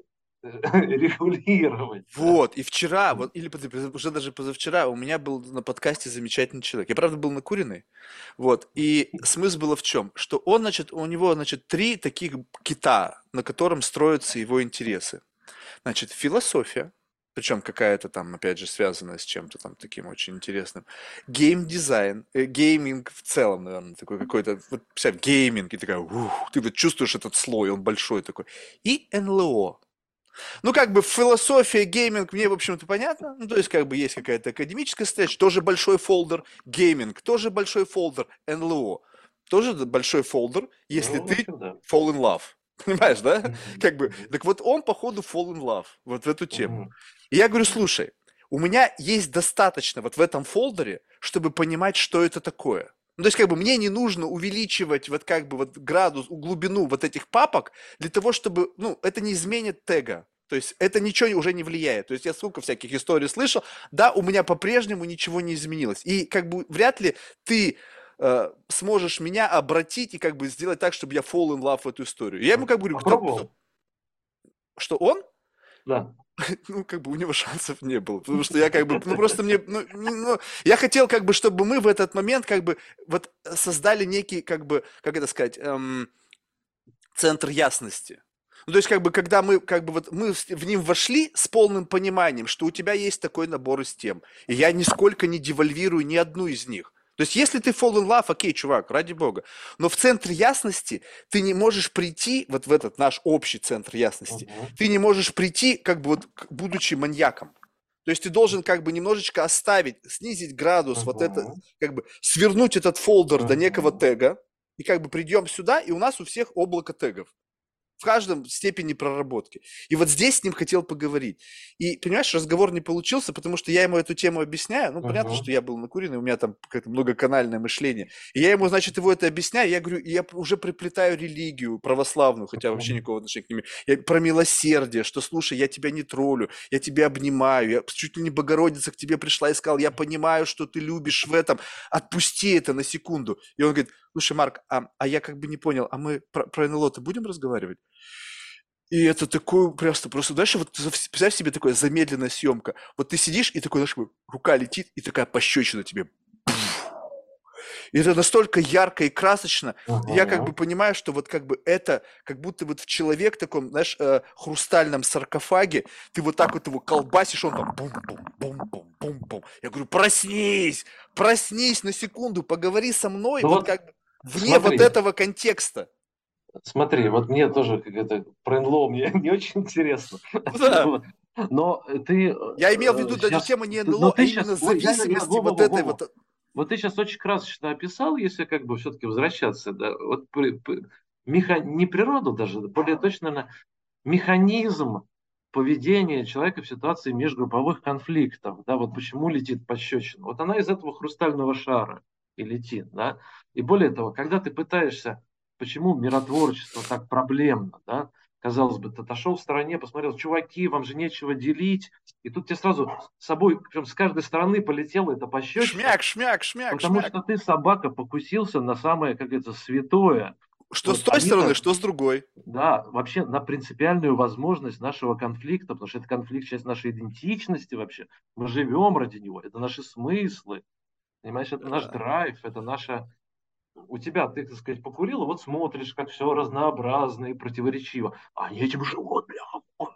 регулировать, да? Вот, и вчера, вот, или уже даже позавчера у меня был на подкасте замечательный человек. Я, правда, был накуренный. Вот, и смысл было в чем? Что он, значит, у него, значит, три таких кита, на котором строятся его интересы. Значит, философия, причем какая-то там, опять же, связанная с чем-то там таким очень интересным. Геймдизайн, гейминг в целом, наверное, такой какой-то, вот, представь, гейминг, и такая, ух, ты вот чувствуешь этот слой, он большой такой. И НЛО. Ну, как бы философия, гейминг мне, в общем-то, понятно. Ну, то есть, как бы есть какая-то академическая встреча, тоже большой фолдер, гейминг, тоже большой фолдер, НЛО, тоже большой фолдер, если Ну, в ты общем, да. fall in love. Понимаешь, да? Мгм, Как бы, мгм, так вот он, походу, fall in love, вот в эту тему. мгм, И я говорю, слушай, у меня есть достаточно вот в этом фолдере, чтобы понимать, что это такое. Ну, то есть, как бы, мне не нужно увеличивать вот как бы вот градус, глубину вот этих папок для того, чтобы, ну, это не изменит тега. То есть это ничего уже не влияет. То есть я сколько всяких историй слышал, да, у меня по-прежнему ничего не изменилось. И как бы вряд ли ты сможешь меня обратить и как бы сделать так, чтобы я fall in love в эту историю. Я ему как бы говорю, Попробовал? что он? Да. Ну, как бы у него шансов не было, потому что я как бы, ну, просто мне, я хотел как бы, чтобы мы в этот момент как бы вот создали некий, как бы, как это сказать, центр ясности. Ну, то есть, как бы, когда мы, как бы, вот мы в ним вошли с полным пониманием, что у тебя есть такой набор из тем, и я нисколько не девальвирую ни одну из них. То есть, если ты fall in love, окей, чувак, ради бога. Но в центре ясности ты не можешь прийти, вот в этот наш общий центр ясности, Мгм. ты не можешь прийти, как бы, вот, будучи маньяком. То есть, ты должен, как бы, немножечко оставить, снизить градус, вот это, Мгм. как бы, свернуть этот фолдер до некого Мгм. тега, и как бы придем сюда, и у нас у всех облако тегов в каждом степени проработки. И вот здесь с ним хотел поговорить. И, понимаешь, разговор не получился, потому что я ему эту тему объясняю. Ну, понятно, что Мгм. я был накуренный, у меня там какое-то многоканальное мышление. И я ему, значит, его это объясняю. Я говорю, я уже приплетаю религию православную, хотя вообще Мгм. никакого отношения к ним. Я про милосердие, что, слушай, я тебя не троллю, я тебя обнимаю, я чуть ли не Богородица к тебе пришла и сказала, я понимаю, что ты любишь в этом, отпусти это на секунду. И он говорит, слушай, Марк, а я как бы не понял, а мы про НЛО-то будем разговаривать? И это такое просто дальше вот представь себе такое замедленная съемка. Вот ты сидишь и такой, знаешь, рука летит и такая пощечина тебе. И это настолько ярко и красочно. Я как бы Мгм. понимаю, что вот как бы это, как будто вот в человек таком, знаешь, хрустальном саркофаге, ты вот так вот его колбасишь, он там бум-бум-бум-бум-бум-бум. Я говорю, проснись, проснись на секунду, поговори со мной, Ну вот вот как бы вне вот смотри, этого контекста. смотри, вот мне тоже как это про НЛО мне не очень интересно. Ну да. Вот. Но ты Я имел в виду даже сейчас, тема не но НЛО, а ты сейчас, именно ой, зависимости вот этой во-во-во-во-во. вот. Вот ты сейчас очень красочно описал, если как бы все-таки возвращаться, да, вот не природу даже, более точно, наверное, механизм поведения человека в ситуации межгрупповых конфликтов, да, вот почему летит пощечина. Вот она из этого хрустального шара и летит, да. И более того, когда ты пытаешься, почему миротворчество так проблемно, да, казалось бы, ты отошел в стороне, посмотрел, чуваки, вам же нечего делить, и тут тебе сразу с собой, причем с каждой стороны полетела эта пощечина, Шмяк, шмяк, шмяк, потому шмяк. что ты, собака, покусился на самое, как это, святое. Что с Вот той стороны, они-то что с другой. да, вообще на принципиальную возможность нашего конфликта, потому что это конфликт, часть нашей идентичности вообще. Мы живем ради него, это наши смыслы, понимаешь, это наш Да. драйв, это наша... У тебя, ты, так сказать, покурил, и вот смотришь, как все разнообразно и противоречиво. А они этим живут, бля.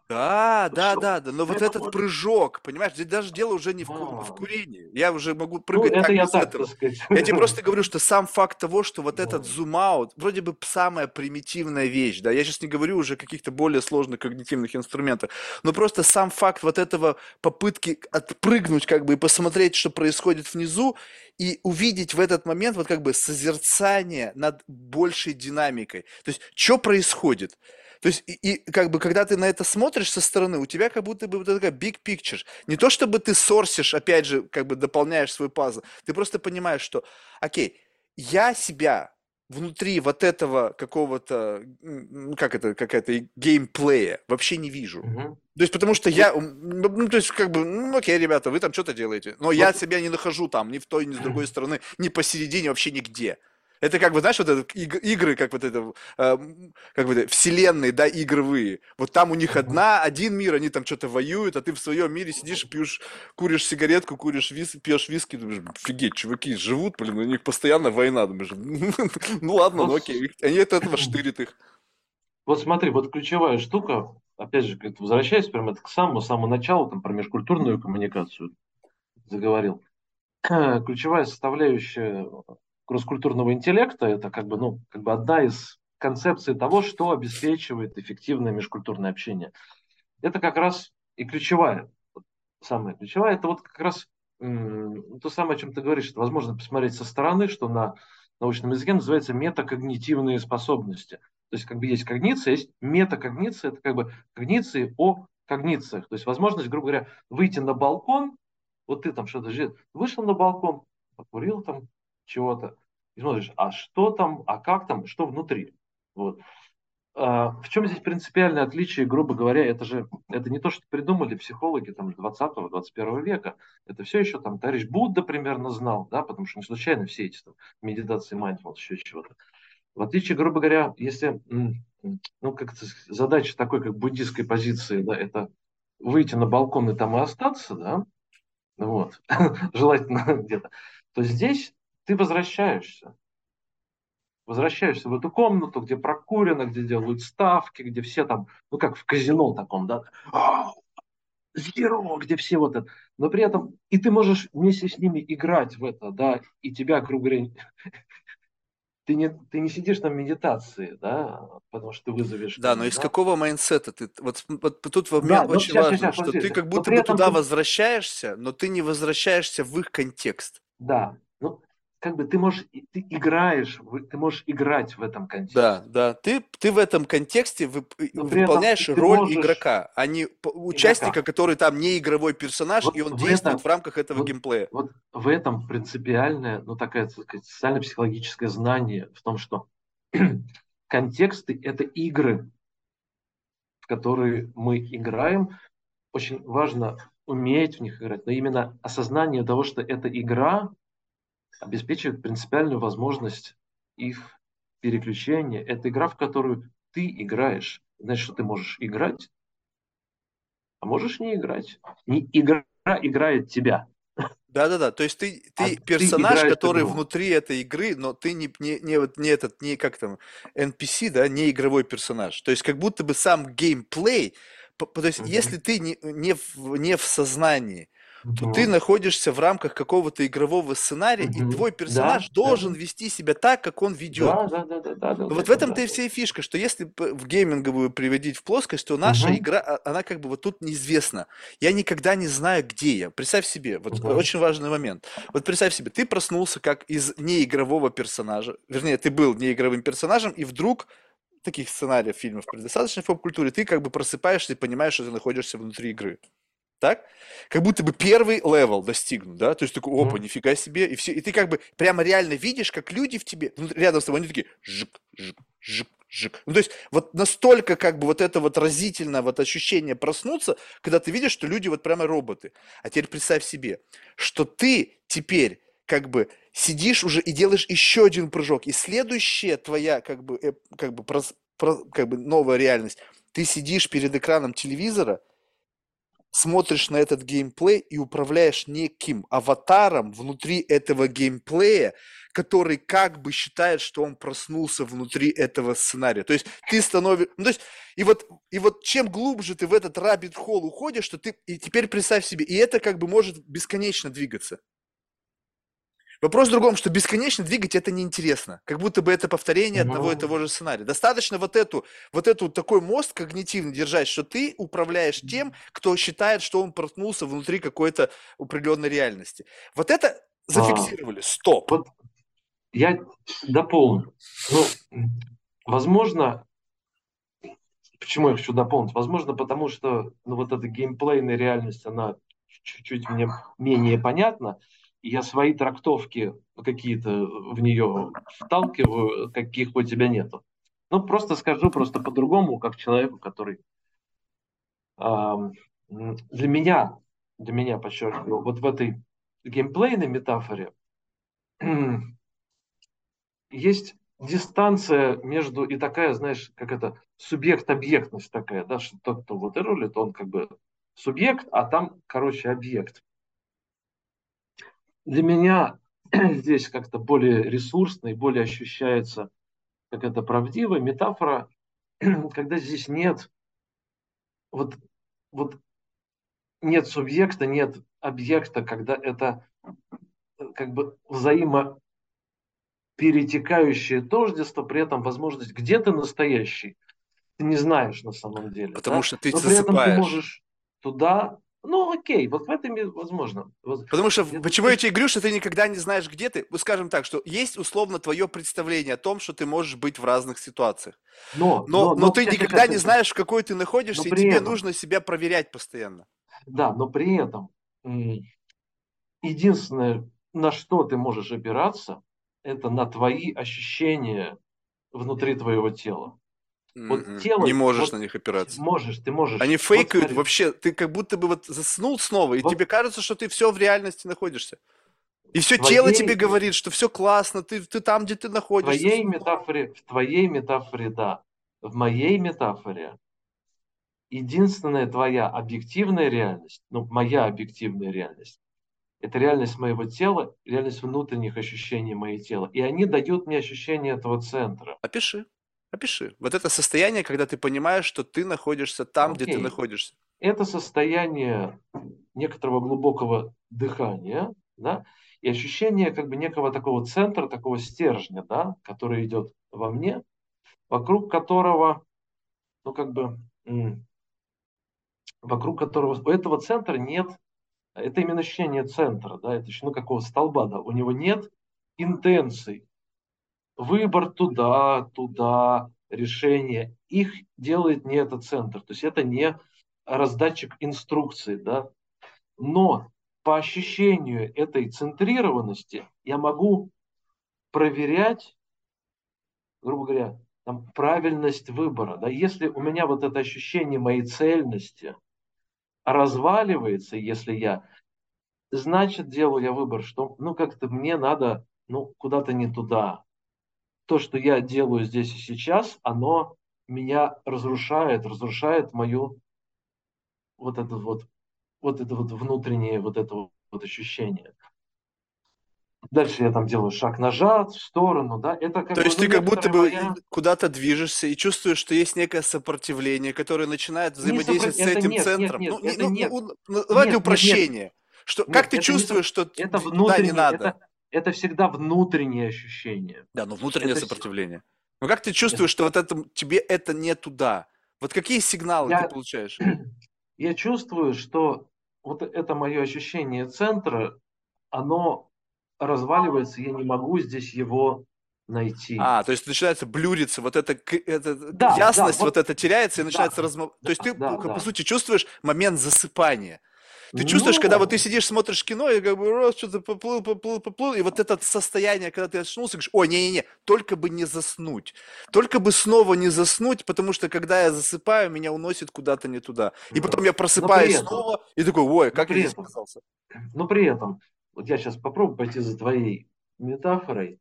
Да, да, Все. да, да, но вот Это этот вот... прыжок, понимаешь, здесь даже дело уже не в Да. курении. Я уже могу Ну, прыгать это так я без так, так этого. сказать. Я тебе просто говорю, что сам факт того, что вот этот Да. зум-аут, вроде бы самая примитивная вещь, да, я сейчас не говорю уже о каких-то более сложных когнитивных инструментах, но просто сам факт вот этого попытки отпрыгнуть как бы и посмотреть, что происходит внизу, и увидеть в этот момент вот как бы созерцание над большей динамикой. То есть, что происходит? То есть, и как бы, когда ты на это смотришь со стороны, у тебя как будто бы вот такая big picture. Не то, чтобы ты сорсишь, опять же, как бы дополняешь свой пазл. Ты просто понимаешь, что, окей, я себя внутри вот этого какого-то, как это, какая-то геймплея вообще не вижу. Мгм. То есть, потому что Вот, я, ну, то есть, как бы, окей, ребята, вы там что-то делаете. Но я вот себя не нахожу там, ни в той, ни с другой стороны, ни посередине, вообще нигде. Это как бы, знаешь, вот это игры, как вот это, как бы вселенные, да, игровые. Вот там у них Мгм. один мир, они там что-то воюют, а ты в своем мире сидишь, пьешь, куришь сигаретку, пьешь виски, думаешь, офигеть, чуваки живут, блин, у них постоянно война, думаешь, ну ладно, ну Вот, окей, они от этого штырит их. вот смотри, вот ключевая штука, опять же, как возвращаясь прямо это к самому началу, там, про межкультурную коммуникацию заговорил. Ключевая составляющая кросскультурного интеллекта – это как бы, ну, как бы одна из концепций того, что обеспечивает эффективное межкультурное общение. Это как раз и ключевая, вот самая ключевая, это вот как раз то самое, о чем ты говоришь, это возможно посмотреть со стороны, что на научном языке называется метакогнитивные способности. То есть как бы есть когниция, есть метакогниция, это как бы когниции о когнициях. То есть возможность, грубо говоря, выйти на балкон, вот ты там что-то вышел на балкон, покурил там чего-то, и смотришь, а что там, а как там, что внутри. Вот. В чем здесь принципиальное отличие, грубо говоря, это не то, что придумали психологи там 20-21 века. Это все еще там товарищ Будда примерно знал, да, потому что не случайно все эти там, медитации, mindfulness, еще чего-то. В отличие, грубо говоря, если, ну, как задача такой, как буддийской позиции, да, это выйти на балкон и там и остаться, да, вот, желательно где-то, то здесь ты возвращаешься в эту комнату, где прокурено, где делают ставки, где все там, ну как в казино таком, да, зеро, где все вот это. Но при этом и ты можешь вместе с ними играть в это, да, и тебя, грубо говоря, ты не сидишь там в медитации, да, потому что ты вызовешь Да, но там, из да. какого майндсета ты... Вот тут Да, момент но очень сейчас, сейчас, важный, сейчас, что ты подожди. как Но будто при бы этом туда ты, возвращаешься, но ты не возвращаешься в их контекст. да, ну, как бы ты можешь, ты играешь, ты можешь играть в этом Да, контексте. да. Ты в этом контексте Но при этом выполняешь ты роль можешь игрока, а не игрока. участника, который там не игровой персонаж, и Вот он в действует в этом, рамках этого вот, геймплея. вот в этом принципиальное, ну, такая, так сказать, социально-психологическое знание в том, что контексты – это игры, в которые мы играем. Очень важно уметь в них играть, но именно осознание того, что эта игра обеспечивает принципиальную возможность их переключения. Это игра, в которую ты играешь. Значит, что ты можешь играть, а можешь не играть. Не игра играет тебя, Да-да-да, то есть ты а ты персонаж, играешь который игру. внутри этой игры, но ты не вот не этот, не как там, NPC, да, не игровой персонаж. То есть как будто бы сам геймплей, то есть если Мгм. ты не в сознании, то ты Мгм. находишься в рамках какого-то игрового сценария, и Мгм. твой Да, персонаж да, должен вести себя так, как он ведет. да, да, да, да, да, да, Но да, вот в да, этом-то да. и вся и фишка, что если в гейминговую приводить в плоскость, то наша Мгм. игра, она как бы вот тут неизвестна. Я никогда не знаю, где я. Представь себе, вот Мгм. очень важный момент. Вот представь себе, ты проснулся как из неигрового персонажа, вернее, ты был неигровым персонажем, и вдруг таких сценариев фильмов предостаточно в поп-культуре, ты как бы просыпаешься и понимаешь, что ты находишься внутри игры. Так? Как будто бы первый левел достигнут, да? То есть такой, опа, Мгм. нифига себе. И, все, и ты как бы прямо реально видишь, как люди в тебе, рядом с тобой, они такие, жик, жик, жик, жик. Ну, то есть вот настолько как бы вот это вот разительное вот ощущение проснуться, когда ты видишь, что люди вот прямо роботы. А теперь представь себе, что ты теперь как бы сидишь уже и делаешь еще один прыжок. И следующая твоя как бы новая реальность. Ты сидишь перед экраном телевизора, смотришь на этот геймплей и управляешь неким аватаром внутри этого геймплея, который как бы считает, что он проснулся внутри этого сценария. То есть ты становишься... Ну, то есть, и вот чем глубже ты в этот rabbit hole уходишь, что ты... И теперь представь себе, и это как бы может бесконечно двигаться. Вопрос в другом, что бесконечно двигать это неинтересно. Как будто бы это повторение одного и Мгм. того же сценария. Достаточно вот эту такой мост когнитивный держать, что ты управляешь тем, кто считает, что он проснулся внутри какой-то определенной реальности. Вот это А, зафиксировали. Стоп. Вот я дополню. Ну, возможно, почему я хочу дополнить? Возможно, потому что ну, вот эта геймплейная реальность, она чуть-чуть мне менее понятна, и я свои трактовки какие-то в нее вталкиваю, каких у тебя нету. Ну, просто скажу просто по-другому, как человеку, который для меня, подчеркиваю, вот в этой геймплейной метафоре есть дистанция между и такая, знаешь, как это, субъект-объектность такая, да, что тот, кто вот и рулит, он как бы субъект, а там, короче, объект. Для меня здесь как-то более ресурсно и более ощущается, как это правдивая метафора, когда здесь нет вот, вот нет субъекта, нет объекта, когда это как бы взаимоперетекающее тождество, при этом возможность, где ты настоящий, ты не знаешь на самом деле, Потому да, что ты но при этом ты засыпаешь. можешь туда, ну окей, вот в этом возможно. Потому что, Это почему я здесь, тебе говорю, что ты никогда не знаешь, где ты? Ну, скажем так, что есть условно твое представление о том, что ты можешь быть в разных ситуациях. Но ты никогда не сейчас, знаешь, в какой ты но находишься, и при тебе этом, нужно себя проверять постоянно. да, но при этом единственное, на что ты можешь опираться, это на твои ощущения внутри твоего тела. Вот Не тело, можешь на вот них опираться. ты можешь, Они вот фейкают смотри, вообще, ты как будто бы вот заснул снова, и вот тебе кажется, что ты все в реальности находишься. И в все тело тебе твоей, говорит, что все классно, ты там, где ты находишься, все здорово. в твоей метафоре, да. В моей метафоре единственная твоя объективная реальность, ну, моя объективная реальность, это реальность моего тела, реальность внутренних ощущений моего тела. И они дают мне ощущение этого центра. Опиши, опиши. Вот это состояние, когда ты понимаешь, что ты находишься там, где ты Окей. находишься. Это состояние некоторого глубокого дыхания, да, и ощущение как бы некого такого центра, такого стержня, да, который идет во мне, вокруг которого, ну, как бы, вокруг которого у этого центра нет, это именно ощущение центра, да, это еще, ну, какого столба, да, у него нет интенций, выбор туда, туда, решение, их делает не этот центр, то есть это не раздатчик инструкций, да, но по ощущению этой центрированности я могу проверять, грубо говоря, там, правильность выбора. Да? Если у меня вот это ощущение моей цельности разваливается, если я, значит, делаю я выбор, что, ну, как-то мне надо, ну, куда-то не туда. То, что я делаю здесь и сейчас, оно меня разрушает мою вот это вот внутреннее вот это вот ощущение. Дальше я там делаю шаг назад, в сторону, да, это То как бы, есть ну, ты как будто некоторая бы моя, куда-то движешься и чувствуешь, что есть некое сопротивление, которое начинает не взаимодействовать с это этим нет, нет, центром. нет, Ну, это нет, давай для нет, упрощения. Что, как нет, ты чувствуешь, что это туда не внутреннее, надо? это всегда внутреннее ощущение. Да, но внутреннее Это все, сопротивление. Но как ты нет, чувствуешь, что вот это, тебе это не туда? Вот какие сигналы ты я, получаешь? я чувствую, что вот это мое ощущение центра, оно разваливается, я не могу здесь его найти. То есть начинается блюриться, вот эта, Да, да, ясность вот вот, эта теряется и да, начинается размыв. То есть ты, да, по да. сути, чувствуешь момент засыпания. Ты чувствуешь, когда вот ты Ну, сидишь, смотришь кино, и как бы раз что-то поплыл, поплыл, поплыл, и вот это состояние, когда ты очнулся, говоришь, ой, не-не-не, только бы не заснуть, только бы снова не заснуть, потому что когда я засыпаю, меня уносит куда-то не туда. И потом я но при просыпаюсь этом, снова и такой, ой, но как я при здесь этом, оказался? но при этом, вот я сейчас попробую пойти за твоей метафорой.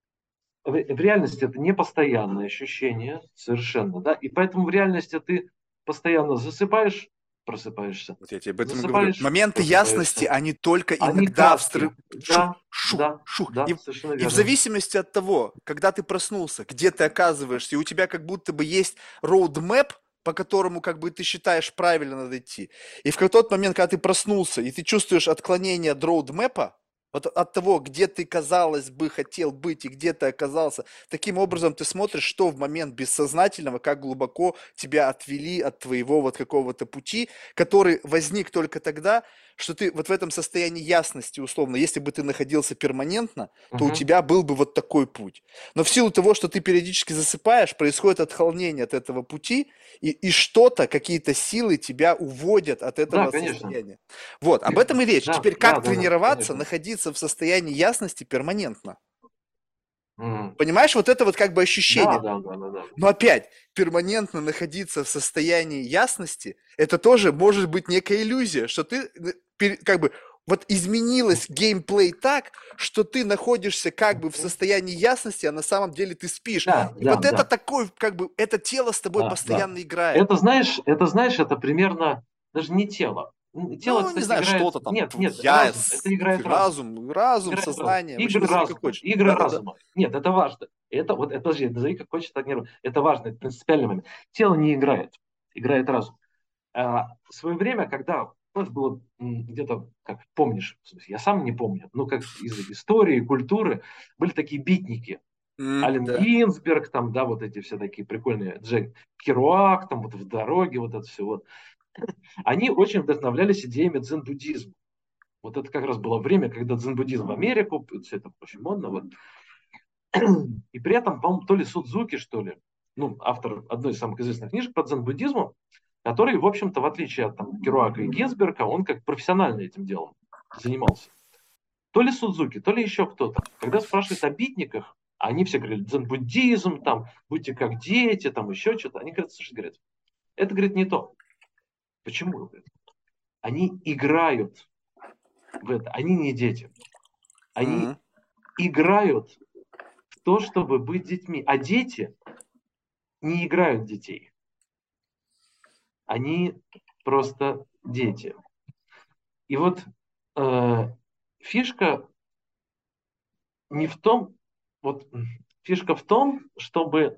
В реальности это не постоянное ощущение, совершенно, да, и поэтому в реальности ты постоянно засыпаешь, просыпаешься, Вот я тебе об этом и говорю. засыпаешь, Моменты ясности, просыпаешься. они только Они иногда краткие. шух, Да, шух, да, шух. да, совершенно И в верно. зависимости от того, когда ты проснулся, где ты оказываешься, и у тебя как будто бы есть роудмэп, по которому как бы ты считаешь правильно надо идти. И в тот момент, когда ты проснулся, и ты чувствуешь отклонение от роудмэпа, вот от того, где ты, казалось бы, хотел быть и где ты оказался, таким образом ты смотришь, что в момент бессознательного, как глубоко тебя отвели от твоего вот какого-то пути, который возник только тогда, что ты вот в этом состоянии ясности, условно, если бы ты находился перманентно, то у Мгм. тебя был бы вот такой путь. Но в силу того, что ты периодически засыпаешь, происходит отклонение от этого пути, и что-то, какие-то силы тебя уводят от Да, этого конечно. состояния. Вот, об этом и речь. Да, Теперь, да, как да, да, тренироваться, конечно. находиться в состоянии ясности перманентно? Мгм. Понимаешь, вот это вот как бы Да, ощущение. да, да, да, да. Но опять, перманентно находиться в состоянии ясности, это тоже может быть некая иллюзия, что ты как бы вот изменилось геймплей так, что ты находишься как бы в состоянии ясности, а на самом деле ты спишь. Да, И да, вот это да, такой, как бы, это тело с тобой да, да. постоянно играет. Это, знаешь, это примерно даже не тело. Тело, Ну, не кстати, знаю, играет... что-то там, Нет, нет, я, разум. Это играет разум. разум, Играет разум. сознание, вообще Игры назови как разума. хочешь. Игры Да-да-да. разума. Нет, это важно. Это вот, это, подожди, назови как хочешь, так не ру- Это важно, это принципиальный момент. Тело не играет. Играет разум. В свое время, когда ну, это было где-то, как помнишь, в смысле, я сам не помню, но как из истории, культуры, были такие битники. Ален Да. Гинзберг, там, да, вот эти все такие прикольные, Джек Керуак, там, вот в дороге, вот это все. Вот. Они очень вдохновлялись идеями дзен-буддизма. Вот это как раз было время, когда дзен-буддизм в Америку, все это очень модно. Вот. И при этом, по-моему, то ли Судзуки, что ли, ну, автор одной из самых известных книжек по дзен-буддизму, который, в общем-то, в отличие от там, Керуака и Гинзберга, он как профессионально этим делом занимался. То ли Судзуки, то ли еще кто-то. Когда спрашивают о битниках, Они все говорят, дзен-буддизм, там, будьте как дети, там еще что-то. Они говорят, слушай, говорят, это, говорит, не то. Почему? Говорят, они играют в это, они не дети. Они Мгм. играют в то, чтобы быть детьми. А дети не играют в детей. Они просто дети. И вот фишка не в том, вот фишка в том, чтобы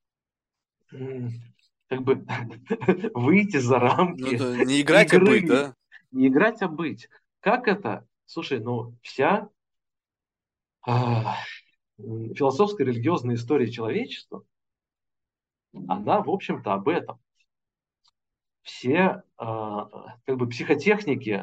как бы выйти за Ну, рамки да, не играть, а быть, игры, да? не играть, а быть. Как это? Слушай, ну вся а, философская религиозная история человечества, она, в общем-то, об этом. Все как бы психотехники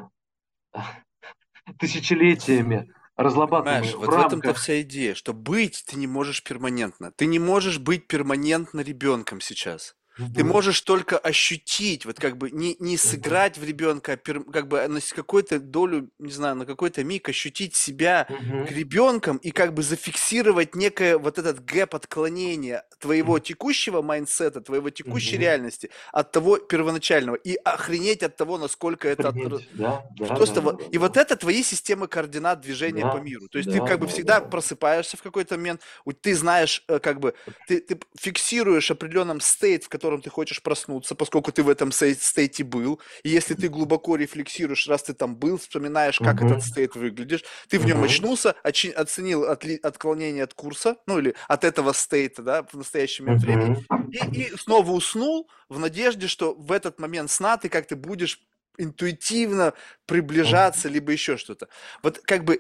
тысячелетиями Понимаешь, разрабатываемые в вот в этом-то рамках. вся идея, что быть ты не можешь перманентно. Ты не можешь быть перманентно ребенком сейчас. Ты Мгм, можешь только ощутить, вот как бы не мгм, сыграть в ребенка, а как бы на какую-то долю, не знаю, на какой-то миг ощутить себя к мгм, ребенком и как бы зафиксировать некое вот этот гэп отклонения твоего текущего майндсета, твоего текущей мгм. реальности от того первоначального и охренеть от того, насколько это Охренеть. Да, да, да, просто да, вот, да, и да. вот это твои системы координат движения по Да, миру. То есть ты да, как бы да, да, всегда да. просыпаешься в какой-то момент, ты знаешь, как бы, ты фиксируешь определенном стейт, в котором ты хочешь проснуться, поскольку ты в этом стейте был. И если ты глубоко рефлексируешь, раз ты там был, вспоминаешь, как этот Мгм, стейт выглядишь, ты в нем мгм, очнулся, оценил отклонение от курса, ну или от этого стейта, да, в настоящий момент времени, мгм, и снова уснул в надежде, что в этот момент сна ты как-то будешь интуитивно приближаться, либо еще что-то. Вот как бы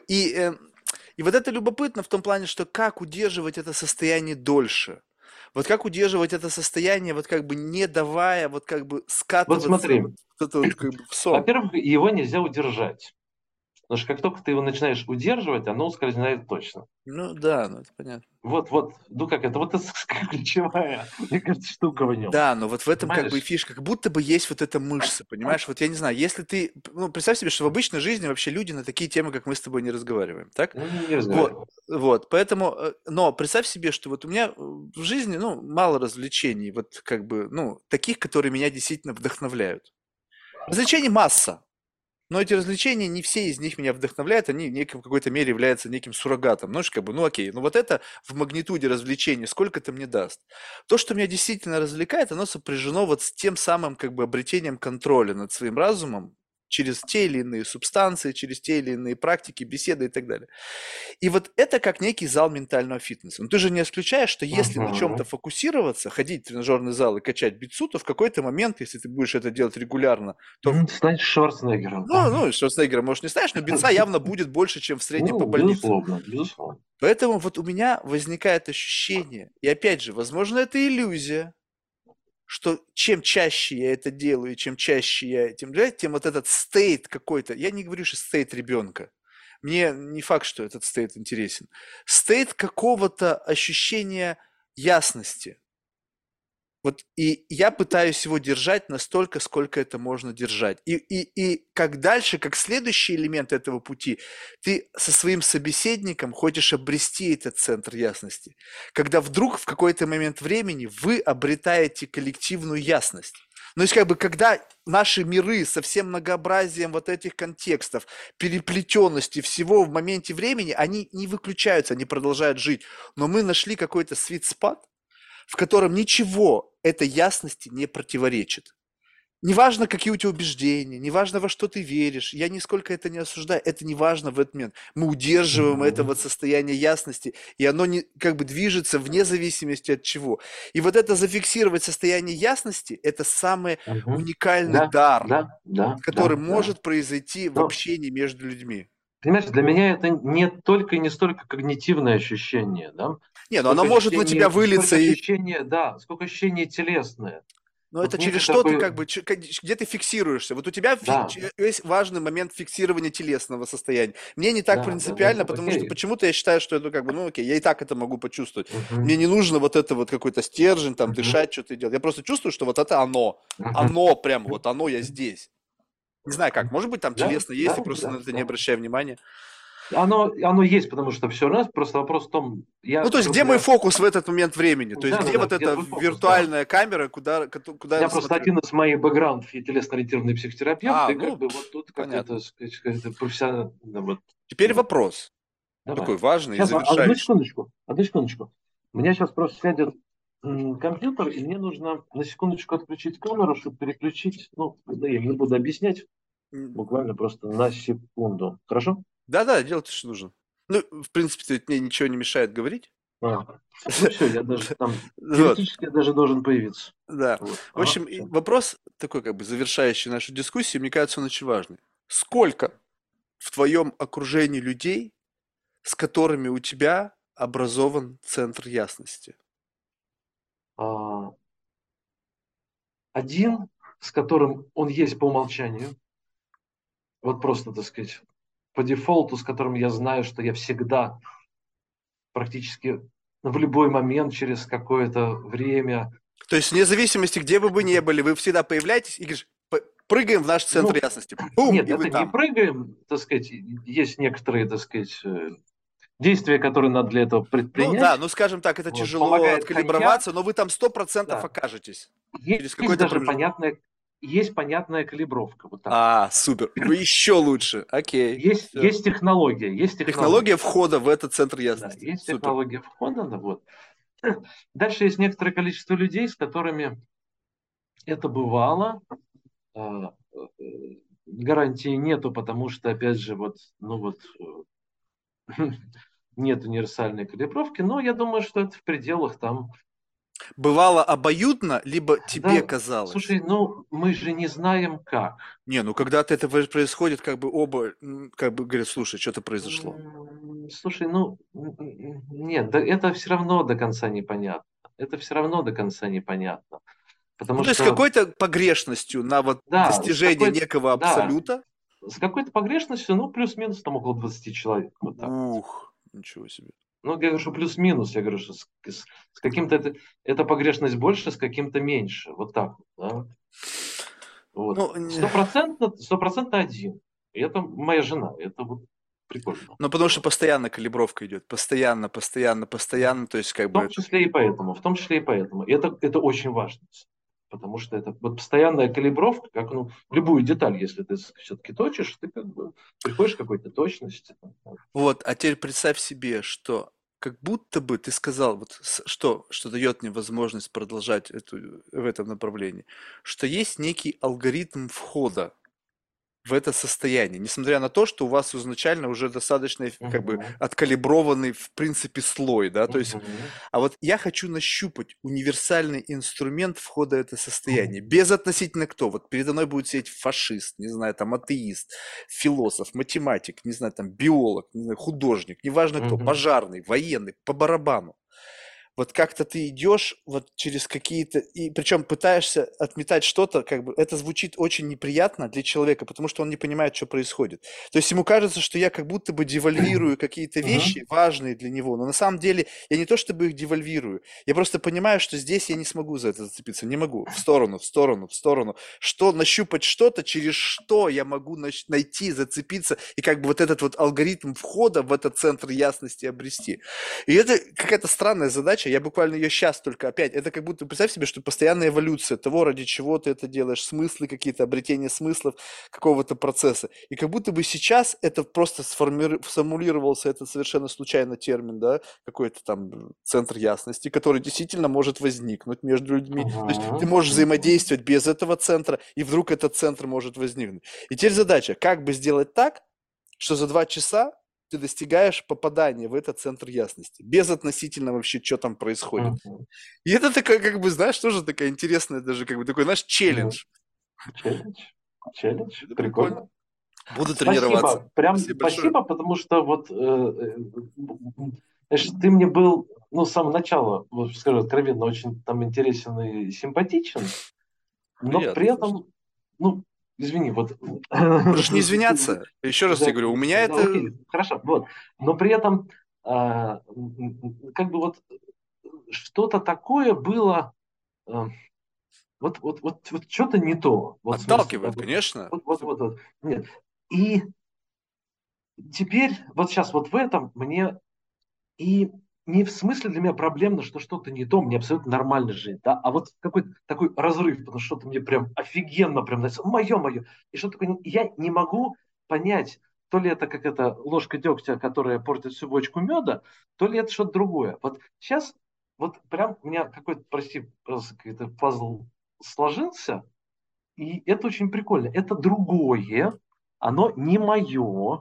и вот это любопытно в том плане, что как удерживать это состояние дольше. Вот как удерживать это состояние, вот как бы не давая, вот как бы Вот скатываться смотри, вот в это вот как бы в сон. во-первых, его нельзя удержать. Потому что как только ты его начинаешь удерживать, оно ускользает точно. Ну да, ну это понятно. Вот, ну как это, вот это ключевая, мне кажется, штука в нем. Да, но вот в этом как бы и Понимаешь? фишка, как будто бы есть вот эта мышца, понимаешь? Вот я не знаю, если ты, ну, представь себе, что в обычной жизни вообще люди на такие темы, как мы с тобой, не разговариваем, так? Не Вот, разговаривал. вот, поэтому, но представь себе, что вот у меня в жизни, ну, мало развлечений, вот как бы, ну, таких, которые меня действительно вдохновляют. Развлечений масса, но эти развлечения, не все из них меня вдохновляют, они в какой-то мере являются неким суррогатом. Ну, как бы, ну окей, ну вот это в магнитуде развлечения, сколько это мне даст? То, что меня действительно развлекает, оно сопряжено вот с тем самым как бы обретением контроля над своим разумом через те или иные субстанции, через те или иные практики, беседы и так далее. И вот это как некий зал ментального фитнеса. Но ты же не исключаешь, что если на чем-то Мгм. фокусироваться, ходить в тренажерный зал и качать бицу, то в какой-то момент, если ты будешь это делать регулярно, то Станешь Шварценеггером. ну, Шварценеггера, может, не знаешь, но бица явно будет больше, чем в среднем по Ну, больнице. безусловно, безусловно. Поэтому вот у меня возникает ощущение, и опять же, возможно, это иллюзия, что чем чаще я это делаю, чем чаще я этим делаю, тем вот этот стейт какой-то, я не говорю, что стейт ребенка, мне не факт, что этот стейт интересен, стейт какого-то ощущения ясности, вот и я пытаюсь его держать настолько, сколько это можно держать. И как дальше, как следующий элемент этого пути, ты со своим собеседником хочешь обрести этот центр ясности. Когда вдруг в какой-то момент времени вы обретаете коллективную ясность. Ну, то есть, как бы, когда наши миры со всем многообразием вот этих контекстов, переплетенности всего в моменте времени, они не выключаются, они продолжают жить. Но мы нашли какой-то sweet spot, в котором ничего этой ясности не противоречит. Неважно, какие у тебя убеждения, неважно, во что ты веришь, я нисколько это не осуждаю, это не важно в этот момент. Мы удерживаем это Мгм. вот состояние ясности, и оно не, как бы движется вне зависимости от чего. И вот это зафиксировать состояние ясности, это самый Мгм. уникальный Да, дар, да, да, который да, да. может произойти в Но, общении между людьми. понимаешь, для меня это не только и не столько когнитивное ощущение, да, Не, ну оно может на тебя сколько вылиться и ощущение, да, сколько ощущение телесное. но Вот это через некий что ты такой, как бы, где ты фиксируешься? Вот у тебя да, есть важный момент фиксирования телесного состояния. Мне не так да, да, да, принципиально, потому что окей. почему-то я считаю, что это как бы, ну окей, я и так это могу почувствовать. Мне Мгм, не нужно вот это вот какой-то стержень, там, мгм, дышать, что-то делать. Я просто чувствую, что вот это оно. мгм. Оно прям, вот оно, я здесь. Не знаю как, может быть, там Да, телесно есть, да, я просто да, на это не да. обращаю внимания. Оно есть, потому что все равно, просто вопрос в том, Ну, я, то есть, грубо где мой говоря, фокус в этот момент времени? То есть, да, да, где да, вот где эта твой фокус, да. виртуальная камера, У куда я меня просто смотрю? один из моих бэкграундов и телесно-ориентированный психотерапевт, и как Ну, бы вот тут как это, понятно. сказать, профессионально, вот, Теперь вот. вопрос Давай. такой важный и Сейчас, одну завершающий. секундочку, одну секундочку. У меня сейчас просто сядет компьютер, и мне нужно на секундочку отключить камеру, чтобы переключить. Ну, да, я не буду объяснять, буквально просто на секунду. Хорошо? Да-да, делать что нужно. Ну, в принципе, мне ничего не мешает говорить. А. Ну все, я даже там, Вот, теоретически я даже должен появиться. да. Вот. В Ага, общем, все. вопрос такой, как бы завершающий нашу дискуссию, мне кажется, он очень важный. Сколько в твоем окружении людей, с которыми у тебя образован центр ясности? Один, с которым он есть по умолчанию, вот просто, так сказать, по дефолту, с которым я знаю, что я всегда, практически в любой момент, через какое-то время, То есть, вне зависимости, где бы вы ни были, вы всегда появляетесь и говоришь, прыгаем в наш центр ну, ясности. Бум, нет, и вы это не там. прыгаем, так сказать, есть некоторые, так сказать, действия, которые надо для этого Ну да, предпринять. ну скажем так, это Вот. тяжело Помогает коньяк, откалиброваться, но вы там 100% да. окажетесь через Есть какой-то даже промежуток. понятная калибровка, вот так. Супер. Ну еще лучше. Окей. Все. Есть технология, есть Технология технология. входа в этот центр Да, ясности. есть Супер. технология входа, да, вот. Дальше есть некоторое количество людей, с которыми это бывало. А, гарантии нету, потому что, опять же, вот, ну вот, нет универсальной калибровки, но я думаю, что это в пределах там. Бывало обоюдно, либо тебе Да, казалось. слушай, ну мы же не знаем как. Не, ну когда-то это происходит, как бы оба, как бы говорят, слушай, что-то произошло. Слушай, ну нет, да, это все равно до конца непонятно. Это все равно до конца непонятно. Ну, Потому то есть с что, какой-то погрешностью на вот да, достижение некого да, абсолюта. с какой-то погрешностью, ну, плюс-минус там около 20 человек. Вот так. Ничего себе. Ну, я говорю, что плюс-минус, я говорю, что с каким-то это погрешность больше, с каким-то меньше. Вот так вот, да. Вот. Ну, Стопроцентно один. И это моя жена. Это вот прикольно. ну, потому что Вот. постоянно калибровка идет. Постоянно, постоянно, постоянно. То есть, как В бы том это... числе и поэтому. В том числе и поэтому. И это очень важно. Потому что это вот постоянная калибровка, как ну, любую деталь, если ты все-таки точишь, ты как бы приходишь к какой-то точности. Вот, а теперь представь себе, что как будто бы ты сказал, вот что дает мне возможность продолжать в этом направлении, что есть некий алгоритм входа в это состояние, несмотря на то, что у вас изначально уже достаточно как бы Мгм. откалиброванный в принципе слой, да, то есть, Мгм. а вот я хочу нащупать универсальный инструмент входа в это Мгм. состояние, без относительно кто, вот передо мной будет сидеть фашист, не знаю, там атеист, философ, математик, не знаю, там биолог, не знаю, художник, неважно кто, Мгм. пожарный, военный, по барабану. Вот как-то ты идешь вот через какие-то, и причем пытаешься отметать что-то, как бы это звучит очень неприятно для человека, потому что он не понимает, что происходит. То есть ему кажется, что я как будто бы девальвирую какие-то Мгм. вещи важные для него, но на самом деле я не то чтобы их девальвирую, я просто понимаю, что здесь я не смогу за это зацепиться, не могу. В сторону, в сторону, в сторону. Что нащупать что-то, через что я могу найти, зацепиться и как бы вот этот вот алгоритм входа в этот центр ясности обрести. И это какая-то странная задача, я буквально ее сейчас только опять, это как будто, представь себе, что постоянная эволюция того, ради чего ты это делаешь, смыслы какие-то, обретение смыслов какого-то процесса. И как будто бы сейчас это просто сформулировался этот совершенно случайно термин, да, какой-то там центр ясности, который действительно может возникнуть между людьми. То есть ты Мгм. можешь Мгм. взаимодействовать без этого центра, и вдруг этот центр может возникнуть. И теперь задача, как бы сделать так, что за 2 часа ты достигаешь попадания в этот центр ясности, без относительно вообще, что там происходит. Мгм. И это такая, как бы, знаешь, тоже такая интересная, даже как бы такой, знаешь, Мгм. челлендж. Челлендж. Челлендж. Это прикольно. Прикольно. Буду тренироваться. Спасибо. Прям Спасибо большое. спасибо, потому что вот знаешь, ты мне был, ну, с самого начала, вот, скажу откровенно, очень там интересен и симпатичен, но при Приятно слышать. этом, ну, извини, вот Можешь не извиняться. Еще раз тебе говорю, у меня да, это... окей, хорошо, вот, но при этом как бы вот что-то такое было, а, вот что-то не то, вот в смысле, да, Отталкивает, конечно. вот, нет. И теперь, вот сейчас вот в этом мне и не в смысле для меня проблемно, что что-то не то, мне абсолютно нормально жить, да, а вот какой-то такой разрыв, потому что что-то мне прям офигенно, прям, нравится, мое, и что такое, я не могу понять, то ли это как это ложка дегтя, которая портит всю бочку меда, то ли это что-то другое. Вот сейчас, вот прям у меня какой-то, прости, просто какой-то пазл сложился, и это очень прикольно. Это другое, оно не мое,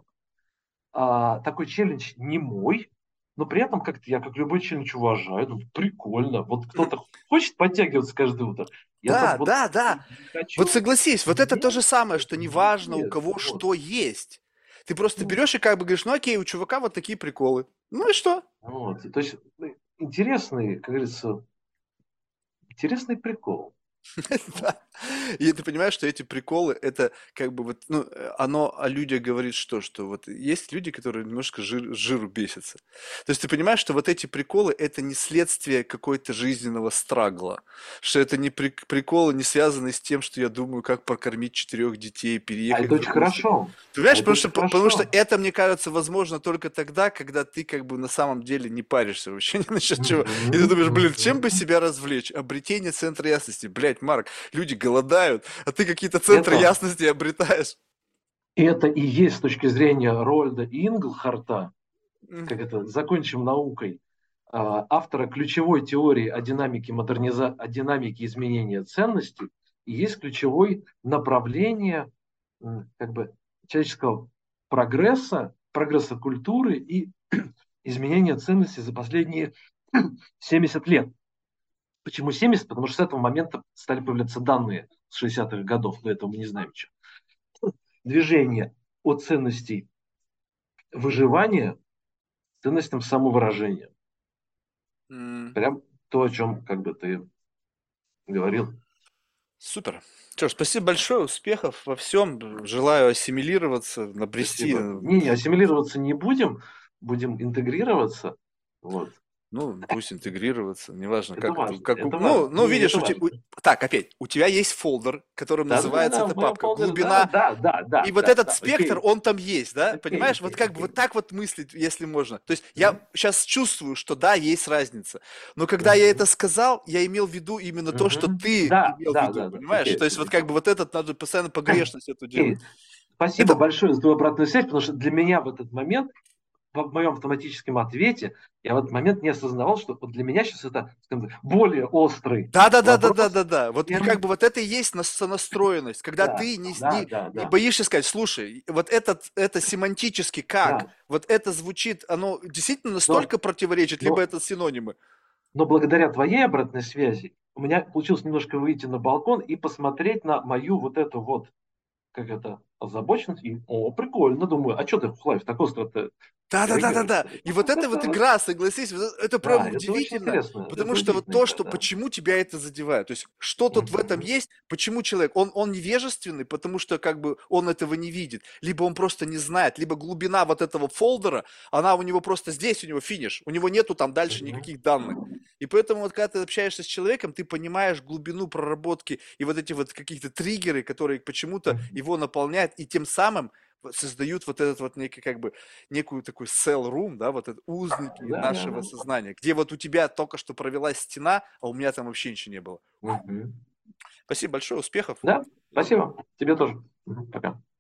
такой челлендж не мой, но при этом как-то я, как любой челлендж, уважаю. Думаю, прикольно. Вот кто-то хочет подтягиваться каждое утро. Я там Да, вот да, да. не Вот хочу. согласись, вот это то же Нет, самое, что неважно у нет. кого Вот. что есть. Ты просто Ну, берешь и как бы говоришь, ну окей, у чувака вот такие приколы. Ну и что? вот. То есть интересный, как говорится, интересный прикол. Да. И ты понимаешь, что эти приколы, это как бы вот, ну, оно о людях говорит что? Что вот есть люди, которые немножко жиру бесятся. То есть ты понимаешь, что вот эти приколы, это не следствие какой-то жизненного страгла, что это не приколы, не связанные с тем, что я думаю, как прокормить 4 детей, А переехать это в очень другую страну. хорошо. Ты А понимаешь, это потому очень что, потому что хорошо. это, мне кажется, возможно только тогда, когда ты как бы на самом деле не паришься вообще ни насчет чего. И ты Мгм, думаешь, блин, чем бы мгм. себя развлечь? Обретение центра ясности. Блять, Марк, люди голодают, а ты какие-то центры Это, ясности обретаешь. это и есть с точки зрения Рольда Инглхарта, М, как это, закончим наукой, автора ключевой теории о динамике о динамике изменения ценностей, и есть ключевое направление как бы человеческого прогресса культуры и изменения ценностей за последние 70 лет. Почему 70? Потому что с этого момента стали появляться данные с 60-х годов, до этого мы не знаем что. Движение от ценностей выживания к ценностям самовыражения. м. Прям то, о чем как бы ты говорил. Супер. Что ж, спасибо большое, успехов во всем. Желаю ассимилироваться, набрести, Спасибо. Не, ассимилироваться не будем, будем интегрироваться. Вот. ну, пусть интегрироваться, неважно, Это как это, важно, как, это ну, важно. ну, Не, видишь, это важно. так, опять, у тебя есть фолдер, которым называется Да-да-да, эта в моем папка, полдере, да, глубина. да, да, И да, вот да, этот да, спектр, окей, он там есть, да? окей, Понимаешь? Вот окей, как бы окей. вот так вот мыслить, если можно. То есть я Мгм, сейчас чувствую, что да, есть разница. Но когда я это мгм, сказал, я имел в виду именно то, что мгм. ты Да, имел в да, виду, да, да, понимаешь? окей, То есть окей, вот как окей. бы вот этот надо постоянно погрешность эту делать. Окей. Спасибо Это, большое за твою обратную связь, потому что для меня в этот момент в моем автоматическом ответе я в этот момент не осознавал, что вот для меня сейчас это, скажем так, более острый вопрос, да-да-да-да-да-да-да. Вот и как чем... бы вот это и есть сонастроенность, когда Да, ты не, да, не, да, не да, боишься сказать, слушай, вот это семантически как? да. Вот это звучит, оно действительно Но, настолько противоречит, либо но, это синонимы. но благодаря твоей обратной связи у меня получилось немножко выйти на балкон и посмотреть на мою вот эту вот, как это, озабоченность. И, о, прикольно, думаю, а что ты, Флайв, так остро-то Да-да-да-да-да. реагируешь? И вот Вот это вот это, игра, согласись, вот это прям да, это очень удивительно, интересно, потому это что вот удивительная то, игра, что да. почему тебя это задевает, то есть что тут в этом Мгм. есть, почему человек, он невежественный, потому что как бы он этого не видит, либо он просто не знает, либо глубина вот этого фолдера, она у него просто здесь, у него финиш, у него нету там дальше Мгм. никаких данных. И поэтому вот когда ты общаешься с человеком, ты понимаешь глубину проработки и вот эти вот какие-то триггеры, которые почему-то Мгм. его наполняют, и тем самым создают вот этот вот некий как бы некую такую cell room, да, вот это узники Да, да, нашего да. сознания, где вот у тебя только что провелась стена, а у меня там вообще ничего не было. Мгм. Спасибо большое, успехов. Да, Всего доброго. спасибо. Тебе тоже. Мгм. Пока.